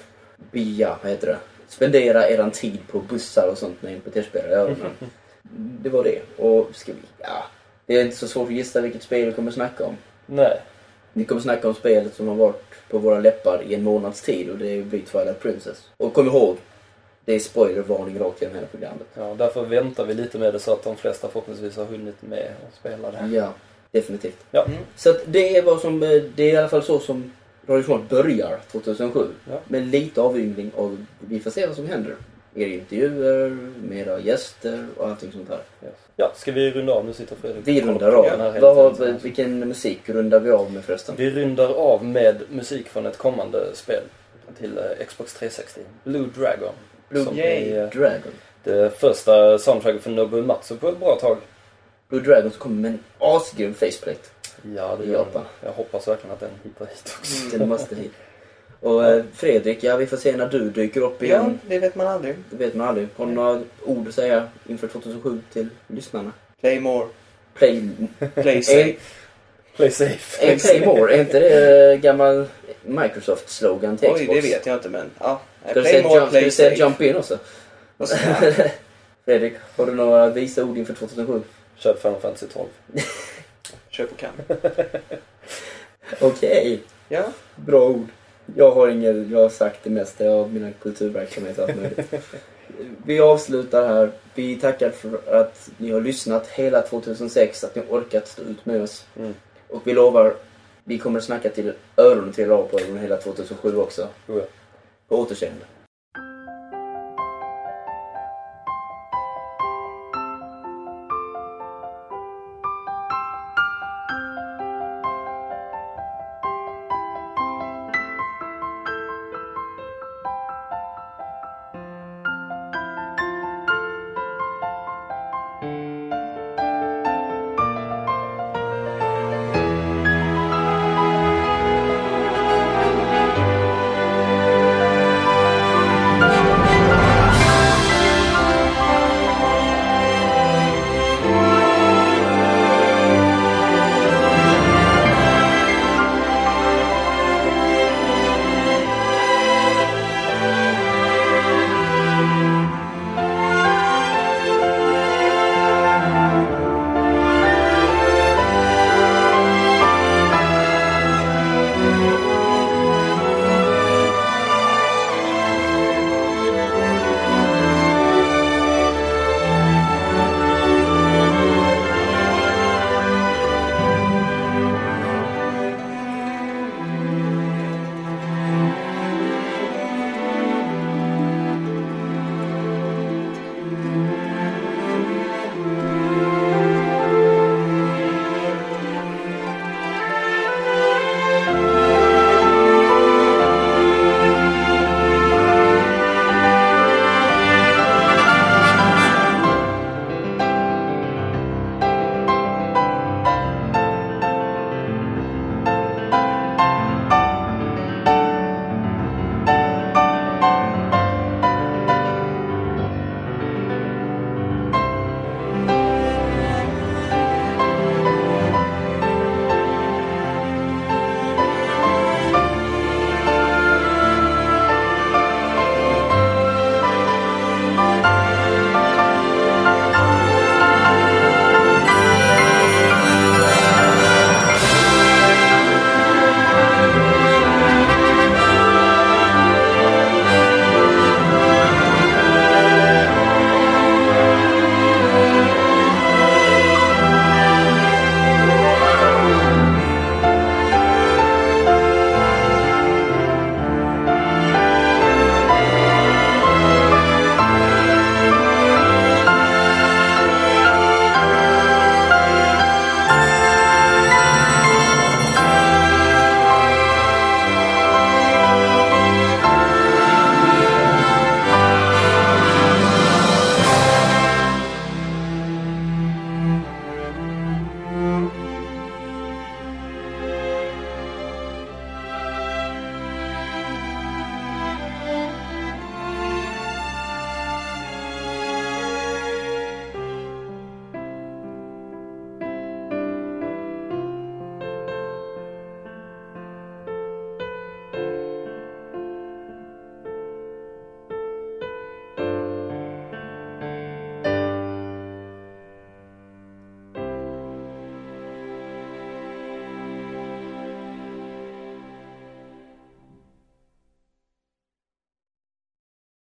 spendera eran tid på bussar och sånt när MP3-spelare gör det. Det var det. Och det är inte så svårt att gissa vilket spel vi kommer snacka om. Nej. Vi kommer snacka om spelet som har varit på våra läppar i en månads tid och det är Twilight Princess. Och kom ihåg, det är spoilervarning rakt genom hela programmet. Ja, därför väntar vi lite med det så att de flesta förhoppningsvis har hunnit med och spela det. Ja, definitivt. Ja. Så att det är i alla fall så som radioformat börjar 2007. Ja. Med lite avyngling och vi får se vad som händer. Er intervjuer, mera gäster och allting sånt här. Yes. Ja, ska vi runda av? Nu sitter Fredrik. Vi rundar av. Vilken musik rundar vi av med förresten? Vi rundar av med musik från ett kommande spel till Xbox 360. Blue Dragon. Dragon. Det första soundtracket för Nobuo Uematsu på ett bra tag. Blue Dragon som kommer med en asgrym faceplate. Ja, det gör Japan. Jag hoppas verkligen att den hittar hit också. Den måste hit. Och Fredrik, vi får se när du dyker upp igen. Ja, det vet man aldrig. Har du några ord att säga inför 2007 till lyssnarna? Play more. Play safe. Play safe. Play more, är inte det gammal Microsoft-slogan till Xbox? Oj, det vet jag inte, men ja. Ska du säga jump in också? Fredrik, har du några visa ord inför 2007? Köp Final Fantasy 12. Köp och kan. Okej. Ja. Bra ord. Jag har sagt det mesta av mina kulturverksamheter. Vi avslutar här. Vi tackar för att ni har lyssnat hela 2006, att ni har orkat stå ut med oss. Och vi lovar, vi kommer att snacka till öronen till av på hela 2007 också. På återseende.